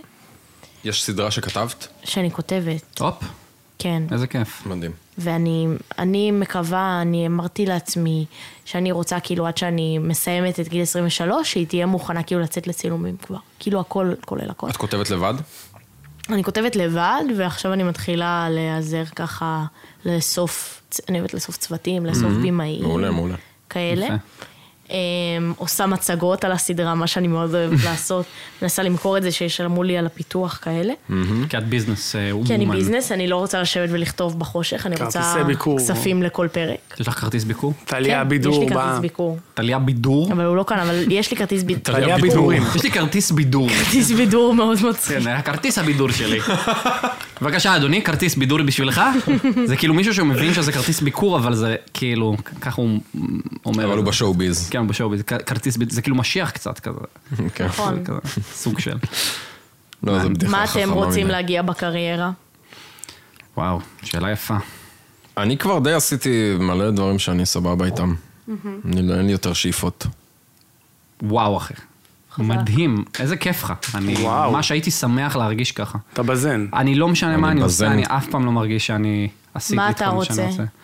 יש סדרה שכתבת? שאני כותבת, הופ, כן. איזה כיף. מדהים. ואני אני מקווה, אני אמרתי לעצמי שאני רוצה כאילו עד שאני מסיימת את גיל עשרים ושלוש, שהיא תהיה מוכנה כאילו לצאת לצילומים כבר. כאילו הכל, כולל הכל. את כותבת לבד? אני כותבת לבד, ועכשיו אני מתחילה להיעזר ככה לאסוף, אני אוהבת לאסוף צוותים, לאסוף בימאים. מעולה, מעולה. כאלה. יפה. עושה מצגות על הסדרה, מה שאני מאוד אוהבת לעשות. מנסה למכור את זה שישלמו לי על הפיתוח כאלה. כי את ביזנס וומן. כי אני ביזנס, אני לא רוצה לשבת ולכתוב בחושך, אני רוצה כרטיסי ביקור. כספים לכל פרק. יש לך כרטיס ביקור? טליה כן, בידור יש לי בא. כרטיס ביקור. טליה בידור? אבל הוא לא כאן, אבל יש לי כרטיס בידור. טליה בידורים. יש לי כרטיס בידור. כרטיס בידור מאוד מצחיק. כן, הכרטיס הבידור שלי. בבקשה, אדוני, כרטיס בידור בשבילך. זה כאילו מישהו שמבין שזה כרטיס ביקור, אבל זה כאילו, ככה הוא אומר. אבל הוא בשואו-ביז. כן, הוא בשואו-ביז. כרטיס בידור, זה כאילו משיח קצת כזה. כן. נכון. כזה, סוג של. לא, זה בדיחה מה חכמה אתם רוצים מדי. להגיע בקריירה? וואו, שאלה יפה. אני כבר די עשיתי מלא דברים שאני סבבה איתם. אני לא, אין לי יותר שאיפות. וואו, אחי. מדהים, איזה כיף לך. אני וואו. ממש הייתי שמח להרגיש ככה. אתה בזן. אני לא משנה מה אני עושה, בזן. אני אף פעם לא מרגיש שאני עשיתי מה את אתה כל מה שאני רוצה? עושה.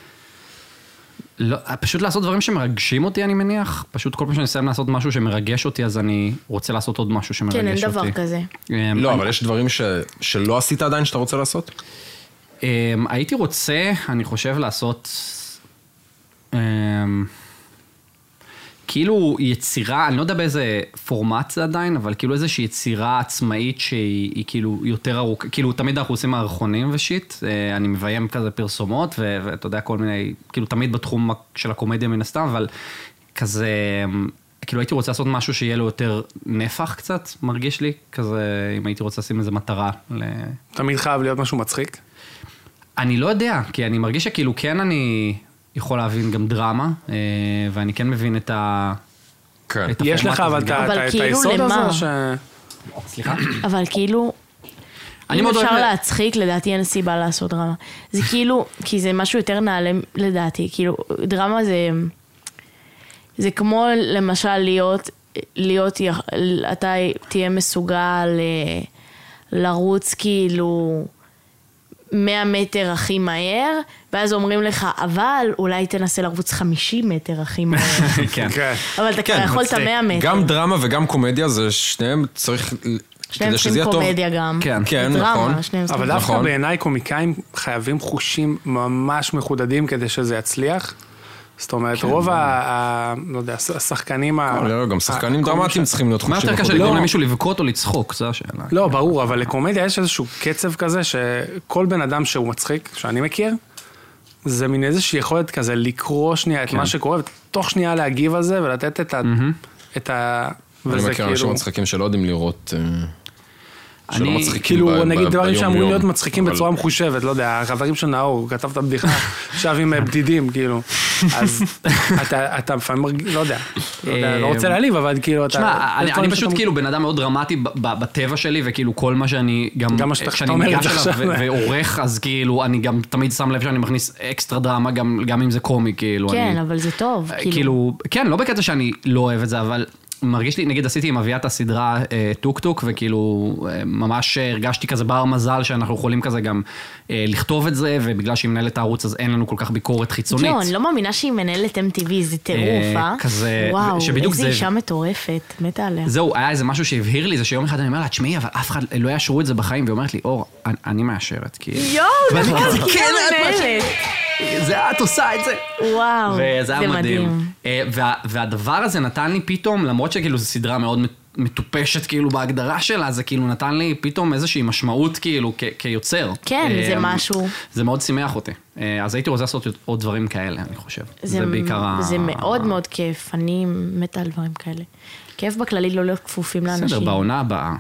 לא, פשוט לעשות דברים שמרגשים אותי, אני מניח. פשוט כל פעם שאני אסיים לעשות משהו שמרגש אותי, אז אני רוצה לעשות עוד משהו שמרגש כן, אותי. אין דבר כזה. אמ, לא, אני- אבל יש דברים ש... שלא עשית עדיין שאתה רוצה לעשות? אמ, הייתי רוצה, אני חושב, לעשות... אמ, כאילו יצירה, אני לא יודע באיזה פורמט זה עדיין, אבל כאילו איזושהי יצירה עצמאית שהיא היא כאילו יותר ארוכה, כאילו תמיד אנחנו עושים מערכונים ושיט, אה, אני מביים כזה פרסומות, ו- ואתה יודע כל מיני, כאילו תמיד בתחום של הקומדיה מן הסתם, אבל כזה, כאילו הייתי רוצה לעשות משהו שיהיה לו יותר נפח קצת, מרגיש לי, כזה אם הייתי רוצה לשים איזה מטרה. ל... תמיד חייב להיות משהו מצחיק. אני לא יודע, כי אני מרגיש שכאילו כן אני יכול להבין גם דרמה, אה, ואני כן מבין את ה... כן. את יש הפורמט לך הזה אבל את גם. ה- אבל את ה- את כאילו היסוד למה? הזה ש... סליחה? אבל כאילו, אני אם מאוד אפשר אוהב- להצחיק, לדעתי אין סיבה לעשות דרמה. זה כאילו, כי זה משהו יותר נעלה לדעתי, כאילו, דרמה זה, זה כמו למשל להיות, להיות, אתה תהיה מסוגל אה, לרוץ כאילו מאה מטר הכי מהר, ואז אומרים לך, אבל אולי תנסה לרוץ חמישים מטר הכי מהר. כן. כן. אבל אתה כבר יכול את המאה מטר. גם דרמה וגם קומדיה, זה שניהם צריך... שניהם כדי שזה צריכים יהיה טוב. קומדיה גם. כן. כן, דרמה, נכון. שניהם צריכים. אבל דווקא נכון. בעיניי קומיקאים חייבים חושים ממש מחודדים כדי שזה יצליח. זאת אומרת, רוב ה... ה- לא יודע, השחקנים ה... לא, גם שחקנים ה- דרמטיים צריכים להיות מה חושים יותר קשה מחודדים. לגרום לא. למישהו לבכות או לצחוק, זו השאלה. לא, ברור, אבל לקומדיה יש איזשהו קצב כזה שכל בן אדם שהוא מצחיק, שאני מכיר, זה מין איזושהי יכולת כזה לקרוא שנייה את מה שקורה, ותוך שנייה להגיב על זה ולתת את ה... את ה... אני וזה מכיר אנשים מצחיקים שלא יודעים לראות... אה, שלא אני- מצחיקים כאילו, ב- נגיד ב- דברים שאמורים ביום-יום. להיות מצחיקים אבל- בצורה מחושבת, לא יודע, החברים של נאור, הוא כתב את הבדיחה, עכשיו עם אה, בדידים, כאילו. אז אתה- אתה לפעמים מרגיש, לא יודע, לא יודע, לא רוצה להעליב, אבל כאילו, אתה... תשמע, יש אני, דברים אני פשוט שאתה- כאילו בן אדם מאוד דרמטי ב- ב- בטבע שלי, וכאילו כל מה שאני גם... גם מה שאתה- כשאני אתה אומר את ניגש זה אליו עכשיו. ו- ועורך, אז כאילו, אני גם תמיד שם לב שאני מכניס אקסטרה דרמה, גם, גם אם זה קומי, כאילו. כן, אני, אבל זה טוב. כאילו, כאילו, כן, לא בקטע שאני לא אוהב את זה, אבל מרגיש לי, נגיד עשיתי עם אביית הסדרה אה, טוק טוק, וכאילו אה, ממש הרגשתי כזה בר מזל שאנחנו יכולים כזה גם אה, לכתוב את זה, ובגלל שהיא מנהלת הערוץ אז אין לנו כל כך ביקורת חיצונית. יואו, אני לא מאמינה שהיא מנהלת אם טי וי, זה טירוף, אה, אה? כזה, וואו, שבדיוק איזה זה- אישה מטורפת, מתה עליה. זהו, היה איזה משהו שהבהיר לי, זה שיום אחד אני אומר לה, תשמעי, אבל אף אחד לא יאשרו את זה בחיים, והיא אומרת לי, אור, אני, אני מאשרת, כי... יואו, ואני נכון, כזה, היא כן, את מנהלת. זה את עושה את זה. וואו, וזה היה זה מדהים. מדהים. אה, וה, והדבר הזה נתן לי פתאום, למרות שכאילו זו סדרה מאוד מטופשת כאילו בהגדרה שלה, זה כאילו נתן לי פתאום איזושהי משמעות כאילו כ- כיוצר. כן, אה, זה משהו. זה מאוד שימח אותי. אה, אז הייתי רוצה לעשות עוד דברים כאלה, אני חושב. זה, זה בעיקר ה... זה מאוד מאוד כיף, אני מתה על דברים כאלה. כיף בכללי לא להיות כפופים לאנשים. בסדר, בעונה הבאה.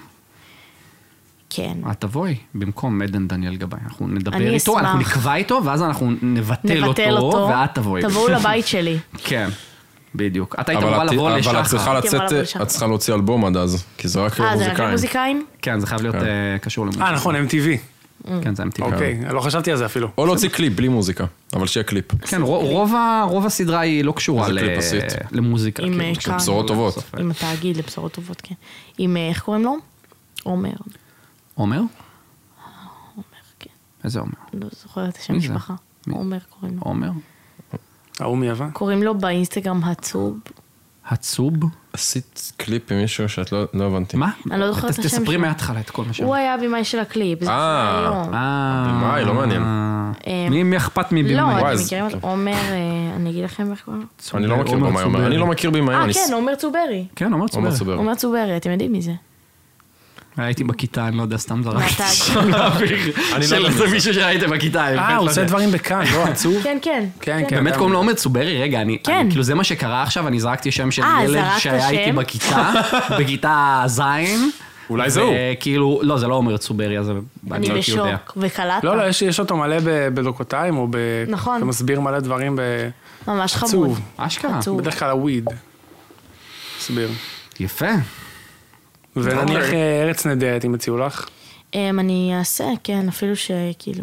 כן. את תבואי במקום עדן דניאל גבאי. אנחנו נדבר אני איתו, אשמח. אנחנו נקבע איתו, ואז אנחנו נבטל נבטל אותו, אותו, ואת תבואי. תבואו לבית שלי. כן, בדיוק. את היית אבל אמורה את- לבוא אבל לשחר. את צריכה הייתי אמורה לצאת, לבוא לשחר. את צריכה להוציא אלבום עד אז, כי זה רק אה, זה רק מוזיקאים. מוזיקאים? כן, זה חייב להיות אה, קשור למוזיקה. אה, נכון, אם טי וי. כן, זה אם טי וי. אוקיי, לא חשבתי על זה אפילו. או להוציא קליפ בלי מוזיקה, אבל שיהיה קליפ. כן, רוב- רוב ה- רוב הסדרה היא לא קשורה איזה ל- קליפ עשית? למוזיקה. עם, כאילו. אה, כאן. בשורות טובות. עם התאגיד לבשורות טובות, כן. עם, אה, איך קוראים לו? עומר. עומר? עומר, כן. איזה עומר? לא זוכרת את השם מי זה? משפחה. מי? עומר קוראים לו. עומר? ההוא מיוון. קוראים לו באינסטגרם הצוב. הצוב? עשית קליפ עם מישהו שאת לא לא הבנתי. מה? אני לא זוכרת את השם תספרי שלו. מההתחלה את כל מה ש... הוא היה הבמאי של הקליפ. זה אה, היה היום. אה... במאי, לא מעניין. אה, מי מי אכפת מבמאי? לא, וואי, אתם זה- מכירים את עומר, אה, אני אגיד לכם איך קוראים לו? אני לא מכיר עומר במאי, אומר. צוברי. אני לא מכיר במאי. אה, אני כן, ס- עומר צוברי. כן, עומר צוברי. עומר צוברי. עומר צוברי, אתם יודעים מי זה? הייתי בכיתה, אני לא יודע, סתם זרקתי. מהתאגיד. אני לא של יודע מי זה זה. מישהו שראיתם בכיתה. אני אה, באמת הוא לא עושה יודע. דברים בכאן, לא עצוב? כן, כן. כן, כן. באמת גם- קוראים לו עומר צוברי? רגע, אני, כן. אני, כאילו זה מה שקרה עכשיו, אני זרקתי שם של אה, ילד זרקת שהיה איתי שם? בכיתה, בכיתה זין. אולי זה הוא. וכאילו, לא, זה לא עומר צוברי, אז אני לא הייתי יודע. בשוק. וקלטת? לא, לא, יש- יש אותו מלא ב- בדוקותיים, או ב... נכון. אתה מסביר מלא דברים ב... ממש חמוד. עצוב. אשכרה. עצוב. בדרך כלל הוויד. מסביר. יפה. ונניח אה, ארץ נהדרת, אם הציעו לך. אמ, אני אעשה, כן, אפילו שכאילו...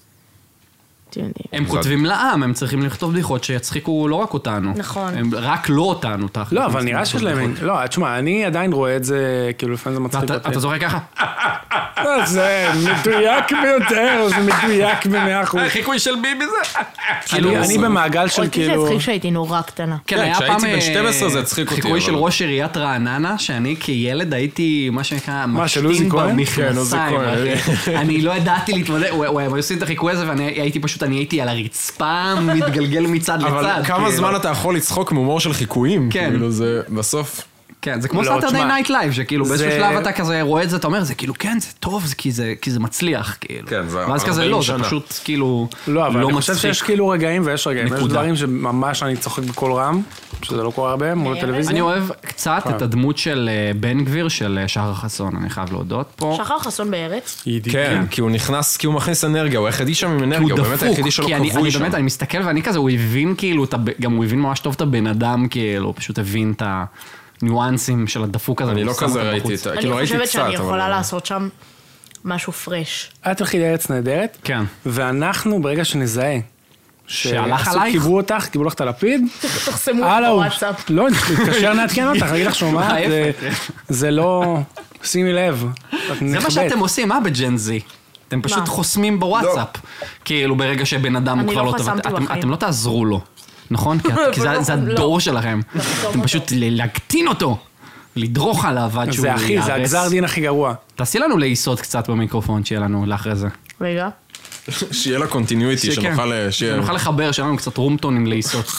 אתם יודעים. הם כותבים לעם, הם צריכים לכתוב בדיחות שיצחיקו לא רק אותנו. נכון. הם רק לא אותנו, תכל'ס. לא, הם אבל צריכים נראה לכתוב שיש להם... בדיחות. לא, תשמע, אני עדיין רואה את זה, כאילו לפעמים זה מצחיק ואתה אותי. אתה זוכר ככה? אה, זה מדויק ביותר, זה מדויק במאה אחוז. חיקוי של ביבי זה? כאילו, אני במעגל של אותי זה כאילו... הצחיק שהייתי נורא קטנה. כן, היה כשהייתי פעם, בן אה, שתים עשרה זה הצחיק אותי, חיקוי אבל- של ראש עיריית רעננה, שאני כילד הייתי, מה שנקרא, מה, של עוזי כהן? כן, עוזי במכנסיים. כהן. אחי. אני לא ידעתי להתמודד, הוא הוא- הוא עושה את החיקוי הזה, ואני הייתי פשוט, אני הייתי על הרצפה, מתגלגל מצד לצד. אבל כמה כאילו. זמן אתה יכול לצחוק מהומור של חיקויים? כן. כאילו זה בסוף... כן, זה כמו לא, סאטרדיי תשמע, נייט לייב, שכאילו באיזשהו זה- שלב אתה כזה רואה את זה, אתה אומר, זה כאילו, כן, זה טוב, זה כי זה כי זה מצליח, כאילו. כן, זה ואז כזה ארבעים לא, זה שנה. פשוט כאילו לא, אבל אני חושב מצחיק. שיש כאילו רגעים ויש רגעים. יש נקודה. דברים שממש אני צוחק בקול רם, שזה לא קורה הרבה מול הטלוויזיה. אני אוהב קצת את הדמות של אה, בן גביר, של אה, שחר חסון, אני חייב להודות פה. שחר חסון בארץ. כן, כי הוא נכנס, כי הוא מכניס אנרגיה, הוא היחידי שם עם כי אנרגיה, הוא הוא באמת דפוק, היחידי שלו כי אני, כבוי אני שם. באמת, אני מסתכל ואני כזה, הוא הבין כאילו, את הב- גם הוא הבין ממש טוב את הבן אדם, כאילו, הוא פשוט הבין את הניואנסים של הדפוק הזה. אני והוא לא שם כזה אותו ראיתי בחוץ. את ה... אני כאילו ראיתי חושבת קצת, שאני אבל... יכולה לעשות שם משהו פרש. את תלכי לארץ נהדרת, כן. ואנחנו ברגע שנזהה, שהלך שעשו- עלייך? קיבלו אותך, קיבלו לך את הלפיד, תחסמו את הלאה, הוא- הוואטסאפ. לא, נתקשר נעדכן אותך, להגיד לך שומעת, זה- זה לא, שימי לב, את זה מה נכבדת. שאתם עושים, אה, בג'ן זי? אתם פשוט מה? חוסמים בוואטסאפ. כאילו, ברגע שבן אדם אני כבר לא לא... חסמתי אתם- בחיים. אתם לא תעזרו לו, נכון? כי את- כי זה- זה לא. הדור שלכם. לחסום אתם אותו. פשוט ל- להקטין אותו. לדרוך עליו עד שהוא זה הכי, זה ייהרס. הגזר דין הכי גרוע. תעשי לנו לעיסות קצת במיקרופון, שיהיה לנו לאחרי זה. רגע. שיהיה לה קונטיניויטי, שיהיה- שנוכל... אה, שיהיה- שנוכל לחבר, שיהיה לנו קצת רומטון עם לעיסות.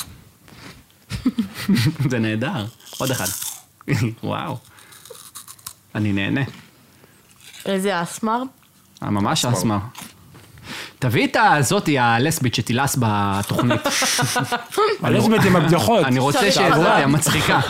זה נהדר. עוד אחד. וואו. אני נהנה. איזה אסמר. אה, ממש אסמר. תביא את הזאתי הלסבית שתילס בתוכנית. הלסבית עם הבדיחות. אני רוצה צריך שזה חזרה. תהיה מצחיקה.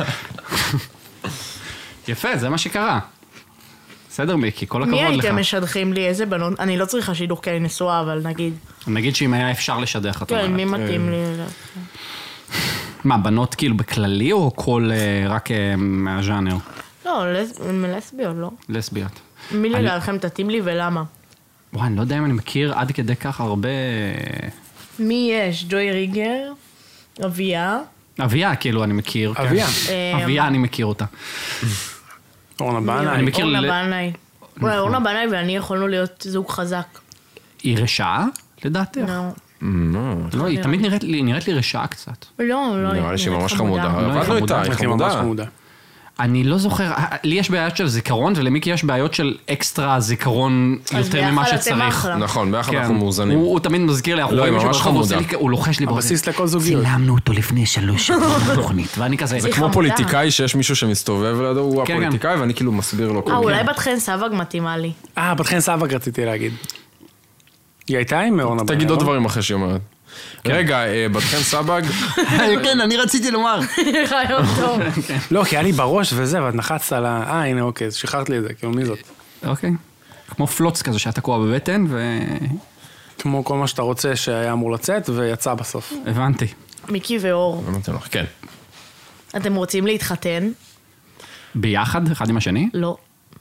יפה, זה מה שקרה. בסדר מיקי, כל הכבוד מי לך. הייתם משדכים לי? איזה בנות? אני לא צריכה שידוך כי אני נשואה, אבל נגיד. נגיד שאם היה אפשר לשדך, את כן, אומרת. מי מתאים לי? מה, בנות כאילו בכללי או כל אה, רק אה, מהז'אנר? לא, לס- לסביות, לא. לסביות. מי אני- לדעתכם תתאים לי ולמה? וואי, אני לא יודע אם אני מכיר עד כדי כך הרבה... מי יש? ג'וי ריגר? אביה? אביה, כאילו, אני מכיר. כן. אביה. אה, אביה, אני מכיר אותה. אורנה אני בנאי. מכיר אורנה ל- בנאי. וואי, אורנה בנאי ואני יכולנו להיות זוג חזק. היא רשעה, לדעתך? לא, לא, היא תמיד נראית לי- נראית לי רשעה קצת. לא, לא. נראה לי שהיא נראית ממש חמודה. חמודה. לא, היא עבדנו איתה, חמודה. היא הייתי ממש חמודה. חמודה. אני לא זוכר, לי יש בעיות של זיכרון, ולמיקי יש בעיות של אקסטרה זיכרון יותר ממה שצריך. נכון, ביחד אנחנו מאוזנים. הוא תמיד מזכיר לי, לא, היא ממש חמודה. הוא לוחש לי בראש. הבסיס לכל זוגיות. צילמנו אותו לפני שלוש שנים בתוכנית, ואני כזה... זה כמו פוליטיקאי שיש מישהו שמסתובב לידו, הוא הפוליטיקאי, ואני כאילו מסביר לו. אה, אולי בת חן סבג מתאימה לי. אה, בת חן סבג רציתי להגיד. היא הייתה עם אורנה בן. תגיד עוד דברים אחרי שהיא אומרת. רגע, בת חן סבג. כן, אני רציתי לומר. רעיון טוב. לא, כי היה לי בראש וזה, ואת נחצת על ה... אה, הנה, אוקיי, שחררת לי את זה, כאילו, מי זאת? אוקיי. כמו פלוץ כזה שהיה תקוע בבטן, ו... כמו כל מה שאתה רוצה שהיה אמור לצאת, ויצא בסוף. הבנתי. מיקי ואור, כן. אתם רוצים להתחתן? ביחד, אחד עם השני? לא.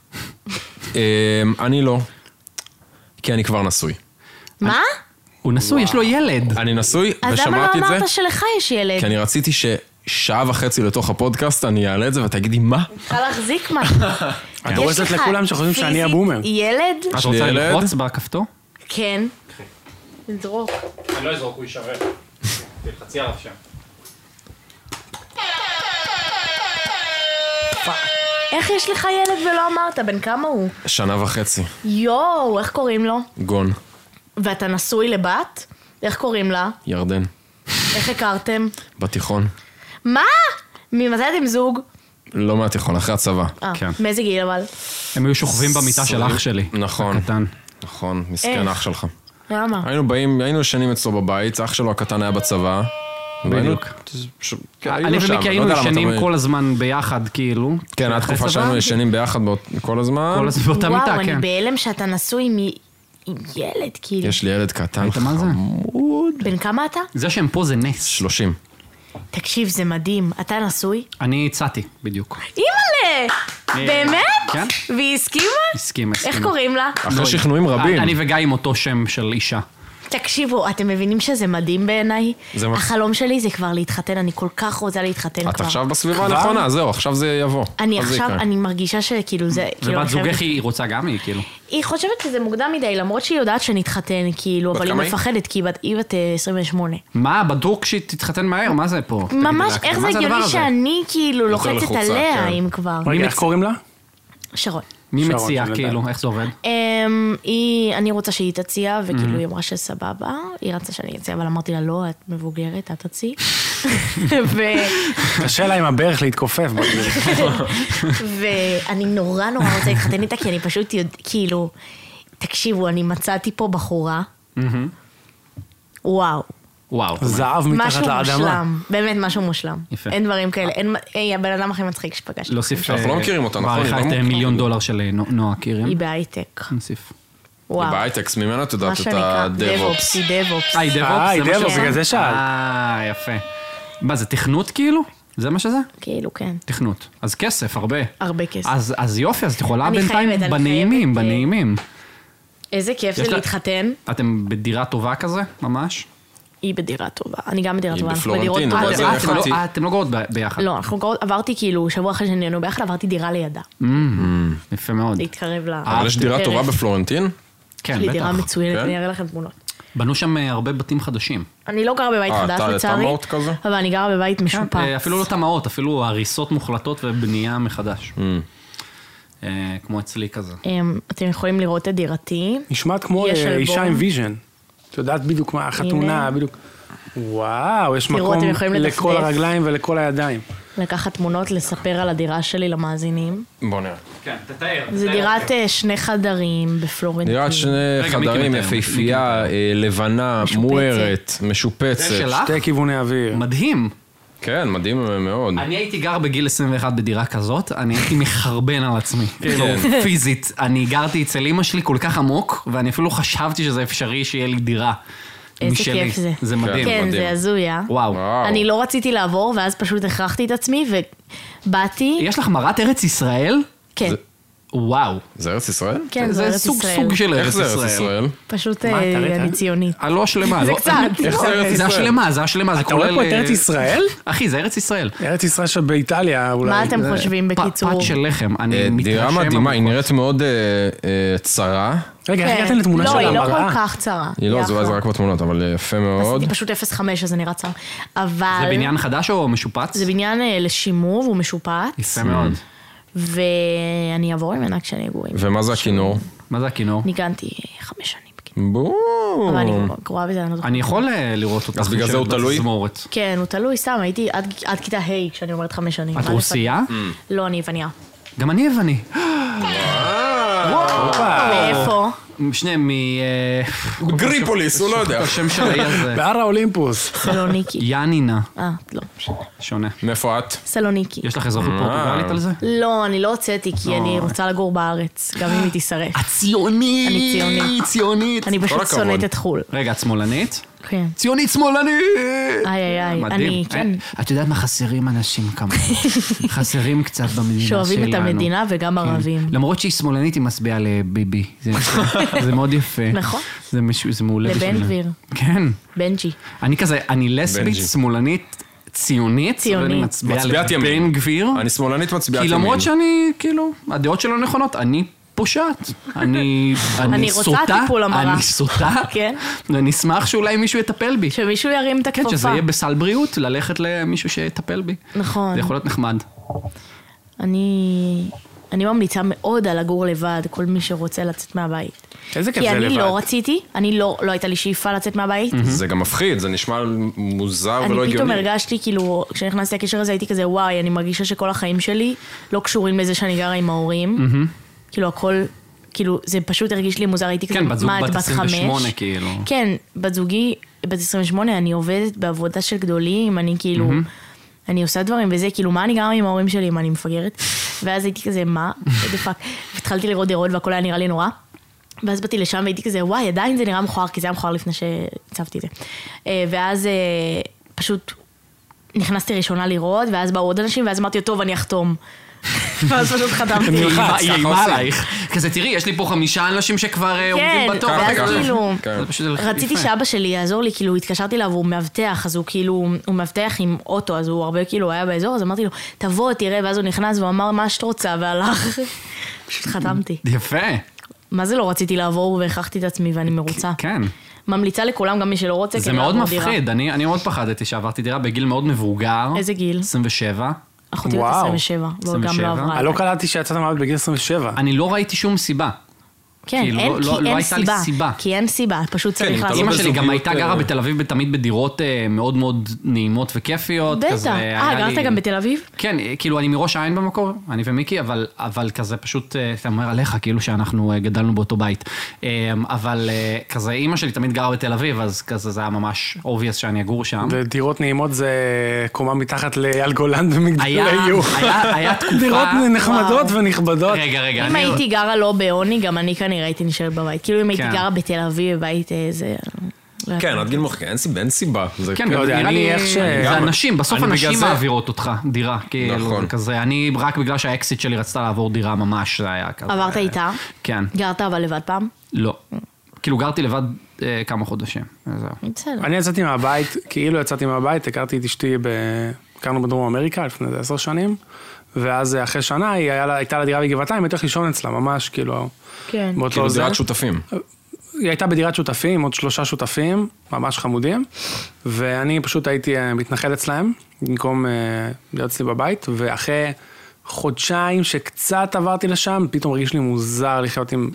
אני לא. כי אני כבר נשוי. מה? הוא נשוי, יש לו ילד. אני נשוי, אז למה לא ושמעתי את זה. אמרת שלך יש ילד? כי אני רציתי ששעה וחצי לתוך הפודקאסט אני אעלה את זה ותגידי מה? צריכה להחזיק משהו. את הורסת לכולם שחושבים שאני הבומר. ילד? את רוצה ילד? ללחוץ בכפתור? כן. נזרוק. אני לא אזרוק, הוא יישבר. תלחצי עליו שם. איך יש לך ילד ולא אמרת? בן כמה הוא? שנה וחצי. יואו, איך קוראים לו? גון. ואתה נשוי לבת? איך קוראים לה? ירדן. איך הכרתם? בתיכון. מה? ממתי אתם זוג? לא מהתיכון, אחרי הצבא. אה, כן. מאיזה גיל אבל? הם היו שוכבים במיטה של אח שלי. נכון. הקטן. נכון, מסכן איך? אח שלך. למה? היינו באים, היינו ישנים אצלו בבית, אח שלו הקטן היה בצבא. בדיוק. אני ומיקי היינו ישנים כל הזמן ביחד, כאילו. כן, עד תקופה שהיינו ישנים ביחד כל הזמן. כל הזמן באותה מיטה, וואו, כן. אני בהלם שאתה נשוי עם ילד, כאילו. יש לי ילד קטן היית מה זה? חמוד. בן כמה אתה? זה שהם פה זה נס. שלושים. תקשיב, זה מדהים. אתה נשוי? אני הצעתי, בדיוק. אימא'לה! באמת? כן. והיא הסכימה? הסכים, הסכים. איך קוראים לה? אחרי שכנועים רבים. אני וגיא עם אותו שם של אישה. תקשיבו, אתם מבינים שזה מדהים בעיניי? זה מה- החלום שלי זה כבר להתחתן, אני כל כך רוצה להתחתן כבר. את עכשיו בסביבה הנכונה, זהו, עכשיו זה יבוא. אני עכשיו זה עכשיו, יקרה. אני מרגישה שכאילו זה... כאילו, ובת אני חייבת- זוגך היא רוצה גם היא, כאילו. היא חושבת שזה מוקדם מדי, למרות שהיא יודעת שנתחתן, כאילו, אבל היא כמה היא? מפחדת, כי היא בת- היא בת אה, עשרים ושמונה. מה, בדוק שהיא תתחתן מהר? מה זה פה? ממש, תגידי, איך מה זה הדבר הגיוני הזה? שאני כאילו לוחצת לחוצה, עליה, כן. אם כבר. רגע, איך קוראים לה? שרון. מי שרון, מציע, שנדע. כאילו, איך זה עובד? אמ, היא, אני רוצה שהיא תציע, וכאילו היא אמרה שסבבה. היא רצה שאני אציע, אבל אמרתי לה, לא, את מבוגרת, את תציעי. ו... קשה לה עם הברך להתכופף. ואני נורא נורא רוצה להתחתן איתה, כי אני פשוט יודע, כאילו, תקשיבו, אני מצאתי פה בחורה. וואו. וואו. זהב מתחת משהו לאדמה. מושלם, באמת משהו מושלם. יפה. אין דברים כאלה, אין, היי, הבן אדם הכי מצחיק שפגשתי. להוסיף... אנחנו לא מכירים אותה, נכון? מעריכה היא לא את אה, מוכרת. מיליון דולר של אה, נו- נועה קירם. היא בהייטק. נוסיף. וואו. היא בהייטקס, ממנה את מה יודעת את שנקרא, דב-אופס, הדב-אופס. היא דב-אופס. אה, היא דב-אופס? אה, היא זה מה דב-אופס, שזה? בגלל זה שאלת. אה, יפה. מה, זה תכנות כאילו? זה מה שזה? כאילו, כן. תכנות. אז כסף, הרבה. הרבה כסף. אז, אז יופי, אז את יכולה אני בינתיים חייבת, אני בנעימים, חייבת, בנעימים. איזה כיף יש זה לה- להתחתן. אתם בדירה טובה כזה, ממש? היא בדירה טובה. אני גם בדירה היא טובה. אנחנו בפלורנטין, בדירות אבל טובות. זה אה, איך אתם לא- חצי- אה, אתם לא גרות ב- ביחד. לא, אנחנו גרות, עברתי כאילו, שבוע אחרי שנהיינו ביחד, עברתי דירה לידה. יפה מאוד. להתקרב ל... אבל יש דירה טובה בפלורנטין? כן, יש לי דירה בטח. מצוינת, כן? אני אראה לכם תמונות. בנו שם אה, הרבה בתים חדשים. אני לא גרה בבית אה, חדש אתה לצערי, תמות כזה? אבל אני גרה בבית משופץ. אה, אפילו לא תמ"אות, אפילו הריסות מוחלטות ובנייה מחדש. אה, כמו אצלי כזה. אמ, אתם יכולים לראות את דירתי. נשמעת כמו יש אה, אלבום. אישה עם ויז'ן. את יודעת בדיוק מה, החתונה, בדיוק. וואו, יש תראו, מקום אתם יכולים לכל לדפדף. הרגליים ולכל הידיים. לקחת תמונות, לספר על הדירה שלי למאזינים. בוא נראה. כן, תתאר. זה דירת אה, שני חדרים בפלורנטין. דירת שני רגע, מיקי חדרים, מתאר, יפהפייה, אה, לבנה, משופצת. מוארת, זה משופצת. שלך? שתי כיווני אוויר. מדהים. כן, מדהים מאוד. אני הייתי גר בגיל עשרים ואחת בדירה כזאת, אני הייתי מחרבן על עצמי. כאילו, פיזית. אני גרתי אצל אמא שלי כל כך עמוק, ואני אפילו חשבתי שזה אפשרי שיהיה לי דירה. איזה משלי. כיף זה. זה מדהים. כן, מדהים. זה הזוי, אה? וואו. וואו. אני לא רציתי לעבור, ואז פשוט הכרחתי את עצמי, ובאתי... יש לך מרת ארץ ישראל? כן. וואו. זה ארץ ישראל? כן, זה ארץ סוג ישראל. סוג של איך ארץ זה ארץ ישראל. ישראל? פשוט מה, אה, תראה, אני תראה. ציונית. הלא שלמה. זה לא- קצת. איך זה ארץ זה ישראל? השלמה, זה השלמה, זה אתה רואה כולל... פה את ארץ אה, ישראל? אחי, זה ארץ ישראל. ארץ ישראל שבאיטליה אולי. מה אתם חושבים פ- בקיצור? פת של לחם, אני אה, מתרשם. דירה מדהימה, היא עמוקות. נראית מאוד אה, אה, צרה. רגע, איך כן. הגעתם לתמונה לא, של היא לא המראה? כל כך צרה. היא לא, זה אולי זה אחלה. רק בתמונות, אבל אה, יפה מאוד. עשיתי פשוט אפס חמש, אז זה נראה צר. אבל... זה בניין חדש או משופץ? זה בניין אה, לשימור, והוא משופץ. יפה מאוד. ואני אעבור ממנה כשאני אגור עם... ומה זה הכינור? מה זה הכינור? ניגנתי חמש שנים. כאילו. בואו. אבל אני גרועה בזה, אני לא זוכרת. אני יכול אה, לראות אותך. אז בגלל זה הוא יושבת תלוי? בתזמורת. כן, הוא תלוי סתם, הייתי עד, עד כיתה ה' כשאני אומרת חמש שנים. את א', רוסייה? לא, אני יווניה. גם אני יווני. מאיפה? שניהם מ... אה, גריפוליס, הוא לא יודע. השם של העיר הזה. בהר האולימפוס. סלוניקי. יאנינה. אה, לא. שונה. מאיפה את? סלוניקי. יש לך אזרחות פורטוגלית על זה? לא, אני לא הוצאתי, כי אני רוצה לגור בארץ, גם אם היא תישרף. הציונית! אני ציונית. ציונית! אני פשוט הכבוד. שונאת את חו"ל. רגע, את שמאלנית? כן. ציונית שמאלנית! איי איי איי, מדהים. אני, כן. אה, את יודעת מה חסרים אנשים כמוך. חסרים קצת במדינה שלנו. שאוהבים את המדינה וגם ערבים. למרות שהיא שמאלנית, היא מצביעה לביבי. זה- זה מאוד יפה. נכון. זה משהו- זה מעולה לבן בשבילה. גביר. כן. בנג'י. אני כזה, אני לסבית, בנג'י. שמאלנית, ציונית. ציונית. ואני מצביעה מצביעת ימין. לבן גביר. אני שמאלנית מצביעת כי ימין. למרות שאני, כאילו, הדעות שלו נכונות, אני פושעת. אני אני רוצה סוטה. טיפול המרה. אני סוטה. כן. ואני אשמח שאולי מישהו יטפל בי. שמישהו ירים את כן, הכפפה. שזה יהיה בסל בריאות, ללכת למישהו שיטפל בי. נכון. זה יכול להיות נחמד. אני... אני ממליצה מאוד על לגור לבד, כל מי שרוצה לצאת מהבית. איזה כיף כי זה אני לבד. לא רציתי, אני לא, לא הייתה לי שאיפה לצאת מהבית. זה גם מפחיד, זה נשמע מוזר ולא אני פתאום הגיוני. הרגשתי, כאילו, כשנכנסתי לקשר הזה הייתי כזה, וואי, אני מרגישה שכל החיים שלי לא קשורים לזה שאני גרה עם ההורים. כאילו, הכל, כאילו, זה פשוט הרגיש לי מוזר, הייתי כזה, כן, בת זוג מה, את בת בת עשרים חמש? ושמונה, כאילו. כן, בת זוגי, בת עשרים ושמונה, אני עובדת בעבודה של גדולים, אני כאילו... אני עושה דברים וזה, כאילו, מה אני גרה עם ההורים שלי, מה אני מפגרת? ואז הייתי כזה, מה? what the fuck? והתחלתי לראות דירות והכל היה נראה לי נורא. ואז באתי לשם והייתי כזה, וואי, עדיין זה נראה מכוער, כי זה היה מכוער לפני שהצבתי את זה. אה, ואז אה, פשוט נכנסתי ראשונה לראות, ואז באו עוד אנשים, ואז אמרתי, טוב, אני אחתום. ואז פשוט חתמתי. היא אימה עלייך. כזה, תראי, יש לי פה חמישה אנשים שכבר אה, כן, עומדים בתור. ואז ככה. כאילו, כן. זה פשוט רציתי יפה. שאבא שלי יעזור לי, כאילו התקשרתי אליו, הוא מאבטח, אז הוא כאילו, הוא מאבטח עם אוטו, אז הוא הרבה כאילו היה באזור, אז אמרתי לו, תבוא, תראה, ואז הוא נכנס והוא אמר, מה שאת רוצה, והלך. פשוט חתמתי. יפה. מה זה לא רציתי לעבור והכרחתי את עצמי ואני מרוצה. כן. ממליצה לכולם, גם מי שלא רוצה, זה כדי מאוד לעבור דירה. מפחיד. אני אני מאוד פחדתי שעברתי דירה בגיל מאוד מבוגר. איזה גיל? עשרים ושבע. אחותי בת וואו. עשרים ושבע, והוא גם עשרים ושבע. לא עברה. אני לא קלטתי שיצאת מהבית בגיל עשרים ושבע. אני לא ראיתי שום סיבה. כן, כאילו, אין, לא- כי לא- לא אין הייתה לי סיבה. סיבה. כי אין סיבה, פשוט צריך אתה לא לעשות. אמא שלי גם בזוגיות, הייתה גרה אה, בתל אביב תמיד בדירות אה, מאוד מאוד נעימות וכיפיות. בטח. כזה, אה, היה גרת לי- גם בתל אביב? כן, כאילו אני מראש העין במקור, אני ומיקי, אבל, אבל כזה פשוט, אה, אתה אומר עליך, כאילו שאנחנו אה, גדלנו באותו בית. אה, אבל אה, כזה, אימא שלי תמיד גרה בתל אביב, אז כזה זה היה ממש obvious שאני אגור שם. ודירות נעימות זה קומה מתחת לאייל גולן במגדלי היה, יו. היה, היה תקופה... דירות נחמדות וואו. ונכבדות. רגע, רגע, אם אני... הייתי גרה לא בעוני, גם אני כנראה הייתי נשארת בבית. כאילו אם הייתי כן. גרה בתל אביב, בבית איזה... כן, עד גיל מוחק, אין סיבה, אין סיבה. זה כן, לא יודע, נראה אני לי, איך ש- זה גם- אנשים, בסוף אני אנשים בגלל זה- מעבירות אותך דירה, כאילו, נכון. כזה, אני רק בגלל שהאקסיט שלי רצתה לעבור דירה ממש, זה היה כזה. עברת איתה? כן, גרת אבל לבד פעם? לא. כאילו גרתי לבד אה, כמה חודשים, זהו. בסדר. אני יצאתי מהבית, כאילו יצאתי מהבית, הכרתי את אשתי, ב... הכרנו בדרום אמריקה לפני איזה עשר שנים, ואז אחרי שנה היא היה לה, הייתה לה דירה בגבעתיים, הייתי הולך לישון אצלה, ממש כאילו, כן. באותו כאילו זה. דירת שותפים. היא הייתה בדירת שותפים, עוד שלושה שותפים, ממש חמודים, ואני פשוט הייתי אה, מתנחל אצלהם, במקום אה, להיות אצלי בבית, ואחרי חודשיים שקצת עברתי לשם, פתאום הרגיש לי מוזר לחיות עם,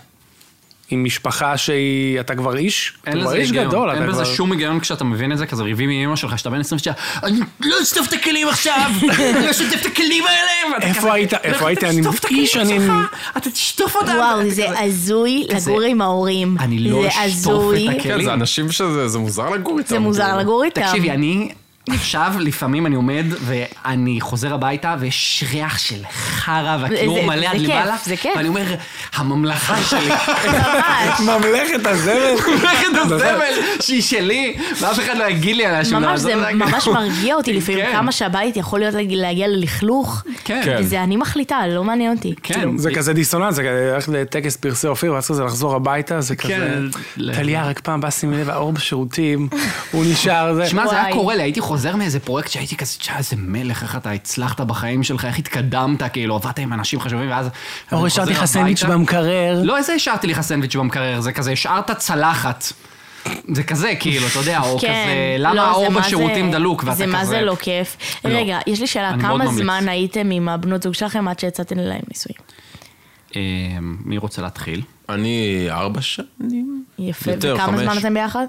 עם משפחה שהיא, אתה כבר איש, אתה אין כבר לזה איש היגיון, גדול, אין אתה בזה כבר... שום היגיון כשאתה מבין את זה, כזה ריבים עם אמא שלך, שאתה בן עשרים ושבע, אני לא אשטוף את הכלים עכשיו, אני לא אשטוף את הכלים האלה, ואתה איפה כזה, היית? "לך איפה היית? אני תשטוף את הכלים איש, אני- שלך, אתה תשטוף אותם. וואו, ואתה זה כזה, הזוי כזה, לגור עם ההורים. אני לא זה אשטוף הזוי. את הכלים. כן, זה אנשים שזה זה מוזר לגור איתם. זה מוזר כאילו. לגור איתם. תקשיבי, אני עכשיו לפעמים אני עומד ואני חוזר הביתה ויש ריח של חרא והכינור זה- מלא זה עד כיף, למעלה, זה כיף. ואני אומר, הממלכה שלי. ממש. ממלכת הזבל. ממלכת הזבל שהיא שלי, ואף אחד לא יגיד לי עליה שום דבר. ממש, זה ממש מרגיע אותי לפעמים, כן. כמה שהבית יכול להיות להגיע ללכלוך, כן. וזה אני מחליטה, לא מעניין אותי. כן. כאילו. זה כזה דיסוננס, זה כזה ללכת לטקס פרסי אופיר, ואז כזה לחזור הביתה, זה כזה... טליה, רק פעם בא שימי לב, האור בשירותים, הוא נשאר, זה... שמע, זה היה וואי. קורה לי, הייתי חוזר מאיזה פרויקט שהייתי כזה, תשע, איזה מלך, איך אתה הצלחת בחיים שלך, איך התקדמת, כאילו, עבדת עם אנשים חשובים, ואז... אור, השארתי לך סנדוויץ' במקרר. לא, איזה השארתי לך סנדוויץ' במקרר, זה כזה, השארת צלחת. זה כזה, כאילו, אתה יודע, או כן. כזה, למה לא, זה האור מה בשירותים זה- דלוק, ואתה זה כזה... מה זה לא כיף. לא. רגע, יש לי שאלה, אני מאוד כמה ממליץ. זמן הייתם עם הבנות זוג שלכם עד שיצאתם להם נישואים? אה, מי רוצה להתחיל? אני ארבע שנים? יפה, יותר, וכמה חמש. זמן אתם ביחד?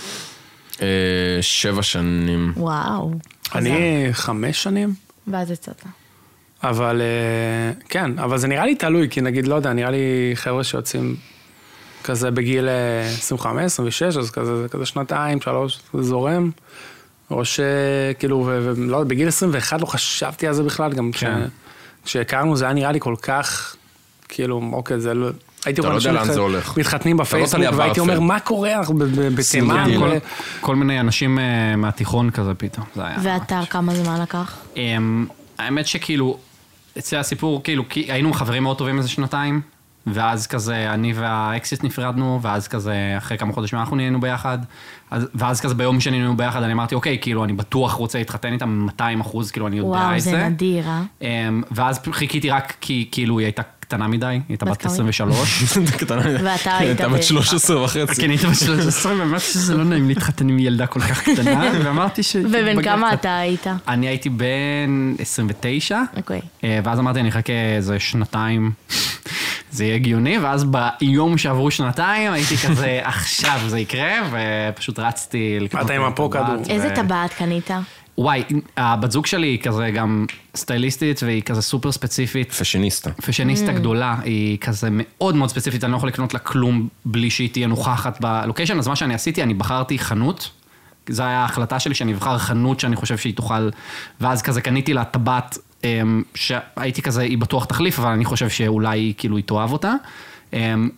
אה, שבע שנים. וואו. אני חמש שנים, ואז יצאת. אבל אה, כן, אבל זה נראה לי תלוי, כי נגיד, לא יודע, נראה לי חבר'ה שיוצאים כזה בגיל אה, עשרים וחמש, עשרים ושש, אז כזה, זה כזה שנתיים, שלוש, זה זורם. או שכאילו, ולא, בגיל עשרים ואחת לא חשבתי על זה בכלל, גם כש- כן. כשהכרנו זה היה נראה לי כל כך, כאילו, אוקיי, זה לא... הייתי אתה רואה לא יודע אנשים לאן זה מתח- הולך. מתחתנים אתה לא בפייסבוק, טליה והייתי אומר, ברטפלד. מה קורה? אנחנו ב- ב- בתימן, סינדרלה. כל- כל מיני אנשים אה, מהתיכון כזה פתאום, זה היה... ואתה, כמה זמן לקח? אמ, האמת שכאילו, אצלי הסיפור, כאילו, כי היינו חברים מאוד טובים איזה שנתיים, ואז כזה, אני והאקסיט נפרדנו, ואז כזה, אחרי כמה חודשים אנחנו נהיינו ביחד, אז, ואז כזה ביום שנהיינו ביחד, אני אמרתי, אוקיי, כאילו, אני בטוח רוצה להתחתן איתם מאתיים אחוז, כאילו, אני יודע וואו, את זה זה. נדיר, אה? אמ, ואז חיכיתי רק כי, כאילו, היא הייתה קטנה מדי, היא הייתה בת בת כמה? עשרים ושלוש. ואתה היית הייתה ב- בת שלוש עשרה וחצי. כן, הייתי בת שלוש עשרה, ואמרתי שזה לא נעים להתחתן עם ילדה כל כך קטנה, ואמרתי ש... ובן כמה אתה היית? אני הייתי בן עשרים ותשע, אוקיי. אה, ואז אמרתי, אני אחכה איזה שנתיים, זה יהיה הגיוני, ואז ביום שעברו שנתיים הייתי כזה, עכשיו זה יקרה, ופשוט רצתי לקנות... אתה עם את הפוקדו. הטבעת, איזה ו- טבעת קנית? וואי, הבת זוג שלי היא כזה גם סטייליסטית, והיא כזה סופר ספציפית. פשיניסטה. פשניסטה גדולה, היא כזה מאוד מאוד ספציפית, אני לא יכול לקנות לה כלום בלי שהיא תהיה נוכחת בלוקיישן, אז מה שאני עשיתי, אני בחרתי חנות, זו הייתה ההחלטה שלי שאני אבחר חנות שאני חושב שהיא תוכל, ואז כזה קניתי לה טבעת, אמ, שהייתי כזה, היא בטוח תחליף, אבל אני חושב שאולי כאילו היא תאהב אותה, אמ,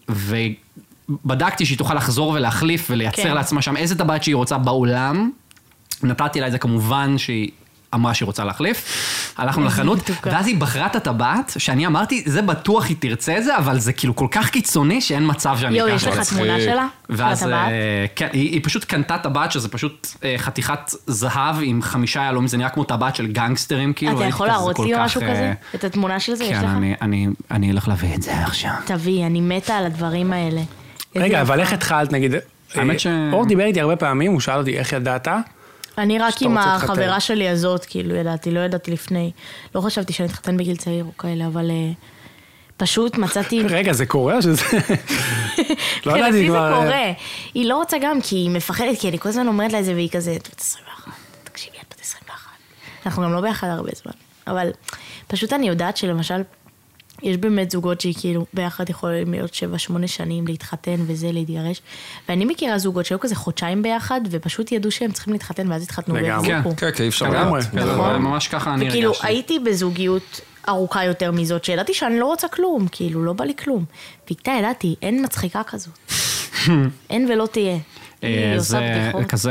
ובדקתי שהיא תוכל לחזור ולהחליף ולייצר כן. לעצמה שם איזה טבעת שהיא רוצה בעולם, נתתי לה את זה כמובן שהיא אמרה שהיא רוצה להחליף, הלכנו לחנות, מתוקה. ואז היא בחרה את הטבעת, שאני אמרתי, זה בטוח היא תרצה את זה, אבל זה כאילו כל כך קיצוני שאין מצב שאני יואו, אקח יש את לך זה. תמונה שלה? ואז, של הטבעת? אה, כן, היא, היא פשוט קנתה טבעת שזה פשוט אה, חתיכת זהב עם חמישה יהלומים, זה נראה כמו טבעת של גנגסטרים, כאילו. אתה ראיתי יכול כזה, זה להראות כל לי כך, משהו אה, כזה? את התמונה של זה יש כן, לך? אני, אני, אני אלך להביא את זה עכשיו. תביא, אני מתה על הדברים האלה. איזה רגע, אבל יפה. איך התחלת, נגיד... האמת אה, ש- אור דיבר איתי הרבה פעמים, הוא שאל אותי איך ידעת. אני רק שאתה עם רוצה להתחתן. החברה שלי הזאת, כאילו, ידעתי, לא ידעתי לפני. לא חשבתי שאני אתחתן בגיל צעיר או כאלה, אבל אה, פשוט מצאתי... רגע, זה קורה או שזה... לא כן, ידעתי לפי זה כבר... קורה. היא לא רוצה גם, כי היא מפחדת, כי אני כל הזמן אומרת לה את זה, והיא כזה, את בת עשרים ואחת, תקשיבי, את בת עשרים ואחת. אנחנו גם לא ביחד הרבה זמן. אבל פשוט אני יודעת שלמשל, יש באמת זוגות שהיא כאילו ביחד יכולים להיות שבע, שמונה שנים, להתחתן וזה, להתגרש. ואני מכירה זוגות שהיו כזה חודשיים ביחד, ופשוט ידעו שהם צריכים להתחתן, ואז התחתנו לגמרי. והחזיקו. כן, כן, אי אפשר לגמרי. לדעת. כן, זה נכון. ממש ככה אני וכאילו, הרגשתי. הייתי בזוגיות ארוכה יותר מזאת, שידעתי שאני לא רוצה כלום, כאילו, לא בא לי כלום. ואיתה ידעתי, אין מצחיקה כזאת. אין ולא תהיה. אה, היא עושה זה בדיחות. כזה.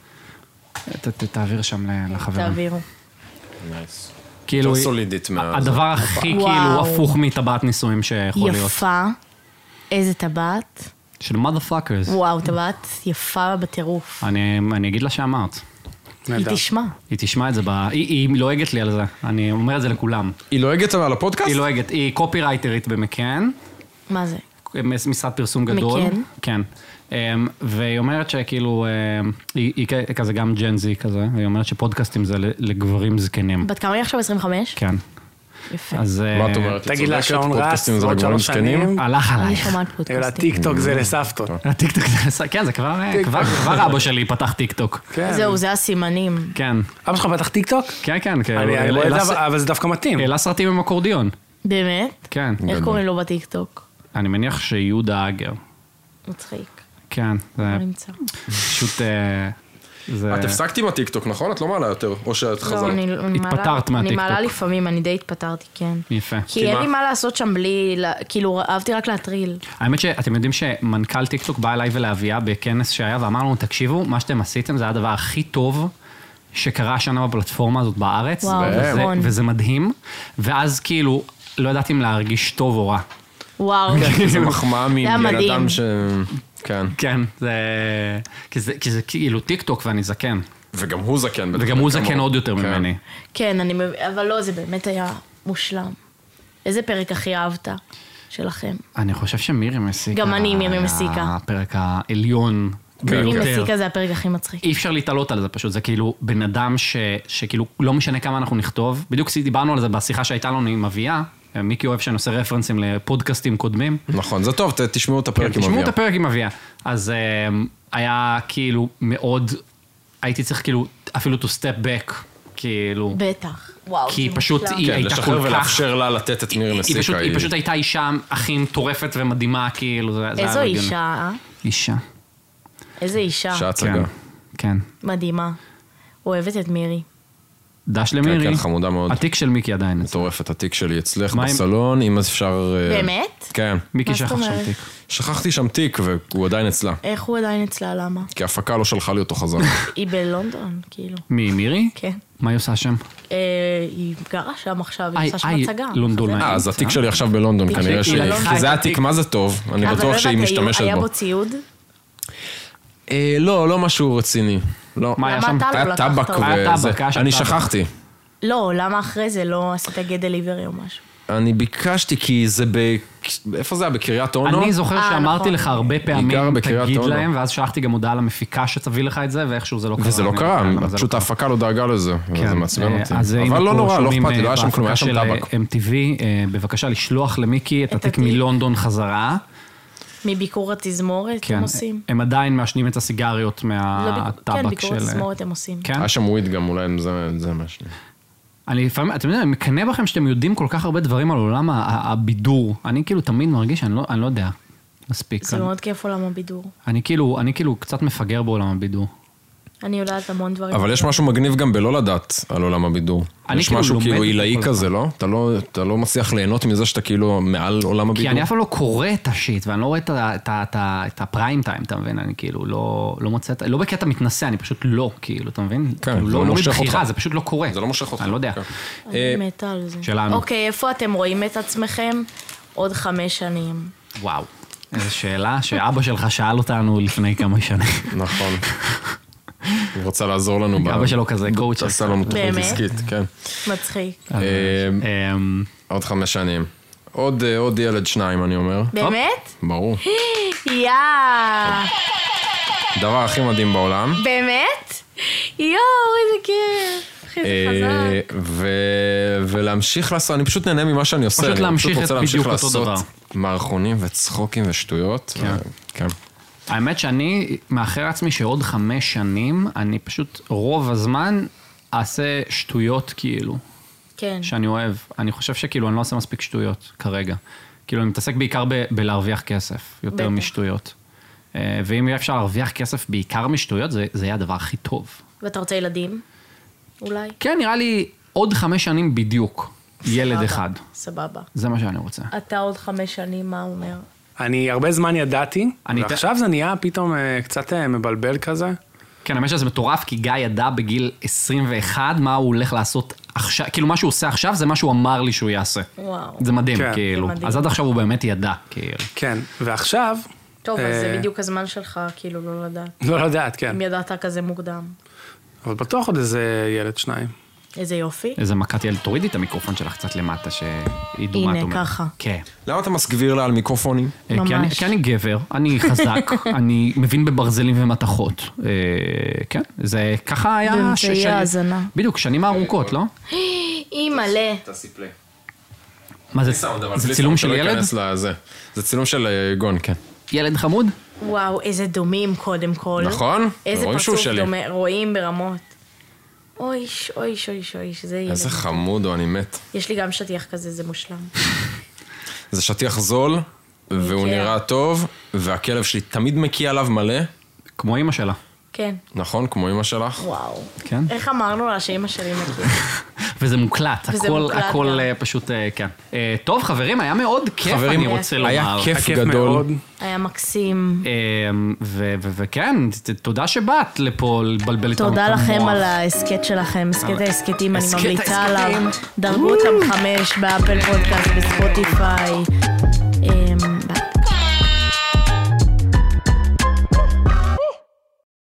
ת- ת- תעביר שם ל- לחברים. תעבירו. נייס. כאילו, יותר סולידית מה... הדבר הכי כאילו וואו. הפוך מטבעת נישואים שיכול להיות. יפה. איזה טבעת. של motherfuckers. וואו, טבעת יפה בטירוף. אני אני אגיד לה שאמרת. היא נהדר. תשמע. היא תשמע את זה, ב... היא, היא לועגת לי על זה, אני אומר את זה לכולם. היא לועגת על הפודקאסט? היא לועגת, היא קופירייטרית במקן, מה זה? משרד פרסום גדול. מקן? כן. אמ, והיא אומרת שכאילו, אמ, היא, היא כ- כזה גם ג'נזי כזה, והיא אומרת שפודקאסטים זה ל- לגברים זקנים. בת כמה היא עכשיו? עשרים וחמש? כן. יפה. אז... מה אה, את אומרת? תגיד לה, צודקת, שעון רץ, פודקאסטים זה עוד לגברים שלוש זקנים? שנים. הלך אני עלייך. שומעת תגיד לה, פודקאסטים. טיקטוק זה לסבתות. הטיקטוק זה... כן, זה כבר, כבר, כבר אבא שלי פתח טיקטוק. כן. זהו, זה הסימנים. כן. אבא שלך פתח טיקטוק? כן, כן. כן. אני אני העלה- רואה את העלה זה, ס- אבל זה דווקא מתאים. העלה סרטים עם אקורדיון. באמת? כן. איך קוראים לו בטיקטוק? אני מניח שיהודה אגר. מצחיק. כן. זה לא נמצא. פשוט... אה, זה... את הפסקת עם הטיקטוק, נכון? את לא מעלה יותר, או שאת לא, חזרת? אני, אני התפטרת מעלה, אני מהטיקטוק. מעלה לפעמים, אני די התפטרתי, כן. יפה. כי אין לי מה לעשות שם בלי, כאילו, אהבתי רק להטריל. האמת שאתם יודעים שמנכ"ל טיקטוק בא אליי ולאביה בכנס שהיה, ואמר לנו, תקשיבו, מה שאתם עשיתם זה היה הדבר הכי טוב שקרה השנה בפלטפורמה הזאת בארץ. וואו, וזה, נכון. וזה מדהים. ואז כאילו, לא ידעתי אם להרגיש טוב או רע. וואו. זה מחמאה מבן מדהים. אדם ש... כן. כן, זה... כי זה, כי זה כאילו טיקטוק ואני זקן. וגם הוא זקן. בטח וגם הוא כמוהו. זקן עוד יותר כן. ממני. כן, אני מבין, אבל לא, זה באמת היה מושלם. איזה פרק הכי אהבת שלכם? אני חושב שמירי מסיקה... גם אני, מירי היה מסיקה. הפרק העליון מירי ביותר. מסיקה זה הפרק הכי מצחיק. אי אפשר להתעלות על זה פשוט, זה כאילו בן אדם ש, שכאילו לא משנה כמה אנחנו נכתוב, בדיוק דיברנו על זה בשיחה שהייתה לנו עם אביה, מיקי אוהב שאני עושה רפרנסים לפודקאסטים קודמים. נכון, זה טוב, ת- תשמעו את הפרק עם תשמעו אביה. את הפרק עם אביה. אז um, היה כאילו מאוד, הייתי צריך כאילו אפילו to step back, כאילו, בטח. וואו, כי זה פשוט מושלם. היא כן, הייתה לשחרר כל כך... ולאפשר לה לתת את מירי היא מסיקה. פשוט, היא פשוט הייתה אישה הכי מטורפת ומדהימה, כאילו, זה, זה היה איזו לא הגיוני. אישה, אה? אישה. איזה אישה. שעה כן, הצגה. כן. מדהימה. אוהבת את מירי. דש למירי. כן, חמודה מאוד. התיק של מיקי עדיין. מטורפת, התיק שלי אצלך מה עם- בסלון, אם אפשר... אה, באמת? כן. מיקי מה זאת שכח שם אומרת? תיק. שכחתי שם תיק והוא עדיין אצלה. איך הוא עדיין אצלה? למה? כי ההפקה לא שלחה לי אותו חזרה. היא בלונדון, כאילו. מי, מירי? כן. מה היא עושה שם? אה, היא גרה שם עכשיו, איי, היא עושה שם איי, הצגה. לונדונאית. אה, אז התיק שלי עכשיו בלונדון, היא- כנראה היא ש... לקחה כי זה את התיק, התיק. מה זה טוב? אני אבל בטוח לא שהיא הבנתי, משתמשת היה בו. בו ציוד? אה, לא, לא משהו רציני. לא. מה היה למה שם? אתה לא היה לקחת טבק אותו? היה וזה. טבק, היה שם אני טבק. שכחתי. לא, למה אחרי זה לא עשית גט דליברי או משהו? אני ביקשתי כי זה ב... איפה זה היה? בקריית אונו? אני זוכר אה, שאמרתי נכון. לך הרבה גרה פעמים, בקריית תגיד אונו. להם, ואז שלחתי גם הודעה למפיקה שתביא לך את זה, ואיכשהו זה לא קרה. וזה לא אני קרה, יודע למה זה פשוט לא ההפקה לא דאגה לזה, קרה. וזה מעצבן אה, אותי. אז הנה אבל לא פה נורא, לא שומעים, אכפת לי, לא היה שם כלום, היה שם בהפקה טבק. של אם טי וי, אה, בבקשה לשלוח למיקי את התיק מלונדון חזרה. מביקור התזמורת כן, הם עושים? הם עדיין מעשנים את הסיגריות לא, ביקור- כן, מהטבק ביקור של... התזמורת הם עושים. כן? היה שם וויד גם, אולי זה- זה משהו. אני לפעמים, אתם יודעים, אני מקנא בכם שאתם יודעים כל כך הרבה דברים על עולם ה- ה- הבידור. אני כאילו תמיד מרגיש שאני לא, אני לא יודע מספיק. זה אני, מאוד כיף עולם הבידור. אני כאילו, אני כאילו קצת מפגר בעולם הבידור. אני יודעת המון דברים. אבל יש משהו מגניב גם בלא לדעת על עולם הבידור. אני יש כאילו משהו לומד כאילו את זה עילאי כל כזה, לא? אתה לא- אתה לא מצליח ליהנות מזה שאתה כאילו מעל עולם הבידור. כי אני אף פעם לא קורא את השיט, ואני לא רואה את ה- את ה- את ה- את הפריים טיים, אתה מבין? אני כאילו לא לא מוצא, את- לא בקטע מתנשא, אני פשוט לא, כאילו, אתה מבין? כן, כאילו, זה לא לא לא מושך מבחירה, אותך. זה פשוט לא קורה. זה לא מושך אותך. אני לא יודע. כן. אני מתה על זה. שלנו. אוקיי, איפה אתם רואים את עצמכם עוד חמש שנים? וואו. איזו שאלה שאבא שלך שאל אותנו לפני כמה שנים. נכון. הוא רוצה לעזור לנו. ב- אבא שלו כזה קואוצ'ר. עשה לנו תוכנית באמת? עסקית, כן. מצחיק. אה, אמ, עוד חמש שנים. עוד אה, עוד ילד שניים, אני אומר. באמת? ברור. יאה. דבר הכי מדהים בעולם. באמת? יואו, איזה כיף. איזה אה, חזק. ו- ולהמשיך לעשות, אני פשוט נהנה ממה שאני עושה. פשוט אני להמשיך רוצה את להמשיך בדיוק אותו לעשות דבר. מערכונים וצחוקים ושטויות. כן. ו- כן. האמת שאני מאחר לעצמי שעוד חמש שנים, אני פשוט רוב הזמן אעשה שטויות כאילו, כן. שאני אוהב. אני חושב שכאילו אני לא עושה מספיק שטויות כרגע. כאילו אני מתעסק בעיקר ב- בלהרוויח כסף, יותר בטח. משטויות. אה, ואם יהיה אפשר להרוויח כסף בעיקר משטויות, זה, זה יהיה הדבר הכי טוב. ואתה רוצה ילדים? אולי? כן, נראה לי עוד חמש שנים בדיוק, ילד סבבה, אחד. סבבה. זה מה שאני רוצה. אתה עוד חמש שנים, מה אומר? אני הרבה זמן ידעתי, אני ועכשיו זה נהיה פתאום אה, קצת אה, מבלבל כזה. כן, האמת שזה מטורף, כי גיא ידע בגיל עשרים ואחת מה הוא הולך לעשות עכשיו, כאילו מה שהוא עושה עכשיו זה מה שהוא אמר לי שהוא יעשה. וואו. זה מדהים, כן. כאילו. זה מדהים. אז עד עכשיו הוא באמת ידע, כאילו. כן, ועכשיו... טוב, אז זה אה, בדיוק הזמן שלך, כאילו, לא לדעת. לא לדעת, כן. אם ידעת כזה מוקדם. אבל בטוח עוד איזה ילד שניים. איזה יופי. איזה מכת ילד, תורידי את המיקרופון שלך קצת למטה, שידעו מה את הנה, אומרת. ככה. כן. למה אתה מסגביר לה על מיקרופונים? אה, כי אני- ממש. כי אני גבר, אני חזק, אני מבין בברזלים ומתכות. אה, כן, זה ככה היה... באמצעי ש- ש- ההאזנה. בדיוק, שנים ארוכות, לא? אימא'לה. תעשי פליי. מה זה, זה צילום של ילד? זה צילום של אה, גון, כן. ילד חמוד? וואו, איזה דומים קודם כל. נכון? איזה רואים שהוא פרצוף שלי. דומה, רואים ברמות. אויש, אויש, אויש, אויש, זה ילד. איזה חמוד הוא, אני מת. יש לי גם שטיח כזה, זה מושלם. זה שטיח זול, והוא כן. נראה טוב, והכלב שלי תמיד מקיא עליו מלא. כמו אמא שלה. כן. נכון? כמו אמא שלך? וואו. כן. איך אמרנו לה שאמא שלי מכיר? וזה מוקלט, וזה הכל, מוקלט הכל גם. אה, פשוט, אה, כן. אה, טוב, חברים, היה מאוד כיף, חברים, אני רוצה לומר. היה כיף הכיף גדול. מאוד. היה מקסים. אה, ו- ו- וכן, ת- תודה שבאת לפה לבלבל איתנו את תודה המוח. לכם על ההסקט שלכם, הסקט ההסקטים, אני הסקט ממליצה ההסקטים. עליו. דרגו אותם חמש באפל פודקאסט, בספוטיפיי.